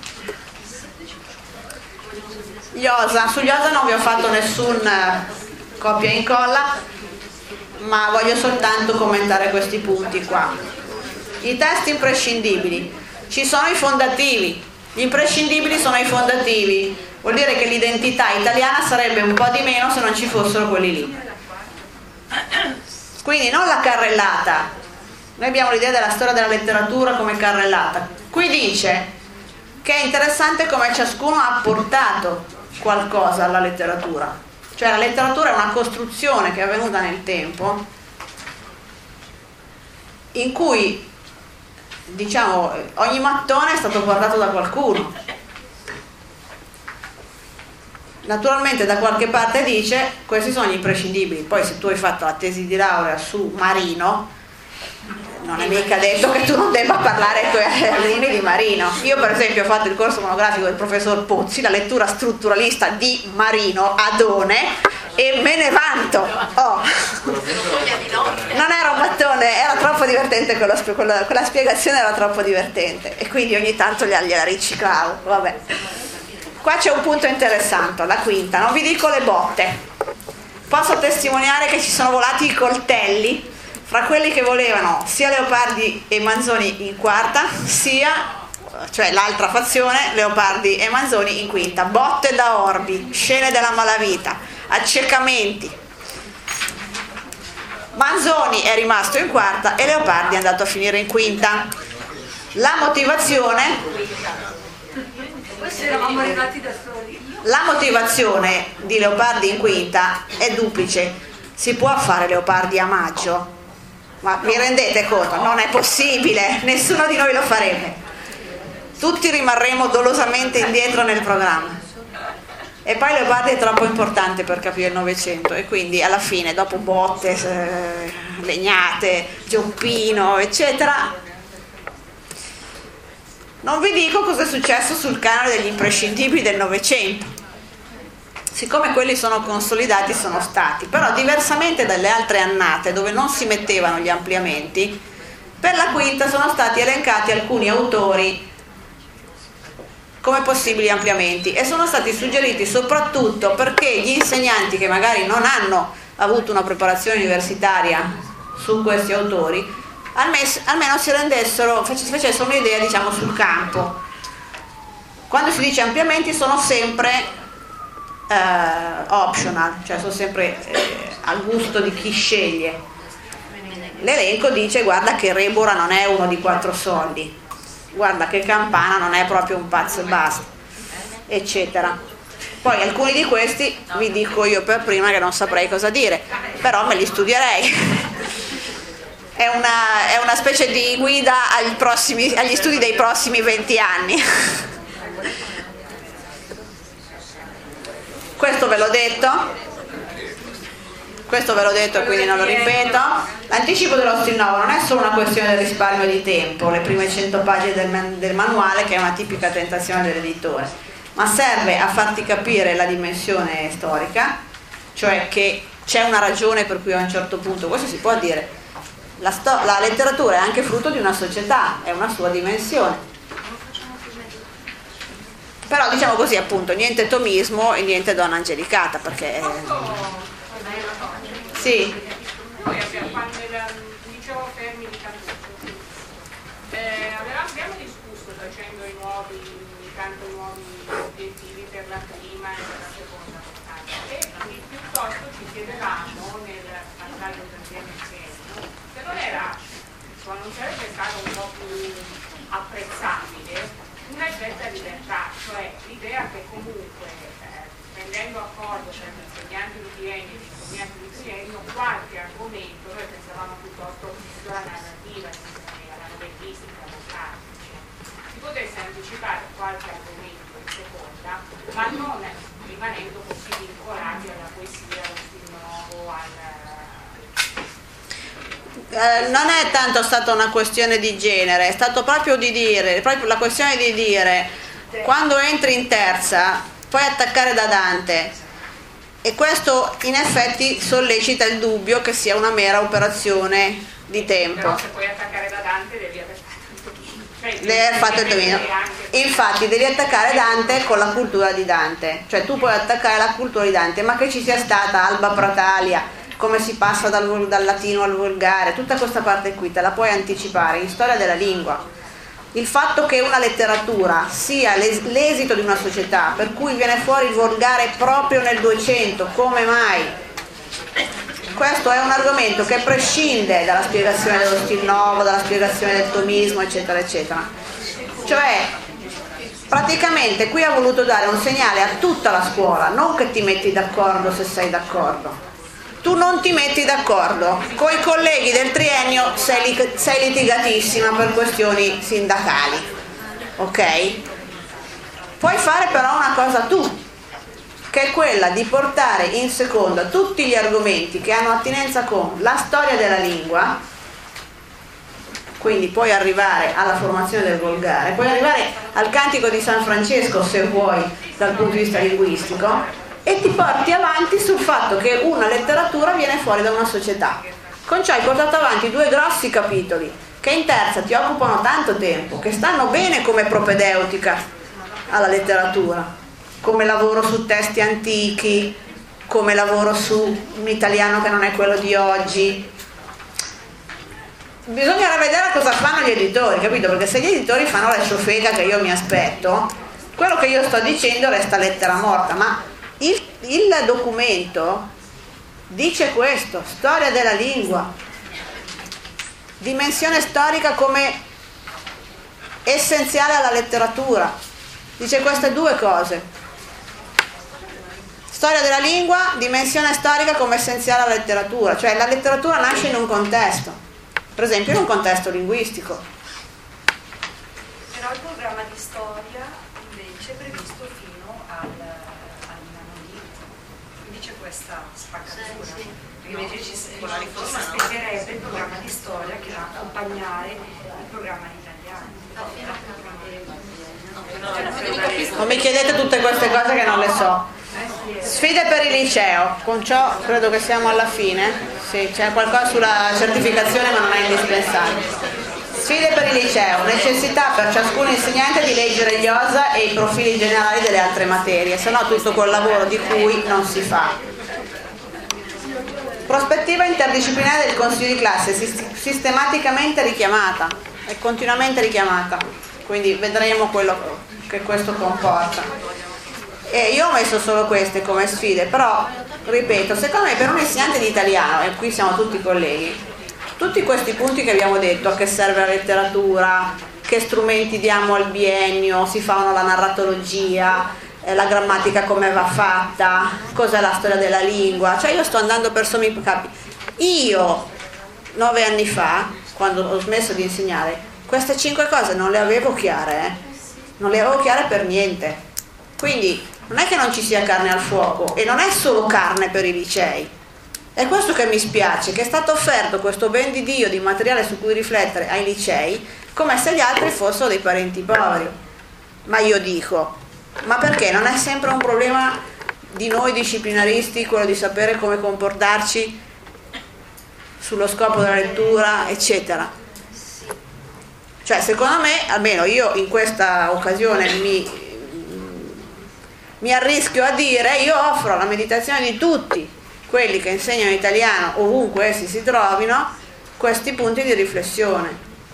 Iosa, sugli Iosa non vi ho fatto nessun copia e incolla, ma voglio soltanto commentare questi punti qua. I testi imprescindibili, ci sono i fondativi, gli imprescindibili sono i fondativi, vuol dire che l'identità italiana sarebbe un po' di meno se non ci fossero quelli lì. Quindi non la carrellata, noi abbiamo l'idea della storia della letteratura come carrellata. Qui dice che è interessante come ciascuno ha portato qualcosa alla letteratura. Cioè la letteratura è una costruzione che è avvenuta nel tempo, in cui, diciamo, ogni mattone è stato portato da qualcuno. Naturalmente da qualche parte dice: questi sono gli imprescindibili. Poi se tu hai fatto la tesi di laurea su Marino, non è mica detto che tu non debba parlare con gli alunni di Marino. Io per esempio ho fatto il corso monografico del professor Pozzi, la lettura strutturalista di Marino, Adone, e me ne vanto. Oh. Non era un mattone, era troppo divertente, quella, quella, quella spiegazione era troppo divertente e quindi ogni tanto gliela riciclavo. Vabbè. Qua c'è un punto interessante, la quinta, non vi dico le botte. Posso testimoniare che ci sono volati i coltelli fra quelli che volevano sia Leopardi e Manzoni in quarta, sia, cioè l'altra fazione, Leopardi e Manzoni in quinta. Botte da orbi, scene della malavita, accecamenti. Manzoni è rimasto in quarta e Leopardi è andato a finire in quinta. La motivazione...
Eravamo arrivati da soli.
La motivazione di Leopardi in quinta è duplice. Si può fare Leopardi a maggio? Ma vi rendete conto? Non è possibile, nessuno di noi lo farebbe. Tutti rimarremo dolosamente indietro nel programma. E poi Leopardi è troppo importante per capire il Novecento e quindi alla fine, dopo botte, eh, legnate, Gioppino, eccetera, non vi dico cosa è successo sul canone degli imprescindibili del Novecento. Siccome quelli sono consolidati, sono stati, però diversamente dalle altre annate dove non si mettevano gli ampliamenti, per la quinta sono stati elencati alcuni autori come possibili ampliamenti e sono stati suggeriti soprattutto perché gli insegnanti che magari non hanno avuto una preparazione universitaria su questi autori almeno si rendessero, si facessero un'idea, diciamo, sul campo. Quando si dice ampliamenti sono sempre eh, optional, cioè sono sempre eh, al gusto di chi sceglie. L'elenco dice: guarda che Rebora non è uno di quattro soldi, guarda che Campana non è proprio un pazzo e basta, eccetera. Poi alcuni di questi vi dico io per prima che non saprei cosa dire, però me li studierei. È una, è una specie di guida agli, prossimi, agli studi dei prossimi venti anni. Questo ve l'ho detto, questo ve l'ho detto e quindi non lo ripeto. L'anticipo dello stil nuovo non è solo una questione del risparmio di tempo, le prime cento pagine del, man, del manuale, che è una tipica tentazione dell'editore, ma serve a farti capire la dimensione storica, cioè che c'è una ragione per cui a un certo punto, questo si può dire, La, sto- la letteratura è anche frutto di una società, è una sua dimensione. Però diciamo così, appunto, niente tomismo e niente donna angelicata, perché sì.
Noi abbiamo fatto il liceo Fermi di Cantuccio, eh, abbiamo discusso facendo i nuovi, tanto nuovi obiettivi per la prima e per la seconda portata e piuttosto ci chiedevamo nel passaggio del P M C se non era, cioè non sarebbe stato un po' più apprezzabile una certa libertà, cioè l'idea che comunque eh, prendendo accordo tra gli insegnanti di biennio e gli insegnanti di triennio qualche argomento, noi pensavamo piuttosto alla narrativa, alla novellistica, alla classica, si potesse anticipare qualche argomento in seconda, ma non rimanendo così vincolati alla poesia, allo stile nuovo, al
Eh, non è tanto stata una questione di genere, è stato proprio di dire, proprio la questione di dire, quando entri in terza puoi attaccare da Dante, e questo in effetti sollecita il dubbio che sia una mera operazione di tempo.
Però se puoi attaccare da Dante devi aver fatto il domino. Cioè,
devi aver fatto il domino. Infatti devi attaccare Dante con la cultura di Dante, cioè tu puoi attaccare la cultura di Dante, ma che ci sia stata Alba Pratalia, come si passa dal, dal latino al volgare, tutta questa parte qui te la puoi anticipare in storia della lingua. Il fatto che una letteratura sia l'es- l'esito di una società per cui viene fuori il volgare proprio nel duecento, come mai? Questo è un argomento che prescinde dalla spiegazione dello stil nuovo, dalla spiegazione del tomismo, eccetera eccetera. Cioè praticamente qui ha voluto dare un segnale a tutta la scuola, non che ti metti d'accordo se sei d'accordo. Tu non ti metti d'accordo, con i colleghi del triennio sei, sei litigatissima per questioni sindacali, ok? Puoi fare però una cosa tu, che è quella di portare in seconda tutti gli argomenti che hanno attinenza con la storia della lingua, quindi puoi arrivare alla formazione del volgare, puoi arrivare al cantico di San Francesco se vuoi dal punto di vista linguistico, e ti porti avanti sul fatto che una letteratura viene fuori da una società. Con ciò hai portato avanti due grossi capitoli che in terza ti occupano tanto tempo, che stanno bene come propedeutica alla letteratura, come lavoro su testi antichi, come lavoro su un italiano che non è quello di oggi. Bisognerà vedere cosa fanno gli editori, capito? Perché se gli editori fanno la ciofega che io mi aspetto, quello che io sto dicendo resta lettera morta, ma il, il documento dice questo: storia della lingua, dimensione storica come essenziale alla letteratura, dice queste due cose: storia della lingua, dimensione storica come essenziale alla letteratura. Cioè la letteratura nasce in un contesto, per esempio in un contesto linguistico.
Però il programma di storia invece è previsto fino al, all'innamoramento, quindi c'è questa spaccatura.
Sì, sì.
Perché invece ci, con la riforma si aspetterebbe il programma di storia che va a accompagnare il programma di italiano.
Non mi chiedete tutte queste cose che non le so. Sfide per il liceo, con ciò credo che siamo alla fine. Sì, c'è qualcosa sulla certificazione ma non è indispensabile. Sfide per il liceo, necessità per ciascun insegnante di leggere gli O S A e i profili generali delle altre materie, se no tutto quel lavoro di cui non si fa. Prospettiva interdisciplinare del consiglio di classe, sistematicamente richiamata, è continuamente richiamata, quindi vedremo quello che questo comporta. E io ho messo solo queste come sfide, però ripeto, secondo me per un insegnante di italiano, e qui siamo tutti colleghi, tutti questi punti che abbiamo detto, a che serve la letteratura, che strumenti diamo al biennio, si fa la narratologia, eh, la grammatica come va fatta, cos'è la storia della lingua, cioè io sto andando per sommi capi. Io nove anni fa, quando ho smesso di insegnare, queste cinque cose non le avevo chiare, eh? non le avevo chiare per niente. Quindi non è che non ci sia carne al fuoco, e non è solo carne per i licei. È questo che mi spiace, che è stato offerto questo ben di Dio di materiale su cui riflettere ai licei, come se gli altri fossero dei parenti poveri. Ma io dico, ma perché non è sempre un problema di noi disciplinaristi quello di sapere come comportarci sullo scopo della lettura, eccetera? Cioè, secondo me, almeno io in questa occasione mi... mi arrischio a dire, io offro la meditazione di tutti quelli che insegnano italiano, ovunque essi si trovino, questi punti di riflessione.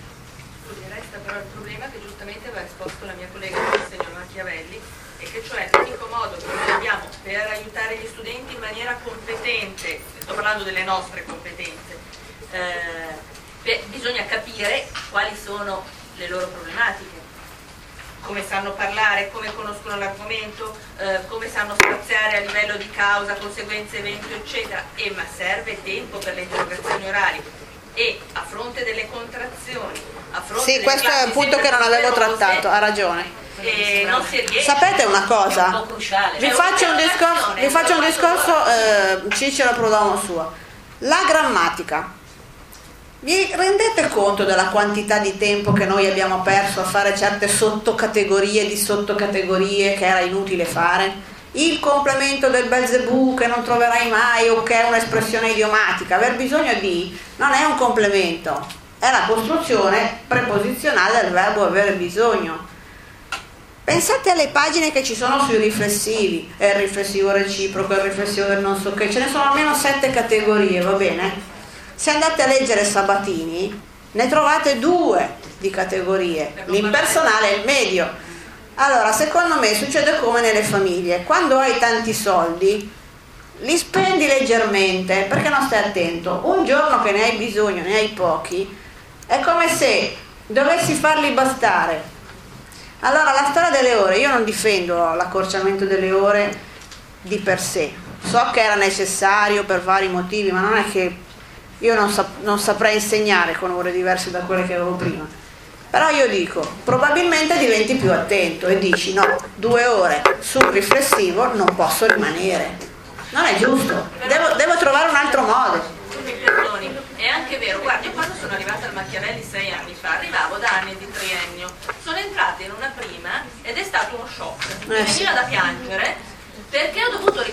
Resta però il problema che giustamente aveva esposto la mia collega che insegna Machiavelli, e che cioè l'unico modo che noi abbiamo per aiutare gli studenti in maniera competente, sto parlando delle nostre competenze, eh, beh, bisogna capire quali sono le loro problematiche, come sanno parlare, come conoscono l'argomento, eh, come sanno spaziare a livello di causa, conseguenze, evento, eccetera. E ma serve tempo per le interrogazioni orali, e a fronte delle contrazioni, a fronte
sì,
delle
questo è un punto che non avevo trattato, ha ragione.
E non si riesce.
Sapete una cosa? Vi faccio un discorso, vi faccio un discorso eh, Cicero Prodomo suo. La grammatica. Vi rendete conto della quantità di tempo che noi abbiamo perso a fare certe sottocategorie di sottocategorie che era inutile fare? Il complemento del Belzebù che non troverai mai, o che è un'espressione idiomatica. Aver bisogno di non è un complemento, è la costruzione preposizionale del verbo avere bisogno. Pensate alle pagine che ci sono sui riflessivi, è il riflessivo reciproco, il riflessivo del non so che, ce ne sono almeno sette categorie, va bene? Se andate a leggere Sabatini, ne trovate due di categorie, l'impersonale e il medio. Allora, secondo me succede come nelle famiglie: quando hai tanti soldi, li spendi leggermente perché non stai attento. Un giorno che ne hai bisogno, ne hai pochi, è come se dovessi farli bastare. Allora, la storia delle ore, io non difendo l'accorciamento delle ore di per sé, so che era necessario per vari motivi, ma non è che io non, sap- non saprei insegnare con ore diverse da quelle che avevo prima. Però io dico, probabilmente diventi più attento e dici no, due ore sul riflessivo non posso rimanere. Non è giusto, devo, devo trovare un altro modo.
Mi perdoni, è anche vero, guarda, io quando sono arrivata al Machiavelli sei anni fa, arrivavo da anni di triennio, sono entrata in una prima ed è stato uno shock, mi
Eh sì.
veniva da piangere, perché ho dovuto ricominciare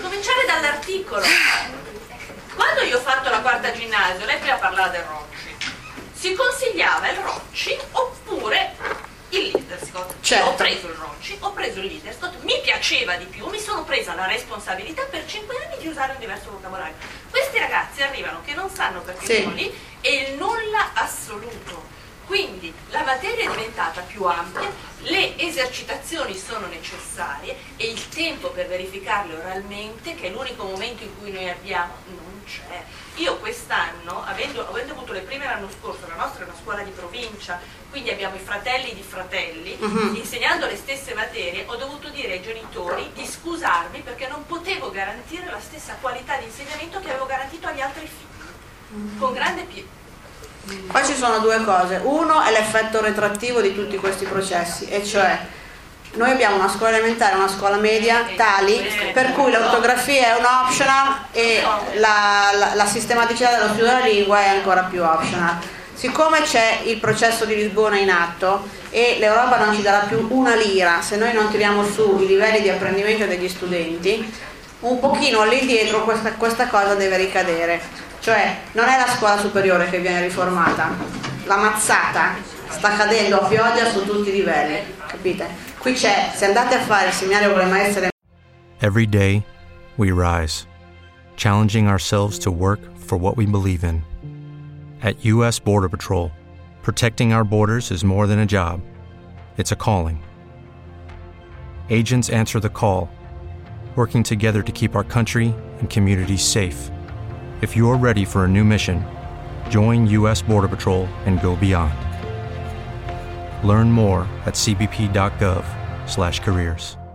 dall'articolo. Quando io ho fatto la quarta ginnasio, lei prima parlava del Rocci, si consigliava il Rocci oppure il Leaderscott.
Certo.
Ho preso il Rocci, ho preso il Leaderscott, mi piaceva di più, mi sono presa la responsabilità per cinque anni di usare un diverso vocabolario. Questi ragazzi arrivano che non sanno perché
sì.
sono lì e il nulla assoluto. Quindi la materia è diventata più ampia, le esercitazioni sono necessarie e il tempo per verificarle oralmente, che è l'unico momento in cui noi abbiamo, non c'è. Io quest'anno, avendo, avendo avuto le prime l'anno scorso, la nostra è una scuola di provincia, quindi abbiamo i fratelli di fratelli, uh-huh. insegnando le stesse materie, ho dovuto dire ai genitori di scusarmi perché non potevo garantire la stessa qualità di insegnamento che avevo garantito agli altri figli, uh-huh. con grande pietà.
Poi ci sono due cose. Uno è l'effetto retrattivo di tutti questi processi, e cioè noi abbiamo una scuola elementare e una scuola media tali per cui l'ortografia è un optional e la, la, la sistematicità dello studio della lingua è ancora più optional. Siccome c'è il processo di Lisbona in atto e l'Europa non ci darà più una lira se noi non tiriamo su i livelli di apprendimento degli studenti, un pochino lì dietro questa, questa cosa deve ricadere. Cioè non è la scuola superiore che viene riformata, la mazzata sta cadendo a pioggia su tutti i livelli, capite? Qui c'è, se andate a fare il seminario con le maestre.
Every day we rise, challenging ourselves to work for what we believe in. At U S Border Patrol, protecting our borders is more than a job, it's a calling. Agents answer the call, working together to keep our country and communities safe. If you're ready for a new mission, join U S Border Patrol and go beyond. Learn more at c b p dot gov slash careers.